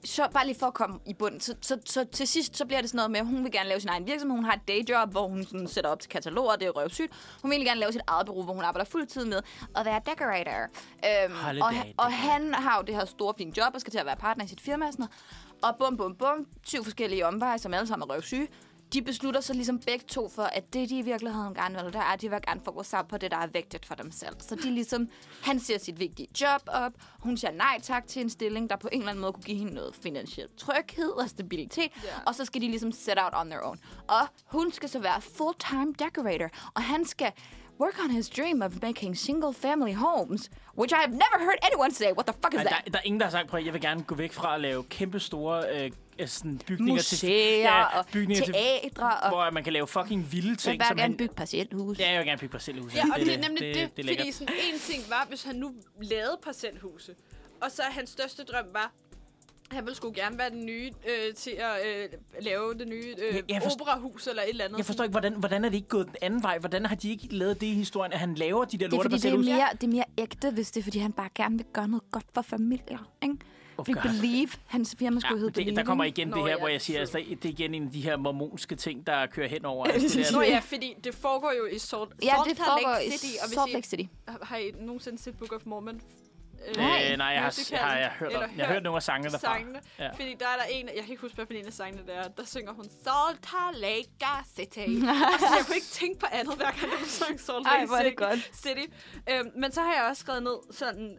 så bare lige for at komme i bunden, så til sidst, så bliver det sådan noget med, at hun vil gerne lave sin egen virksomhed. Hun har et dayjob, hvor hun sådan sætter op til kataloger, det er røvsygt. Hun vil gerne lave sit eget bureau, hvor hun arbejder fuldtid med at være decorator. Og han har jo det her store, fine job, og skal til at være partner i sit firma og sådan noget. Og bum, 7 forskellige omveje, som alle sammen er røvsyge. De beslutter sig ligesom begge to for, at det, de i virkeligheden gerne vil, der er, at de vil gerne fokusere på det, der er vigtigt for dem selv. Så de ligesom, han ser sit vigtige job op, hun siger nej tak til en stilling, der på en eller anden måde kunne give hende noget finansiel tryghed og stabilitet, og så skal de ligesom set out on their own. Og hun skal så være full-time decorator, og han skal work on his dream of making single-family homes, which I have never heard anyone say. What the fuck is that? Der er ingen, der har sagt, prøv, jeg vil gerne gå væk fra at lave kæmpe store sådan bygninger museer og bygninger teatre. Hvor man kan lave fucking vilde ting. Jeg vil gerne bygge parcelhus. Ja, jeg vil gerne bygge parcelhus. Ja, og det er nemlig det fordi sådan en ting var, hvis han nu lavede parcelhuse, og så hans største drøm var, han ville sgu gerne være den nye til at lave det nye operahus eller et eller andet. Jeg forstår ikke, hvordan er det ikke gået den anden vej? Hvordan har de ikke lavet det i historien, at han laver de der lorte parcelhus? Det er mere ægte, hvis det er, fordi han bare gerne vil gøre noget godt for familier, ikke? Fordi Believe, hans firma skulle hedde Believe. Der kommer igen det her, hvor jeg siger, altså, det er igen en af de her mormonske ting, der kører hen over. Ja, fordi det foregår jo i Salt Lake City. Salt Lake City. Har I nogensinde set Book of Mormon? Nej, jeg har hørt nogle af sangene derfra. Ja. Fordi der er en, jeg kan ikke huske, hvad en af sangene der synger hun Salt Lake City. Altså, jeg kunne ikke tænke på andet, hver gang jeg sang Salt Lake City. Men så har jeg også skrevet ned sådan...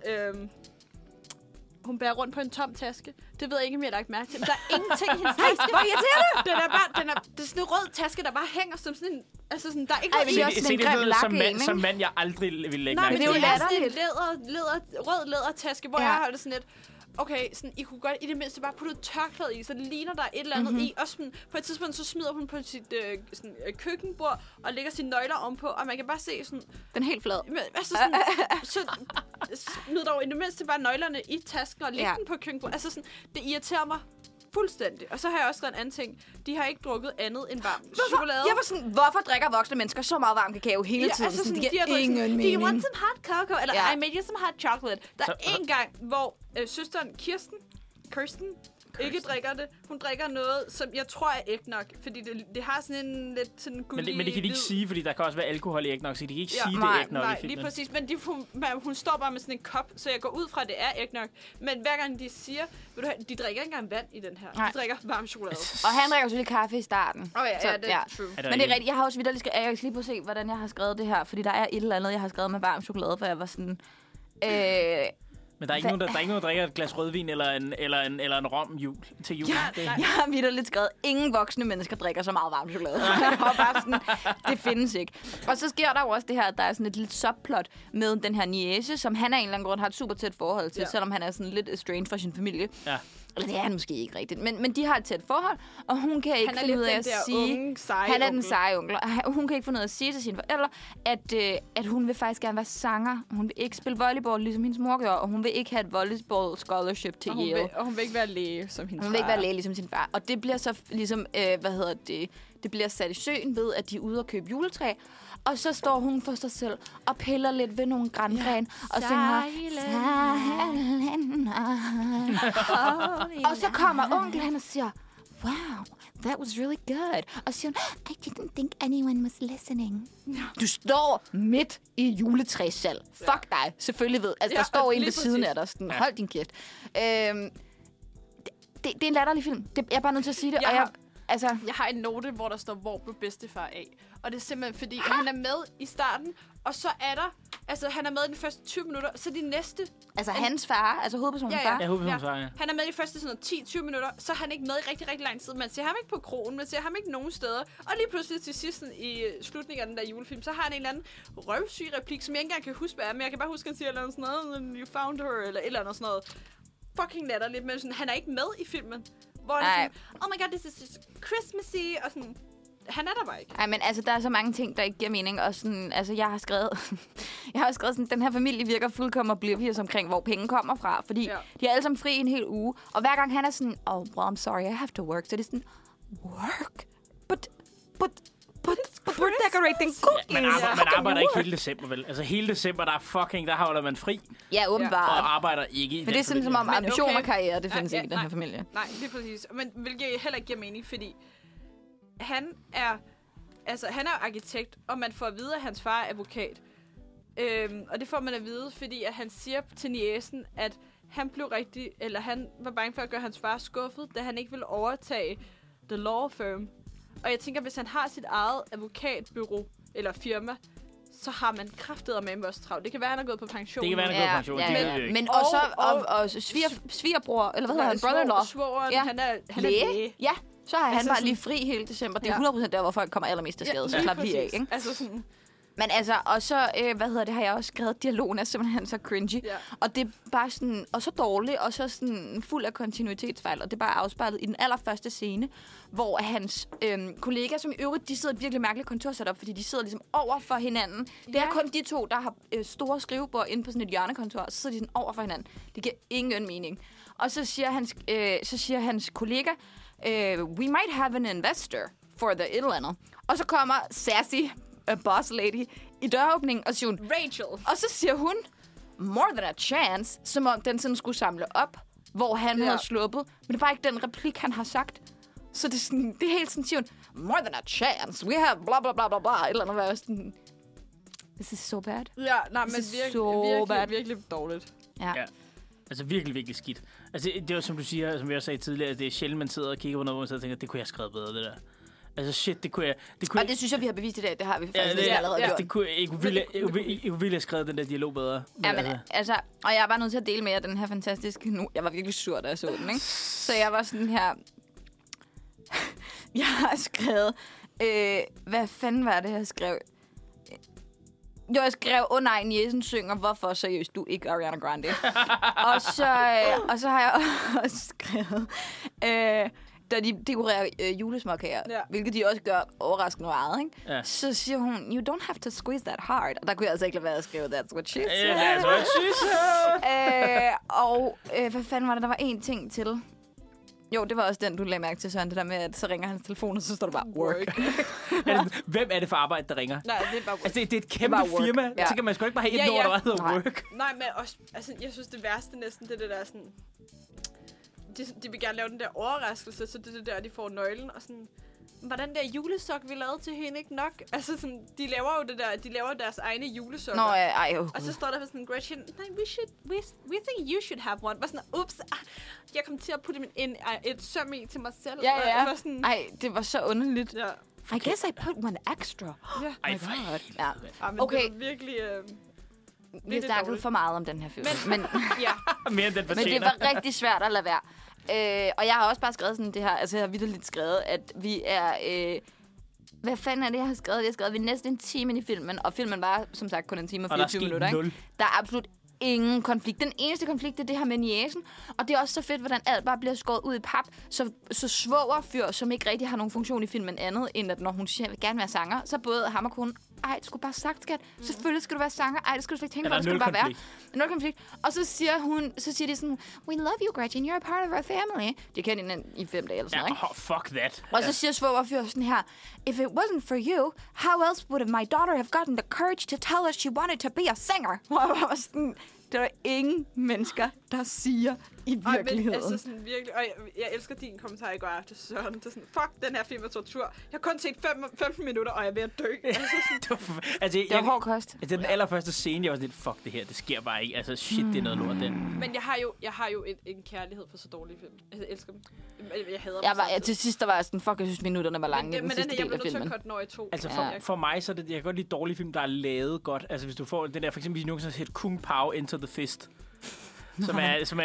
hun bærer rundt på en tom taske. Det ved jeg ikke, om jeg har lagt mærke til. Men der er ingenting i hendes taske. Hvor irriterende! Det er sådan en rød taske, der bare hænger som sådan en... Altså sådan, der er ikke som mand, jeg aldrig ville lægge mærke til. Nej, men det er sådan en rød lædertaske, hvor jeg har det sådan lidt... Okay, sådan, I kunne godt i det mindste bare putte et tørklæde i, så det ligner der et eller andet i. Og sådan, på et tidspunkt, så smider hun på sit køkkenbord og lægger sine nøgler ovenpå, og man kan bare se sådan... Den er helt flad. Altså sådan, så smid dog i det mindste bare nøglerne i tasken og læg den på køkkenbordet. Altså sådan, det irriterer mig fuldstændig. Og så har jeg også skrevet en anden ting. De har ikke drukket andet end varm chokolade. Jeg var sådan, hvorfor drikker voksne mennesker så meget varm kakao hele tiden? Altså sådan, det giver ingen mening. Do you want some hot cocoa? Eller I made you some hot chocolate. Der er en gang, hvor søsteren Kirsten ikke drikker det. Hun drikker noget, som jeg tror er ægnog. Fordi det har sådan en lidt sådan gullig... Men det kan de ikke sige, fordi der kan også være alkohol i ægnog, så de kan ikke sige, det er ægnog i filmen. Lige præcis. Men hun står bare med sådan en kop, så jeg går ud fra, at det er ægnog. Men hver gang de siger, de drikker ikke engang vand i den her. Nej. De drikker varm chokolade. Og han drikker selvfølgelig kaffe i starten. Det er true. Men det er rigtigt. Jeg har også videre jeg kan lige på se, hvordan jeg har skrevet det her. Fordi der er et eller andet, jeg har skrevet med varm chokolade, for jeg var sådan... Men der er ikke nogen, der drikker et glas rødvin eller en rom til jul. Jeg har vitterligt skrevet, ingen voksne mennesker drikker så meget varm chokolade. Og bare sådan, det findes ikke. Og så sker der jo også det her, at der er sådan et lille subplot med den her niece, som han af en eller anden grund har et super tæt forhold til, selvom han er sådan lidt estranged fra sin familie. Ja. Eller det er han måske ikke rigtigt. Men de har et tæt forhold, og hun kan ikke finde ud af at sige... Han er den seje onkel. Hun kan ikke finde ud af at sige til sine forældre, at hun vil faktisk gerne være sanger. Hun vil ikke spille volleyball, ligesom hendes mor gør, og hun vil ikke have et volleyball scholarship til Yale. Og hun vil ikke være læge, som hendes far. Hun vil ikke være læge, ligesom sin far. Og det bliver så ligesom, det bliver sat i søen ved, at de er ude og købe juletræ. Og så står hun for sig selv og piller lidt ved nogle grangren og synger... Og så kommer onkel hen og siger, wow, that was really good. Og så siger hun, I didn't think anyone was listening. Du står midt i juletræssalg. Fuck dig, selvfølgelig ved. Altså, der står en ved siden af dig. Sådan, hold din kæft. Det er en latterlig film. Jeg er bare nødt til at sige det. Jeg har en note, hvor der står, hvor blev bedstefar af. Og det er simpelthen, fordi han er med i starten, og så er der... Altså, han er med i de første 20 minutter, så de næste... Altså, hans far, altså hovedpersonens far? Ja, hovedpersonens far, ja. Han er med i de første sådan 10-20 minutter, så er han ikke med i rigtig, rigtig lang tid. Man ser ham ikke på kronen, man ser ham ikke nogen steder. Og lige pludselig til sidst i slutningen af den der julefilm, så har han en eller anden røvsyg replik, som jeg ikke engang kan huske, hvad er. Men jeg kan bare huske, at han siger sådan noget, you found her, eller et eller andet sådan noget. Fucking latterligt, men sådan, han er ikke med i filmen. Hvor han er sådan, oh my god, this is Christmassy, og sådan... Han er der bare ikke. Nej, men altså, der er så mange ting, der ikke giver mening. Og sådan, altså, jeg har skrevet sådan, den her familie virker fuldkommen oblivious omkring, hvor penge kommer fra. Fordi de er alle sammen fri en hel uge. Og hver gang han er sådan, oh, well, I'm sorry, I have to work. Så det er sådan, work? But we're decorating cookies. Man arbejder ikke hele december, vel? Altså hele december, der holder man fri. Ja, åbenbart. Og arbejder ikke i Men det er sådan, som om ambition og karriere, det findes ikke i den her nej, familie. Nej, lige præcis. Men hvilket heller ikke giver mening, fordi han er arkitekt, og man får at vide, at hans far er advokat. Og det får man at vide, fordi at han siger til niecen, at han var bange for at gøre hans far skuffet, da han ikke ville overtage the law firm. Og jeg tænker, hvis han har sit eget advokatbureau eller firma, så har man kraftedeme også travlt. Det kan være, han er gået på pension. Det kan være, han er gået på pension. Men også svigerbror, eller hvad hedder han? Brother-in-law. Svogeren, han er læge. Ja, så har han bare lige fri hele december. Det er 100% der, hvor folk kommer allermest til skade. Så slap lige af, ikke? Altså sådan... Men altså, og så, har jeg også skrevet, dialogen er simpelthen så cringy. Yeah. Og det er bare sådan, og så dårligt, og så sådan fuld af kontinuitetsfejl. Og det er bare afspejlet i den allerførste scene, hvor hans kollega, som i øvrigt, de sidder et virkelig mærkeligt kontorsetup, fordi de sidder ligesom over for hinanden. Det er kun de to, der har store skrivebord inde på sådan et hjørnekontor, og så sidder de sådan over for hinanden. Det giver ingen mening. Og så siger hans kollega, we might have an investor for the et eller andet. Og så kommer Sassy, boss lady, i døråbningen, og siger hun, Rachel. Og så siger hun, more than a chance, som om den sådan skulle samle op, hvor han havde sluppet. Men det er bare ikke den replik, han har sagt. Så det er, sådan, det er helt sådan, siger hun, more than a chance, we have bla bla bla bla bla, eller noget, hvad sådan, this is so bad. Ja, nej, men virkelig dårligt. Ja. Altså virkelig, virkelig skidt. Altså det var som du siger, som jeg sagde tidligere, det er sjældent, man sidder og kigger på noget, og så tænker, det kunne jeg skrive bedre, det der. Altså shit, det kunne jeg... Og det synes jeg, vi har bevist i dag. Det har vi faktisk allerede gjort. Det kunne jeg ville have skrevet den der dialog bedre. Ja, men altså... Og jeg er bare nødt til at dele med jer den her fantastiske... Nu, jeg var virkelig sur, da jeg så den, ikke? Så jeg var sådan her... Jeg har skrevet... hvad fanden var det, jeg skrev? Jo, jeg skrev, nej, niecen synger, hvorfor seriøst du ikke Ariana Grande? og så har jeg også skrevet... da de dekorerer julesmåkager, hvilket de også gør overraskende meget, ikke? Ja. Så siger hun, you don't have to squeeze that hard. Og der kunne jeg altså ikke lade være at skrive, that's what she said. That's what she said. Hvad fanden var det? Der var én ting til. Jo, det var også den, du lagde mærke til, Søren. Det der med, at så ringer hans telefon, og så står der bare work. Hvem er det for arbejde, der ringer? Nej, det er bare work. Altså, det er et kæmpe firma. Ja. Så kan man sgu ikke bare have et ord, der hedder work. Nej, men også, altså, jeg synes, det værste næsten, det der sådan... De vil gerne lave den der overraskelse, så det der, de får nøglen, og sådan... Var den der julesok, vi lavede til hende ikke nok? Altså sådan, de laver jo det der, de laver deres egne julesokker. Nå, ej, Og så står der for sådan, Gretchen, we think you should have one. Bare sådan, ups, jeg kom til at putte et søm i til mig selv. Ja. Og sådan, ej, det var så underligt. Ja. I guess I put one extra. Ja. Ej, for ja. Men okay. Det var virkelig... vi har snakket for meget om den her film. Men ja. Mere end den men det var rigtig svært at lade være. Og jeg har også bare skrevet sådan det her, altså jeg har vitterligt skrevet, at vi er... hvad fanden er det, jeg har skrevet? Jeg har skrevet, at vi er næsten en time ind i filmen, og filmen var som sagt kun en time og 24 minutter. Ikke? Der er absolut ingen konflikt. Den eneste konflikt er det her med niecen, og det er også så fedt, hvordan alt bare bliver skåret ud i pap, så svogerfyr, som ikke rigtig har nogen funktion i filmen andet, end at når hun siger, at vil gerne være sanger, så både ham og konen, ej, det skulle bare sagt, skat. Selvfølgelig skal du være sanger. Ej, det skulle du slet ikke tænke på, det skulle bare være. Nul konflikt. Og så siger de sådan, we love you, Gretchen, you're a part of our family. De kendte hinanden i 5 dage eller sådan noget, ikke? Fuck that. Og så siger svogerfyr sådan her, if it wasn't for you, how else would my daughter have gotten the courage to tell us she wanted to be a singer? Det er der ingen mennesker, der siger i virkeligheden. Men altså sådan virkelig, og jeg elsker din kommentar i går aftes, Søren. Det er sådan, fuck, den her film er tortur. Jeg har kun set 15 minutter, og jeg er ved at dø. Det var hård kost. Altså, den allerførste scene, jeg var sådan lidt, fuck det her, det sker bare ikke. Altså, shit, det er noget lort, den. Men jeg har jo en kærlighed for så dårlige film. Altså, jeg elsker dem. Jeg hader dem. Til sidst, der var jeg sådan, fuck, jeg synes, minutterne var lange i den sidste del af filmen. Men den her, jeg blev nødt til at cutte den over i 2. Altså, for mig, så er det, jeg kan godt lide dårlige film, der er lavet godt. Altså, hvis du får den der, for eksempel, hvis nogen har set Kung Pao Enter the Fist, som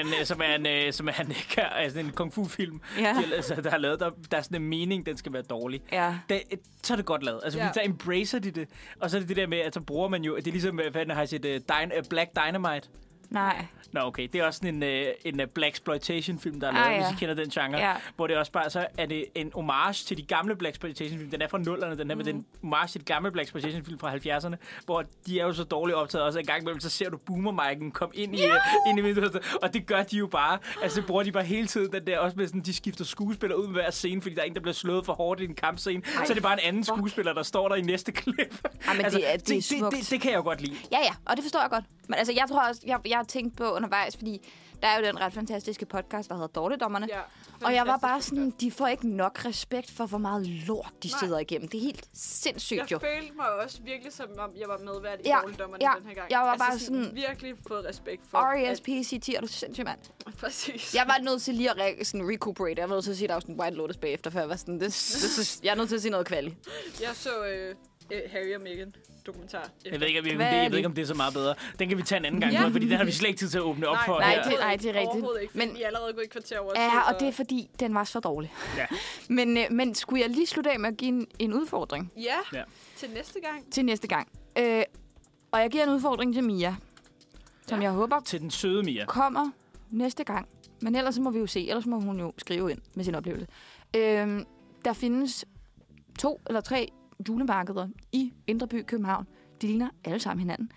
er en kung fu film, der har lavet, der er sådan en mening, den skal være dårlig. Ja. Så er det godt lavet. Altså, der embracer de det. Og så er det det der med, at så bruger man jo, det er ligesom, hvad har jeg set, Black Dynamite. Nej. Nå, okay. Det er også sådan en blaxploitation-film, der er lavet, hvis I kender den genre. Ja. Hvor det også bare så er det en homage til de gamle blaxploitation-film. Den er fra 0'erne, den her med den homage til de gamle blaxploitation-film fra 70'erne, hvor de er jo så dårligt optaget også. En gang imellem, så ser du boomer-mic'en komme ind i vinduet, og det gør de jo bare. Altså, det bruger de bare hele tiden, den der også med sådan, de skifter skuespiller ud med hver scene, fordi der er en, der bliver slået for hårdt i en kampscene. Så er det bare en anden skuespiller, der står der i næste klip. Men altså, det er smukt. Det kan jeg jo godt lide. Ja, og det forstår jeg godt. Men altså, jeg tror også, jeg har tænkt på undervejs, fordi der er jo den ret fantastiske podcast, der hedder Dårligdommerne. Ja, og jeg var bare sådan, de får ikke nok respekt for, hvor meget lort de sidder igennem. Det er helt sindssygt, jeg følte mig også virkelig, som om jeg var medvært i Dårligdommerne den her gang. Jeg var bare sådan virkelig fået respekt for. R.E.S.P.C.T. er du sindssygt, mand. Præcis. Jeg var nødt til lige at recuperate. Jeg var nødt til at sige, at der var sådan White Lotus bagefter, før jeg var sådan, jeg er nødt til at sige noget kvali. Jeg så Harry og Meghan dokumentar. Jeg ved ikke, om det er så meget bedre. Den kan vi tage en anden gang, fordi den har vi slet ikke tid til at åbne op for. Nej, det er rigtigt. Overhovedet ikke, men vi er allerede gået i kvarter over. Ja, og det er fordi, den var så dårlig. Ja. Men skulle jeg lige slutte af med at give en udfordring? Ja, til næste gang. Til næste gang. Og jeg giver en udfordring til Mia, som jeg håber til den søde Mia kommer næste gang. Men ellers så må vi jo se. Ellers må hun jo skrive ind med sin oplevelse. Der findes 2 eller 3 julemarkeder i Indre By, København. De ligner alle sammen hinanden.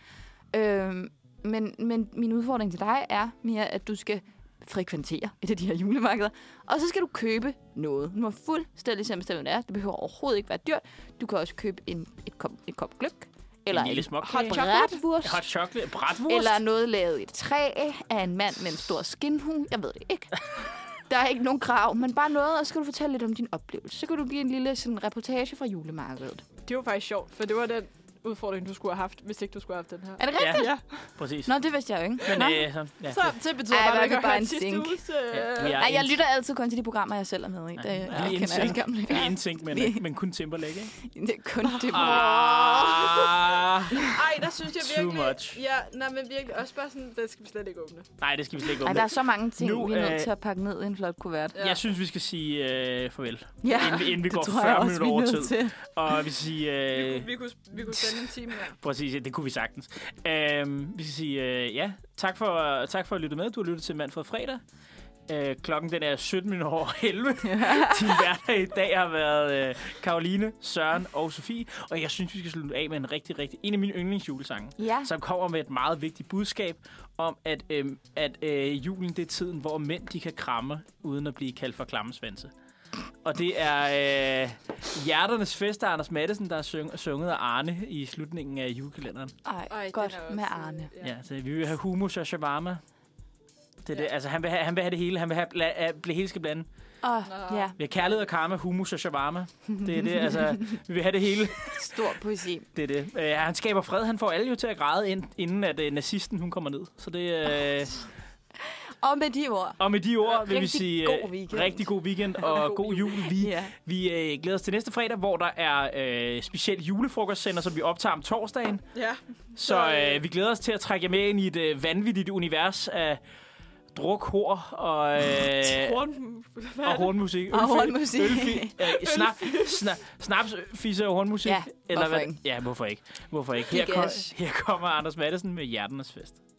Men min udfordring til dig er, Mia, at du skal frekventere et af de her julemarkeder. Og så skal du købe noget. Du må fuldstændig selv bestemme, hvad det er. Det behøver overhovedet ikke være dyrt. Du kan også købe et kop gløgg. Eller en hot chocolate. Bratwurst. Eller noget lavet i et træ af en mand med en stor skinhue. Jeg ved det ikke. Der er ikke nogen krav, men bare noget, og så skal du fortælle lidt om din oplevelse. Så kan du give en lille sådan, reportage fra julemarkedet. Det var faktisk sjovt, for det var den udfordring, du skulle have haft, hvis ikke du skulle have haft den her. Er det rigtigt? Ja, præcis. Nå, det vidste jeg jo ikke. Men, så det betyder bare, at du ikke har hørt sidste uges... Nej, jeg lytter altid kun til de programmer, jeg selv er med i. Vi er en sync, men kun Timberlake, ikke? Det er kun Timberlake. Ej, der synes jeg virkelig... Too much. Ja, nej, men virkelig også bare sådan, det skal vi slet ikke åbne. Nej, det skal vi slet ikke åbne. Ej, der er så mange ting, vi er nødt til at pakke ned i en flot kuvert. Jeg synes, vi skal sige farvel. Ja, inden vi går 40 minutter over tid. Og vi siger... Vi kunne sende en time her. Præcis, det kunne vi sagtens. Vi skal sige tak for at lytte med. Du har lyttet til Manfred Fredag. Klokken den er 11:17. Din værter i dag har været Karoline, Søren og Sofie. Og jeg synes, vi skal slutte af med en af mine yndlingsjulesange, som kommer med et meget vigtigt budskab om, at julen det er tiden, hvor mænd de kan kramme, uden at blive kaldt for klammesvanse. Og det er Hjerternes Fest af Anders Mattesen, der er sunget af Arne i slutningen af julekalenderen. Ej, godt med Arne. Ja, så vi vil have hummus og shawarma. Det er det. Altså, han vil have det hele. Han vil have, at hele skal blande. Vi har kærlighed og karma, hummus og shawarma. Det er det, altså. Vi vil have det hele. Stor poesi. Det er det. Han skaber fred. Han får alle jo til at græde, inden at nazisten hun kommer ned. Så det Og med de ord vil vi sige rigtig god weekend og god jul. Vi glæder os til næste fredag, hvor der er specielt julefrokostsender, som vi optager om torsdagen. Ja. Så vi glæder os til at trække jer med ind i et vanvittigt univers af druk, hår og hornmusik. Snaps, fisse og hornmusik. Ja, hvorfor ikke? Ja, hvorfor ikke? Her kommer Anders Mattesen med Hjerternes Fest.